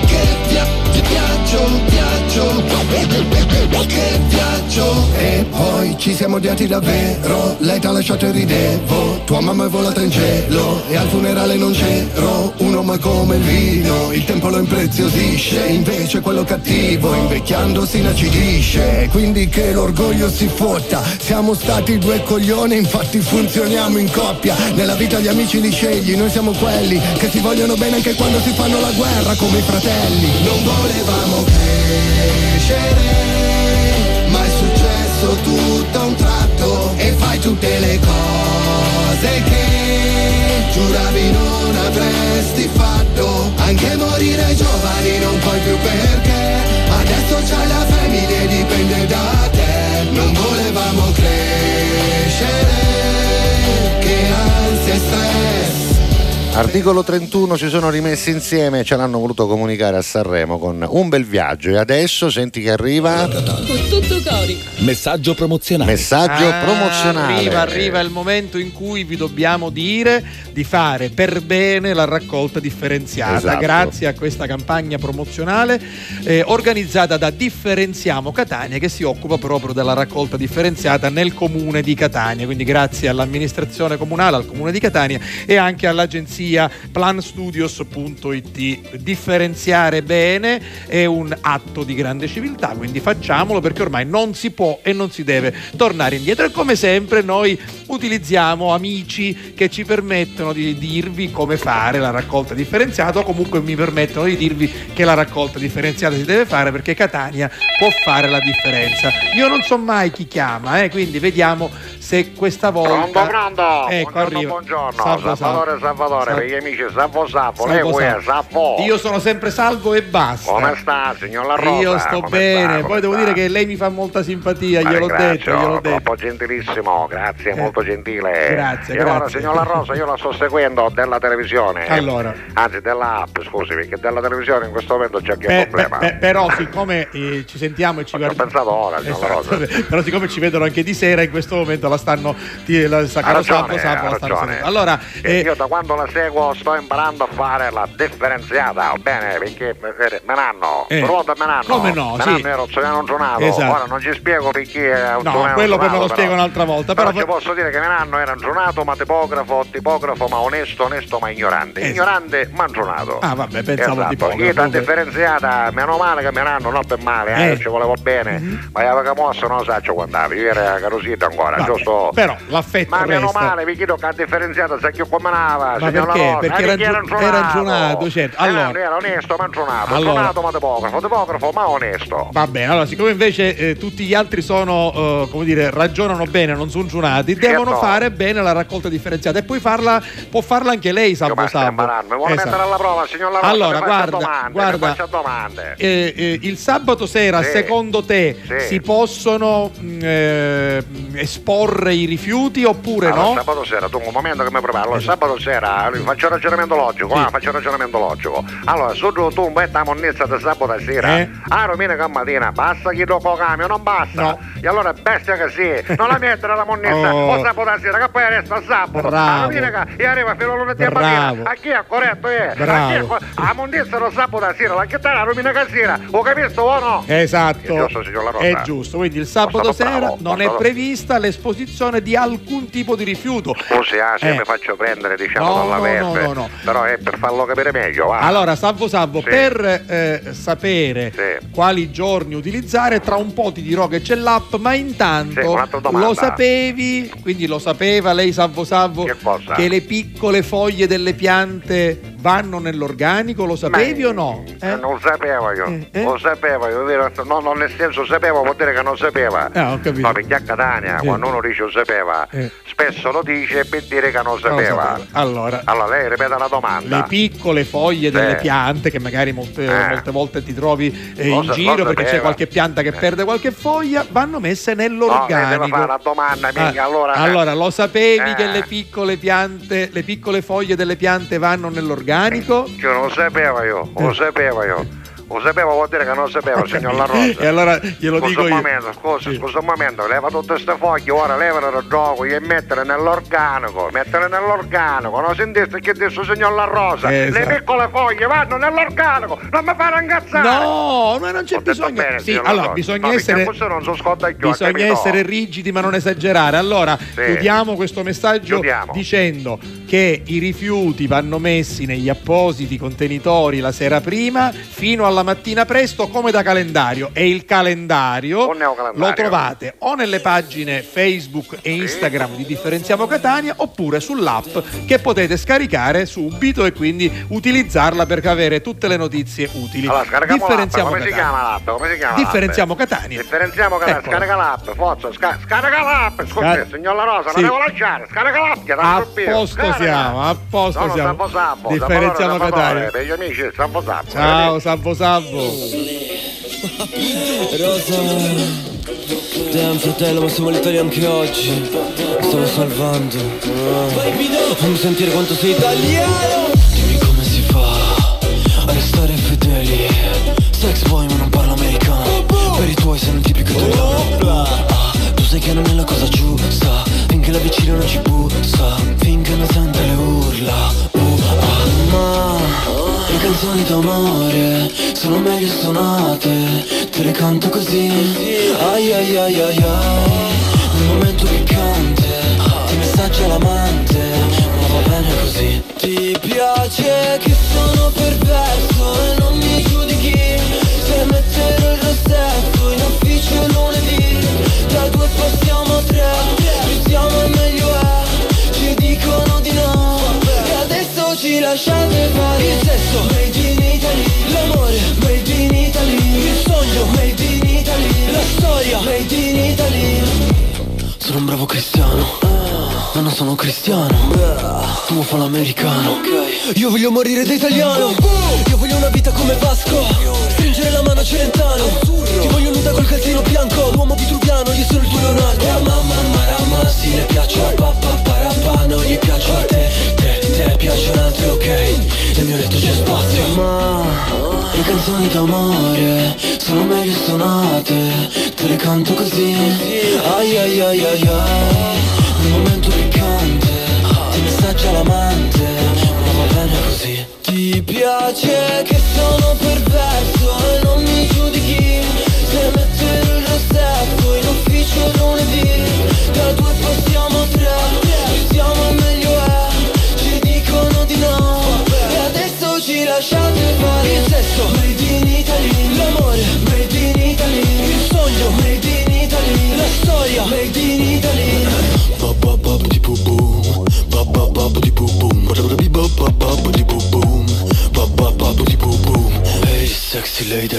che viaggio, che viaggio. E poi noi ci siamo odiati davvero. Lei t'ha lasciato e ridevo, tua mamma è volata in cielo e al funerale non c'ero. Un uomo è come il vino, il tempo lo impreziosisce, invece quello cattivo invecchiando si inacidisce. Quindi che l'orgoglio si fotta, siamo stati due coglioni, infatti funzioniamo in coppia. Nella vita gli amici li scegli, noi siamo quelli che si vogliono bene anche quando si fanno la guerra come i fratelli. Non volevamo crescere, ma è successo tutto a un tratto. E fai tutte le cose che giuravi non avresti fatto. Anche morire giovani non puoi più perché adesso c'hai la famiglia e dipende da te. Non volevamo crescere, che ansia e stress. Articolo 31 si sono rimessi insieme, ce l'hanno voluto comunicare a Sanremo con Un bel viaggio. E adesso senti che arriva con tutto cori. Messaggio promozionale. Messaggio promozionale. Arriva il momento in cui vi dobbiamo dire di fare per bene la raccolta differenziata. Esatto. Grazie a questa campagna promozionale organizzata da Differenziamo Catania, che si occupa proprio della raccolta differenziata nel comune di Catania. Quindi grazie all'amministrazione comunale, al comune di Catania e anche all'agenzia planstudios.it. Differenziare bene è un atto di grande civiltà, quindi facciamolo, perché ormai non si può e non si deve tornare indietro. E come sempre noi utilizziamo amici che ci permettono di dirvi come fare la raccolta differenziata, o comunque mi permettono di dirvi che la raccolta differenziata si deve fare, perché Catania può fare la differenza. Io non so mai chi chiama, quindi vediamo se questa volta pronto. Ecco, arriva. Buongiorno, Salvatore, per gli amici Salvo, lei è Salvo. Io sono sempre salvo e basta. Come sta, signor La Rosa? Io sto bene, poi devo dire che lei mi fa molta simpatia, gliel'ho detto. Troppo gentilissimo, grazie, molto gentile. Grazie. Allora, signor La Rosa, io la sto seguendo della televisione. Allora. Anzi, della app, scusi, perché della televisione in questo momento c'è anche un problema. Però siccome ci sentiamo e ci guardiamo. Ho pensato ora, signor La Rosa. Però siccome ci vedono anche di sera, in questo momento la stanno la stanno seguendo. Allora, io da quando la seguo sto imparando a fare la differenziata, bene, perché Menanno, come no? Menanno era un suonato, esatto. Ora non ci spiego perché è un suonato. No, quello poi me lo spiego un'altra volta. Però ci posso dire che Menanno era un suonato ma tipografo ma onesto ma ignorante. Ignorante ma un suonato. Ah vabbè, pensavo tipografo. Io da differenziata, meno male che Menanno non per male, ci volevo bene, ma la mossa non so quando avevi, io era carosita ancora, giusto? Però l'affetto ma meno resta. Male, perché che differenziata sa che combinava, ma perché era ragionato, certo. Allora era onesto ma suonato ma tipografo ma onesto. Va bene, allora siccome invece tutti gli altri sono ragionano bene, non sono giunati, devono fare bene la raccolta differenziata e poi può farla anche lei, Salvo. Mi vuole mettere alla prova, signor La Rosa? Allora guarda, faccia domande. Il sabato sera, secondo te si possono esporre i rifiuti oppure no? Sabato sera, tu un momento che mi preparo. Allora, sabato sera faccio un ragionamento logico, Allora, su tu metti la monnezza di sabato sera, Romina che mattina, basta chi tocco cambio, non basta. No. E allora bestia che sì, non la mettere la monnezza o sabato sera, che poi resta sabato. Romina che arriva fino a lunedì mattina, a chi è corretto? La monnezza lo sabato sera, la chitarra Romina che sera, ho capito o no? Esatto, è giusto, quindi il sabato sera non è prevista l'esposizione di alcun tipo di rifiuto. Scusi, se mi faccio prendere dalla verve, no. Però è per farlo capire meglio. Allora, Salvo, per sapere quali giorni utilizzare, tra un po' ti dirò che c'è l'app, ma intanto lo sapevi, quindi lo sapeva lei, Salvo, che le piccole foglie delle piante vanno nell'organico, lo sapevi o no? Non lo sapevo io, lo sapevo io, no, nel senso sapevo, vuol dire che non sapeva. Ho capito. No, perché a Catania, quando uno dice lo sapeva, spesso lo dice per dire che non sapeva. Allora lei ripeta la domanda. Le piccole foglie delle piante, che magari molte volte ti trovi in giro perché c'è qualche pianta che perde qualche foglia, vanno messe nell'organico. No, deve fare la domanda, allora lo sapevi che le piccole foglie delle piante vanno nell'organico? Lo sapevo io. Lo sapevo, vuol dire che non lo sapevo, signor La Rosa. E allora glielo dico io. Scusa un momento, leva tutte queste foglie, ora levano il gioco e mettere nell'organico, non sentiste che disse signor La Rosa? Le piccole foglie vanno nell'organico, non mi fare incazzare! No, ma non c'è bisogno. Bene, sì, allora bisogna essere rigidi ma non esagerare. Allora chiudiamo questo messaggio dicendo che i rifiuti vanno messi negli appositi contenitori la sera prima fino alla mattina presto come da calendario, e il calendario lo trovate o nelle pagine Facebook e Instagram di Differenziamo Catania oppure sull'app che potete scaricare subito e quindi utilizzarla per avere tutte le notizie utili. Allora, Differenziamo come si chiama l'app? Differenziamo Catania. Differenziamo Catania, scarica l'app, forza, scarica l'app, scusi, signor La Rosa, la devo lasciare, scarica l'app, a posto siamo. Differenziamo Catania. Per gli amici, Sambo. Ciao, Sambo. Rosa, damn fratello, ma siamo l'Italia anche oggi. Mi stavo salvando. Fammi sentire quanto sei italiano. Dimmi come si fa a restare fedeli. Sex boy ma non parlo americano. Per i tuoi sei un tipico italiano. Tu sai che non è la cosa giusta. Finché la vicina non ci bussa, finché non sente le urla. Ma le canzoni d'amore sono meglio suonate, te le canto così. Ai ai ai ai ai. Nel momento piccante ti messaggia l'amante, ma va bene così. Ti piace che sono perverso e non mi giudichi se metterò il rossetto in ufficio lunedì. Da 2 passiamo a 3, più siamo e meglio è. Ci dicono di no e adesso ci lasciate fare. Il sesso made in Italy, l'amore made in Italy, il sogno made in Italy, la storia made in Italy. Sono un bravo cristiano, ma non sono cristiano. Tu fa l'americano, io voglio morire da italiano. Io voglio una vita come Vasco, stringere la mano a Celentano. Ti voglio nuda col calzino bianco, l'uomo vitruviano, io sono il tuo Leonardo. Mamma marama, sì le piaccio a papà parapà, non gli piaccio a te piacciono altri, ok? Nel mio letto c'è spazio. Ma le canzoni d'amore sono meglio suonate, te le canto così. Ai ai ai ai ai. Nel momento piccante ti messaggia l'amante, ma va bene così. Ti piace che sono perverso e non mi giudichi se metterò il rossetto in ufficio lunedì. Da 2 passiamo a 3, più siamo e meglio è. Ci dicono di no e adesso ci lasciate fare. Il sesso made in Italy, l'amore made in Italy, il sogno made in Italy, la storia made in Italy. Hey sexy lady,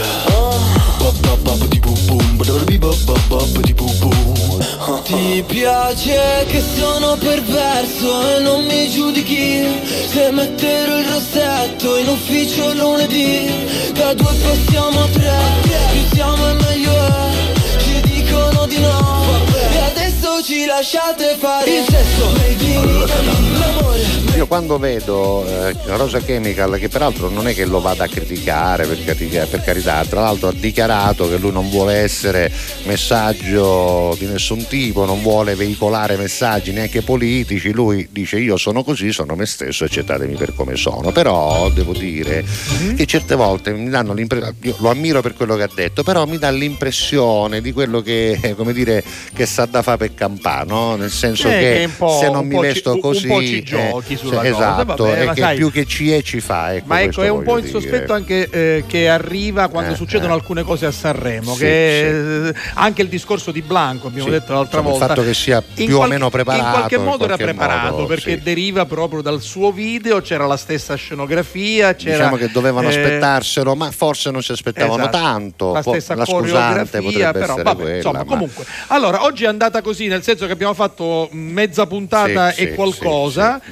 ti piace che sono perverso e non mi giudichi se metterò il rossetto in ufficio lunedì. Da 2 passiamo a 3, più siamo e meglio è. Ci dicono di no e adesso ci lasciate fare. Il sesso made in Italy, l'amore. Io quando vedo Rosa Chemical, che peraltro non è che lo vada a criticare, per carità, tra l'altro ha dichiarato che lui non vuole essere messaggio di nessun tipo, non vuole veicolare messaggi neanche politici, lui dice io sono così, sono me stesso, accettatemi per come sono. Però devo dire che certe volte mi danno l'impressione, io lo ammiro per quello che ha detto, però mi dà l'impressione di quello che, come dire, che sa da fa per campà, no? Nel senso che se non mi vesto così un po' ci giochi sulla esatto, cosa, e che sai, più che ci è ci fa, ecco. Ma ecco, è un po' il sospetto anche che arriva quando succedono alcune cose a Sanremo, che anche il discorso di Blanco, abbiamo detto l'altra volta, il fatto che sia più o meno preparato, in qualche modo era preparato, perché deriva proprio dal suo video, c'era la stessa scenografia, c'era, diciamo che dovevano aspettarselo, ma forse non si aspettavano tanto, la stessa la scusante potrebbe però essere vabbè, quella, insomma, comunque allora oggi è andata così, nel senso che abbiamo fatto mezza puntata e qualcosa.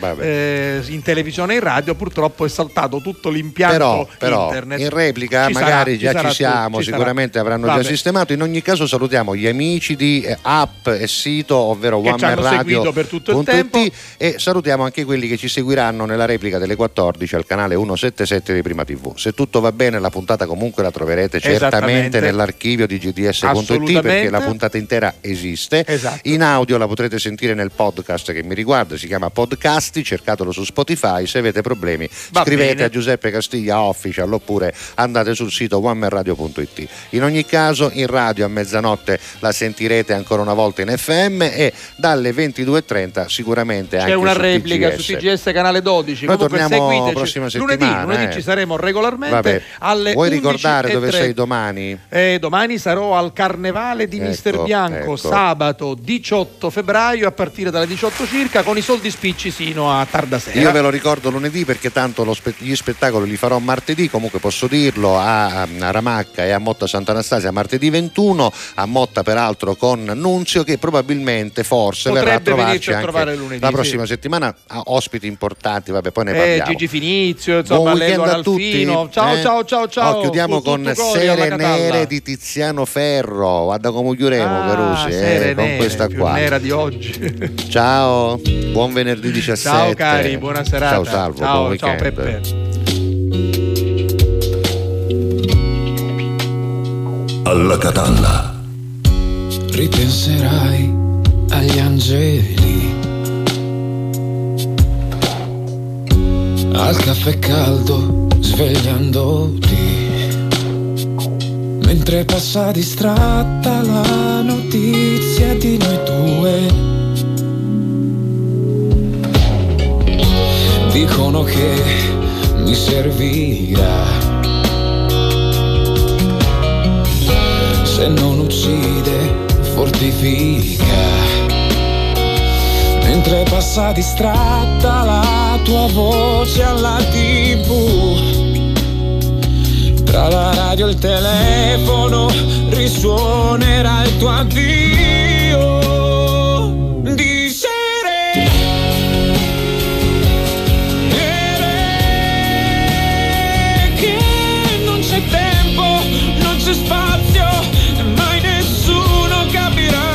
in televisione e in radio, purtroppo è saltato tutto l'impianto però internet. In replica magari già ci siamo, sicuramente avranno già sistemato. In ogni caso salutiamo gli amici di app e sito, ovvero OneManRadio per tutto il tempo, e salutiamo anche quelli che ci seguiranno nella replica delle 14 al canale 177 di Prima TV. Se tutto va bene, la puntata comunque la troverete certamente nell'archivio di gds.it, perché la puntata intera esiste. In audio la potrete sentire nel podcast che mi riguarda, si chiama Podcasti, cercatelo su Spotify. Se avete problemi scrivete a Giuseppe Castiglia Official oppure andate sul sito onemanradio.it. In ogni caso in radio a mezzanotte la sentirete ancora una volta in FM e dalle 22:30 sicuramente c'è anche una su replica TGS. su TGS canale 12. Noi comunque torniamo seguiteci. prossima settimana. Lunedì ci saremo regolarmente alle Vuoi 11:03. ricordare dove sei domani? Domani sarò al Carnevale di Mister Bianco, sabato 18 febbraio a partire dalle 18 circa, con i soldi spicci sino a tarda sera. Io ve lo ricordo lunedì perché tanto gli spettacoli li farò martedì, comunque posso dirlo, a Ramacca e a Motta Sant'Anastasia martedì 21, a Motta peraltro con Nunzio, che probabilmente forse verrà a trovarci anche lunedì, la prossima settimana, ospiti importanti, poi ne parliamo. Gigi Finizio, insomma, buon weekend a tutti. Ciao. Chiudiamo con Sere Nere di Tiziano Ferro. Guarda come chiuderemo, Carusi, con questa qua nera di oggi. Ciao, buon venerdì 17. Ciao cari, buona serata. Ciao Salvo, buon weekend. Ciao Peppe. Alla Catalla. Ripenserai agli angeli, al caffè caldo svegliandoti, mentre passa distratta la notizia di noi due. Dicono che mi servirà, se non uccide fortifica, mentre passa distratta la tua voce alla TV. Tra la radio e il telefono risuonerà il tuo addio. Di sere che non c'è tempo, non c'è spazio e mai nessuno capirà.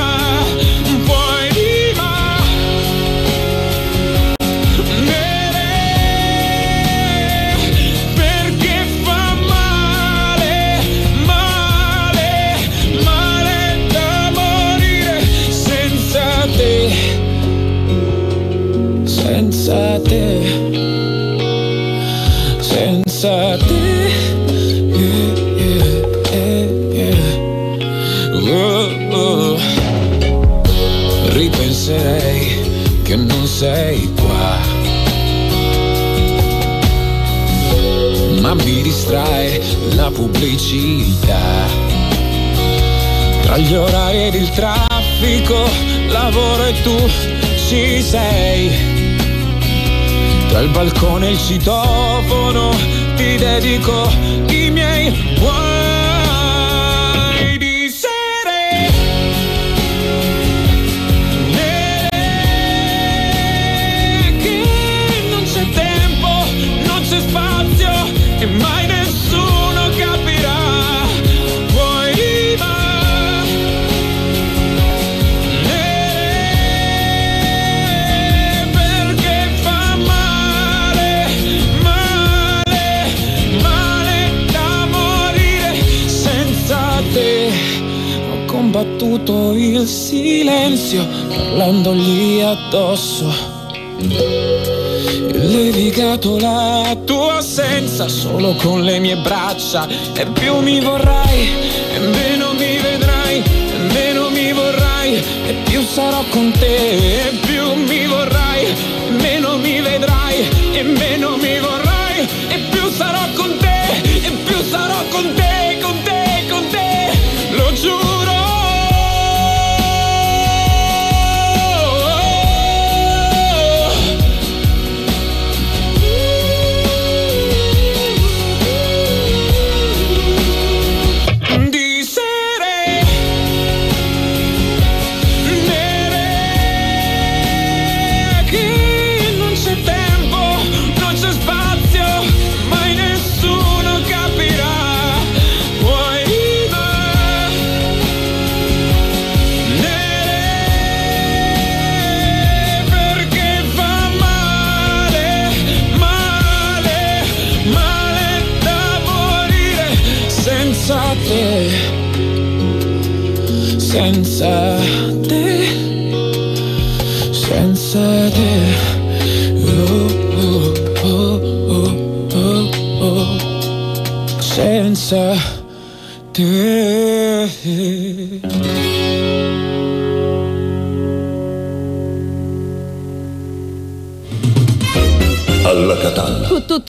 Senza te, senza te, Ripenserei che non sei qua, ma mi distrae la pubblicità. Tra gli orari ed il traffico, lavoro e tu ci sei. Tra il balcone e il citofono ti dedico i miei guai. Di sere che non c'è tempo, non c'è spazio e mai nessuno capirà. Combattuto il silenzio parlandogli addosso, levigato la tua assenza solo con le mie braccia. E più mi vorrai e meno mi vedrai, e meno mi vorrai e più sarò con te. E più mi vorrai e meno mi vedrai, e meno mi vorrai e più sarò con te. E più sarò con te, con te, con te, lo giuro. Tempo senza te, senza te, senza te. Alla Catalla.